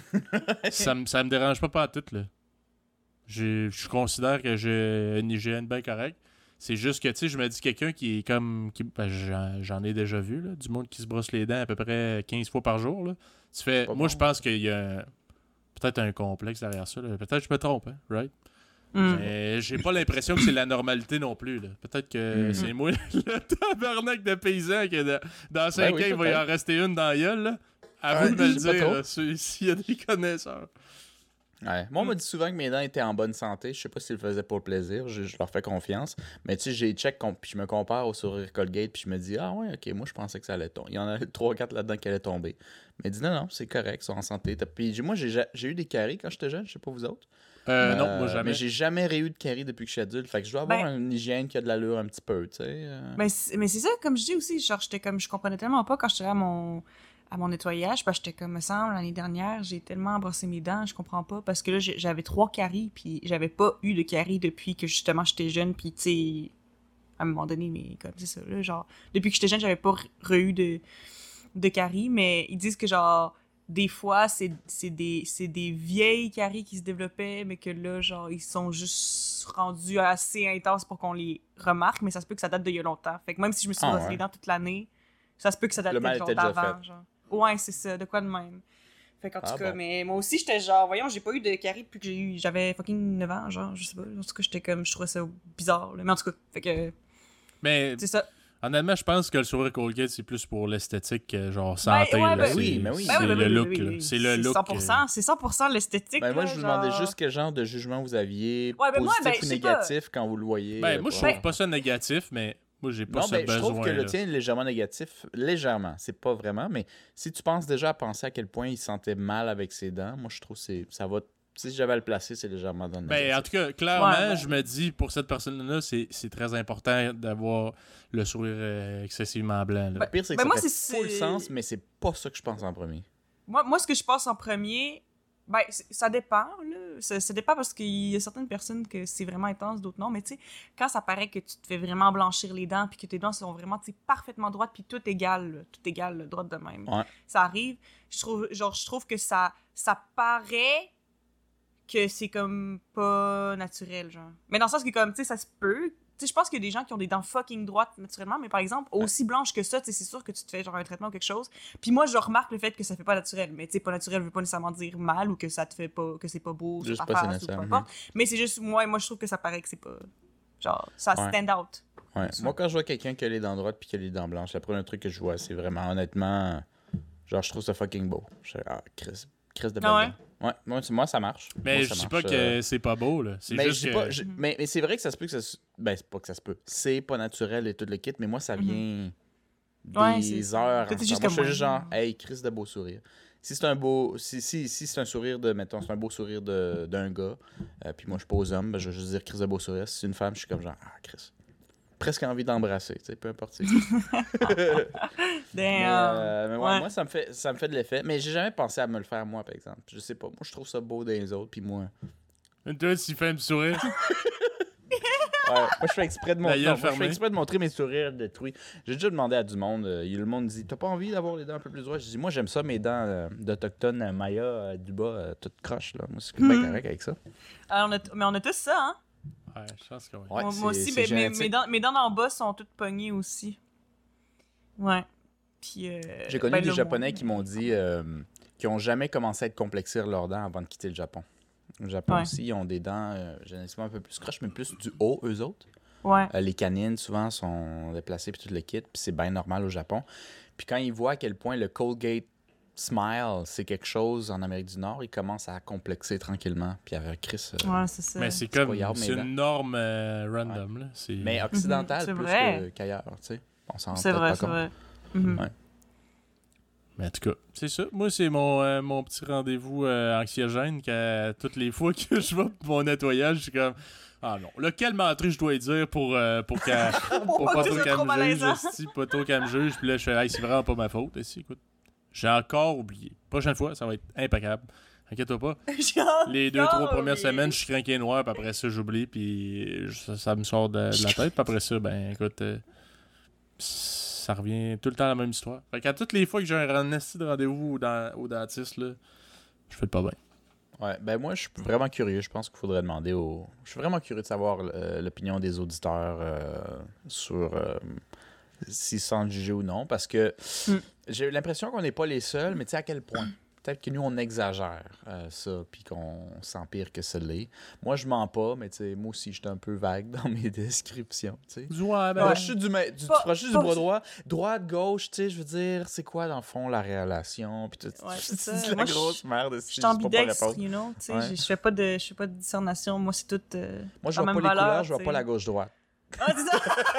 ça, me, ça me dérange pas pas tout, là. J'ai- Je considère que j'ai une hygiène bien correcte. C'est juste que, tu sais, je me dis quelqu'un qui est comme... Qui, ben, j'en, j'en ai déjà vu, là, du monde qui se brosse les dents à peu près quinze fois par jour, là. Tu fais... Pas Moi, bon. je pense qu'il y a peut-être un complexe derrière ça, là. Peut-être que je me trompe, hein, right? Hmm. Mais j'ai pas l'impression que c'est la normalité non plus, là. Peut-être que Mhm. c'est moi, le tabarnak de paysan, que de- dans cinq oui, ans, il va y peut-être. en rester une dans la gueule, là. À Ouais, vous de me je le sais pas dire, trop. là, si- s'il y a des connaisseurs. Ouais. Moi, on m'a dit souvent que mes dents étaient en bonne santé. Je sais pas s'ils le faisaient pour le plaisir. Je, je leur fais confiance. Mais tu sais, j'ai check, com- puis je me compare au sourire Colgate, puis je me dis, ah ouais, ok, moi, je pensais que ça allait tomber. Il y en a trois quatre là-dedans qui allaient tomber. Mais dis, non, non, c'est correct, ils sont en santé. T'as- Puis j'ai- moi, j'ai ja- j'ai eu des caries quand j'étais jeune, je sais pas vous autres. Euh, non, Euh, moi, jamais. Mais j'ai jamais eu de caries depuis que je suis adulte. Fait que je dois avoir Ben- une hygiène qui a de l'allure un petit peu, tu sais. euh. Mais c'est mais c'est ça, comme je dis aussi, genre, j'étais comme, je comprenais tellement pas quand j'étais à mon, à mon nettoyage, parce que j'étais comme, me semble, l'année dernière, j'ai tellement brossé mes dents, je comprends pas, parce que là, j'ai- j'avais trois caries, puis j'avais pas eu de caries depuis que, justement, j'étais jeune, puis, tu sais, à un moment donné, mais comme, c'est ça, là, genre, depuis que j'étais jeune, j'avais pas re-eu de, de caries, mais ils disent que, genre, des fois, c'est, c'est, des, c'est des vieilles caries qui se développaient, mais que là, genre, ils sont juste rendus assez intenses pour qu'on les remarque, mais ça se peut que ça date d'il y a longtemps. Fait que même si je me suis Ah, brossé ouais. les dents toute l'année, ça se peut que ça date Le mal genre était déjà d'avant, fait. genre. Ouais, c'est ça, de quoi de même. Fait qu'en tout Ah, cas, bon. mais moi aussi, j'étais genre, voyons, j'ai pas eu de caries depuis que j'ai eu, j'avais fucking neuf ans, genre, je sais pas. En tout cas, j'étais comme, je trouvais ça bizarre, là. Mais en tout cas, fait que, Mais c'est ça. honnêtement, je pense que le sourire Colgate, c'est plus pour l'esthétique que genre santé. ouais, là. ben c'est, oui, mais oui. C'est Ben oui, ben le oui, look. oui, oui, là. oui. C'est le look. cent pour cent, c'est cent pour cent l'esthétique, Ben, moi, là, je vous demandais genre- juste quel genre de jugement vous aviez, Ouais, ben moi, positif ben, ou je sais négatif, quand vous le voyez. Ben, euh, moi, je pour- trouve pas ça négatif, mais moi, j'ai pas Non, ce ben, je besoin. trouve que le là. tien est légèrement négatif. Légèrement, c'est pas vraiment, mais si tu penses déjà à penser à quel point il se sentait mal avec ses dents, moi, je trouve que c'est, ça va... Si j'avais à le placer, c'est légèrement dans le Ben, négatif. en tout cas, clairement, Ouais, ouais. je me dis, pour cette personne-là, c'est, c'est très important d'avoir le sourire euh, excessivement blanc. là. Le pire, c'est que Ben, ça moi, fait c'est- full c'est- sens, mais c'est pas ça que je pense en premier. Moi, moi, ce que je pense en premier, ben, c- ça dépend, là. Ça, ça dépend parce qu'il y a certaines personnes que c'est vraiment intense, d'autres non. Mais tu sais, quand ça paraît que tu te fais vraiment blanchir les dents puis que tes dents sont vraiment, tu sais, parfaitement droites puis tout égal, là, tout égal, là, droite de même. Ouais. Ça arrive. Je trouve, genre, je trouve que ça, ça paraît que c'est comme pas naturel, genre. Mais dans le sens que, comme, tu sais, ça se peut. Tu sais, je pense qu'il y a des gens qui ont des dents fucking droites naturellement, mais par exemple, aussi blanches que ça, tu sais, c'est sûr que tu te fais genre un traitement ou quelque chose. Puis moi, je remarque le fait que ça fait pas naturel. Mais tu sais, pas naturel veut pas nécessairement dire mal ou que ça te fait pas, que c'est pas beau sur Juste ta pas c'est face ou peu naturel, importe. Mais c'est juste, moi, moi, je trouve que ça paraît que c'est pas. Genre, ça Ouais. stand out. Ouais. Ça. Moi, quand je vois quelqu'un qui a les dents droites puis qui a les dents blanches, le premier truc que je vois, c'est vraiment, honnêtement, genre, je trouve ça fucking beau. Je fais, ah, Chris, Chris de belle Ah ouais? dent. Ouais, moi, c'est- moi, ça marche. Mais Moi, je ça dis marche, pas que euh, c'est pas beau, là. C'est mais, juste je dis que... pas, je- mais, mais c'est vrai que ça se peut que ça se... Ben, c'est pas que ça se peut. C'est pas naturel et tout le kit, mais moi, ça vient des Ouais, c'est ça. heures. Toi, t'es en juste temps. Moi, comme je fais moi. juste genre, hey, Chris de beau sourire. Si c'est un beau... Si, si, si c'est un sourire de... Mettons, c'est un beau sourire de, d'un gars, euh, puis moi, je suis pas aux hommes, ben, je vais juste dire Chris de beau sourire. Si c'est une femme, je suis comme genre, ah, Chris. Presque envie d'embrasser, tu sais, peu importe. c'est qui. Mais, Damn. euh, mais ouais, Ouais. moi, ça me, fait, ça me fait de l'effet. Mais j'ai jamais pensé à me le faire, moi, par exemple. Je sais pas. Moi, je trouve ça beau dans les autres, puis moi... Toi, tu fais un petit sourire. Ouais, moi, je fais exprès de La montrer, gueule non, moi, je fais fermée. exprès de montrer mes sourires détruits. J'ai déjà demandé à du monde, euh, le monde dit, t'as pas envie d'avoir les dents un peu plus droites? Je dis, moi, j'aime ça, mes dents euh, d'Autochtones, euh, Maya, euh, du bas, euh, toutes croches, là. Moi, c'est bien Hmm. correct avec ça. Alors, on a t- mais on a tous ça, hein? Ouais, je pense que oui. Ouais, moi, c'est- moi aussi, c'est ben, mes, génétique. mes dents, mes dents d'en bas sont toutes pognées aussi. Ouais. Puis. Euh, J'ai connu ben, des là, Japonais moi, qui m'ont dit euh, qu'ils ont jamais commencé à être complexir leurs dents avant de quitter le Japon. Au Japon Ouais. aussi, ils ont des dents euh, génétiquement un peu plus croches, mais plus du haut, eux autres. Ouais. Euh, les canines, souvent, sont déplacées, puis tout le kit, puis c'est bien normal au Japon. Puis quand ils voient à quel point le Colgate Smile, c'est quelque chose en Amérique du Nord, ils commencent à complexer tranquillement. Puis avec Chris... euh, Ouais, c'est ça. Mais c'est pas comme... grave, C'est mais une norme euh, random, là. C'est... Mais occidental Mhm, c'est plus vrai. que- qu'ailleurs, tu sais. On s'en rend C'est peut-être vrai, pas c'est compte. vrai. Mhm. Ouais. Mais en tout cas, c'est ça. Moi, c'est mon, euh, mon petit rendez-vous euh, anxiogène qu'à toutes les fois que je vais pour mon nettoyage, je suis comme... Ah non, lequel menterie je dois dire pour, euh, pour, qu'elle- pour pas trop C'est qu'elle trop me juge, malaisant. esti, pas trop qu'elle me juge. Puis là, je fais, hey, c'est vraiment pas ma faute. esti, écoute, j'ai encore oublié. Prochaine fois, ça va être impeccable. Inquiète-toi pas. Genre, Les deux, non, trois premières mais- semaines, je suis craqué noir, puis après ça, j'oublie, puis ça, ça me sort de, de la tête. Puis après ça, ben écoute, euh, ça revient tout le temps à la même histoire. Fait qu'à toutes les fois que j'ai un esti de rendez-vous au, dent- au dentiste, là, je fais le pas bien. Ouais, ben moi, je suis vraiment curieux. Je pense qu'il faudrait demander aux... Je suis vraiment curieux de savoir euh, l'opinion des auditeurs euh, sur euh, s'ils se sentent jugés ou non, parce que Mm. j'ai l'impression qu'on n'est pas les seuls, mais tu sais à quel point? Peut-être que nous, on exagère euh, ça, puis qu'on s'empire que ça l'est. Moi, je mens pas, mais tu sais, moi aussi, j'étais un peu vague dans mes descriptions, tu sais. Ouais, ben, Ouais, je suis du, ma- du, Pas- tu prends juste pas- du bras droit. Droite, gauche, tu sais, je veux dire, c'est quoi, dans le fond, la relation? Puis tout, Ouais, tu c'est ça. dis la Moi, je- grosse merde. Je si suis je sais pas pas ambidextre, répondre. you know, tu sais, Ouais. je je fais pas de je fais pas de discernation, moi c'est tout euh, Moi, je la vois pas même les valeur, couleurs, je vois tu pas sais. la gauche-droite. Ah, c'est ça.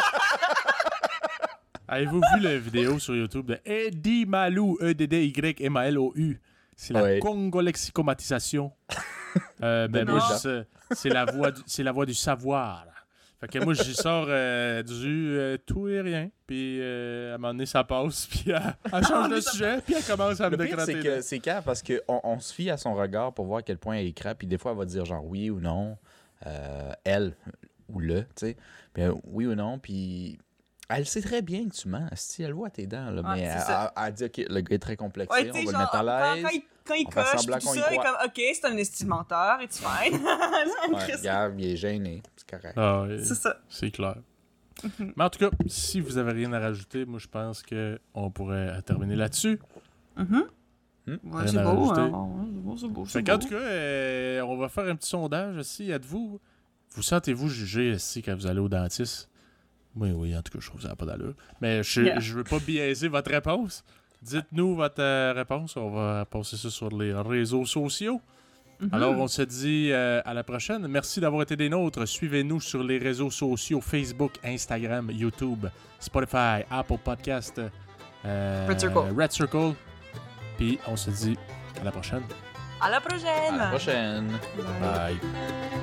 avez-vous vu la vidéo sur YouTube de Eddie Malou, E D D Y M A L O U? C'est la Ouais. congolexicomatisation. euh, ben, De moi, Non. je sais, c'est la voix du, c'est la voix du savoir. Fait que moi, j'y sors euh, du euh, tout et rien. Puis euh, à un moment donné, ça passe. Puis elle, elle change de sujet. Puis elle commence à me Le pire, dégratter. c'est que c'est clair parce qu'on on se fie à son regard pour voir à quel point elle est crap. Puis des fois, elle va dire genre oui ou non. Euh, elle ou le, tu sais. Puis euh, oui ou non. Puis elle sait très bien que tu mens. Si elle voit tes dents, là, Ouais, mais c'est elle, ça. elle, elle dit ok, le gars est très complexé, Ouais, tu on sais, va genre, le mettre à quand, l'aise. quand il, quand il on fait coche, semblant tout qu'on y ça, il est croit. comme, ok, c'est un estimateur, it's fine. Ouais, regarde, il est gêné. C'est correct. Ah, ouais, C'est ça. c'est clair. Mais en tout cas, si vous avez rien à rajouter, moi, je pense qu'on pourrait terminer là-dessus. Mhm. Hmm? Ouais, Rien c'est à beau, rajouter. hein. Ouais, c'est beau, c'est beau, c'est Fait qu'en beau. tout cas, euh, on va faire un petit sondage aussi. Êtes-vous... Vous sentez-vous jugé si quand vous allez au dentiste? Oui, oui, en tout cas, je trouve que ça n'a pas d'allure. Mais je Yeah. je veux pas biaiser votre réponse. Dites-nous votre euh, réponse. On va passer ça sur les réseaux sociaux. Mhm. Alors, on se dit euh, à la prochaine. Merci d'avoir été des nôtres. Suivez-nous sur les réseaux sociaux Facebook, Instagram, YouTube, Spotify, Apple Podcast, euh, Red Circle. Red Circle. Puis, on se dit à la prochaine. À la prochaine! À la prochaine. Bye. Bye.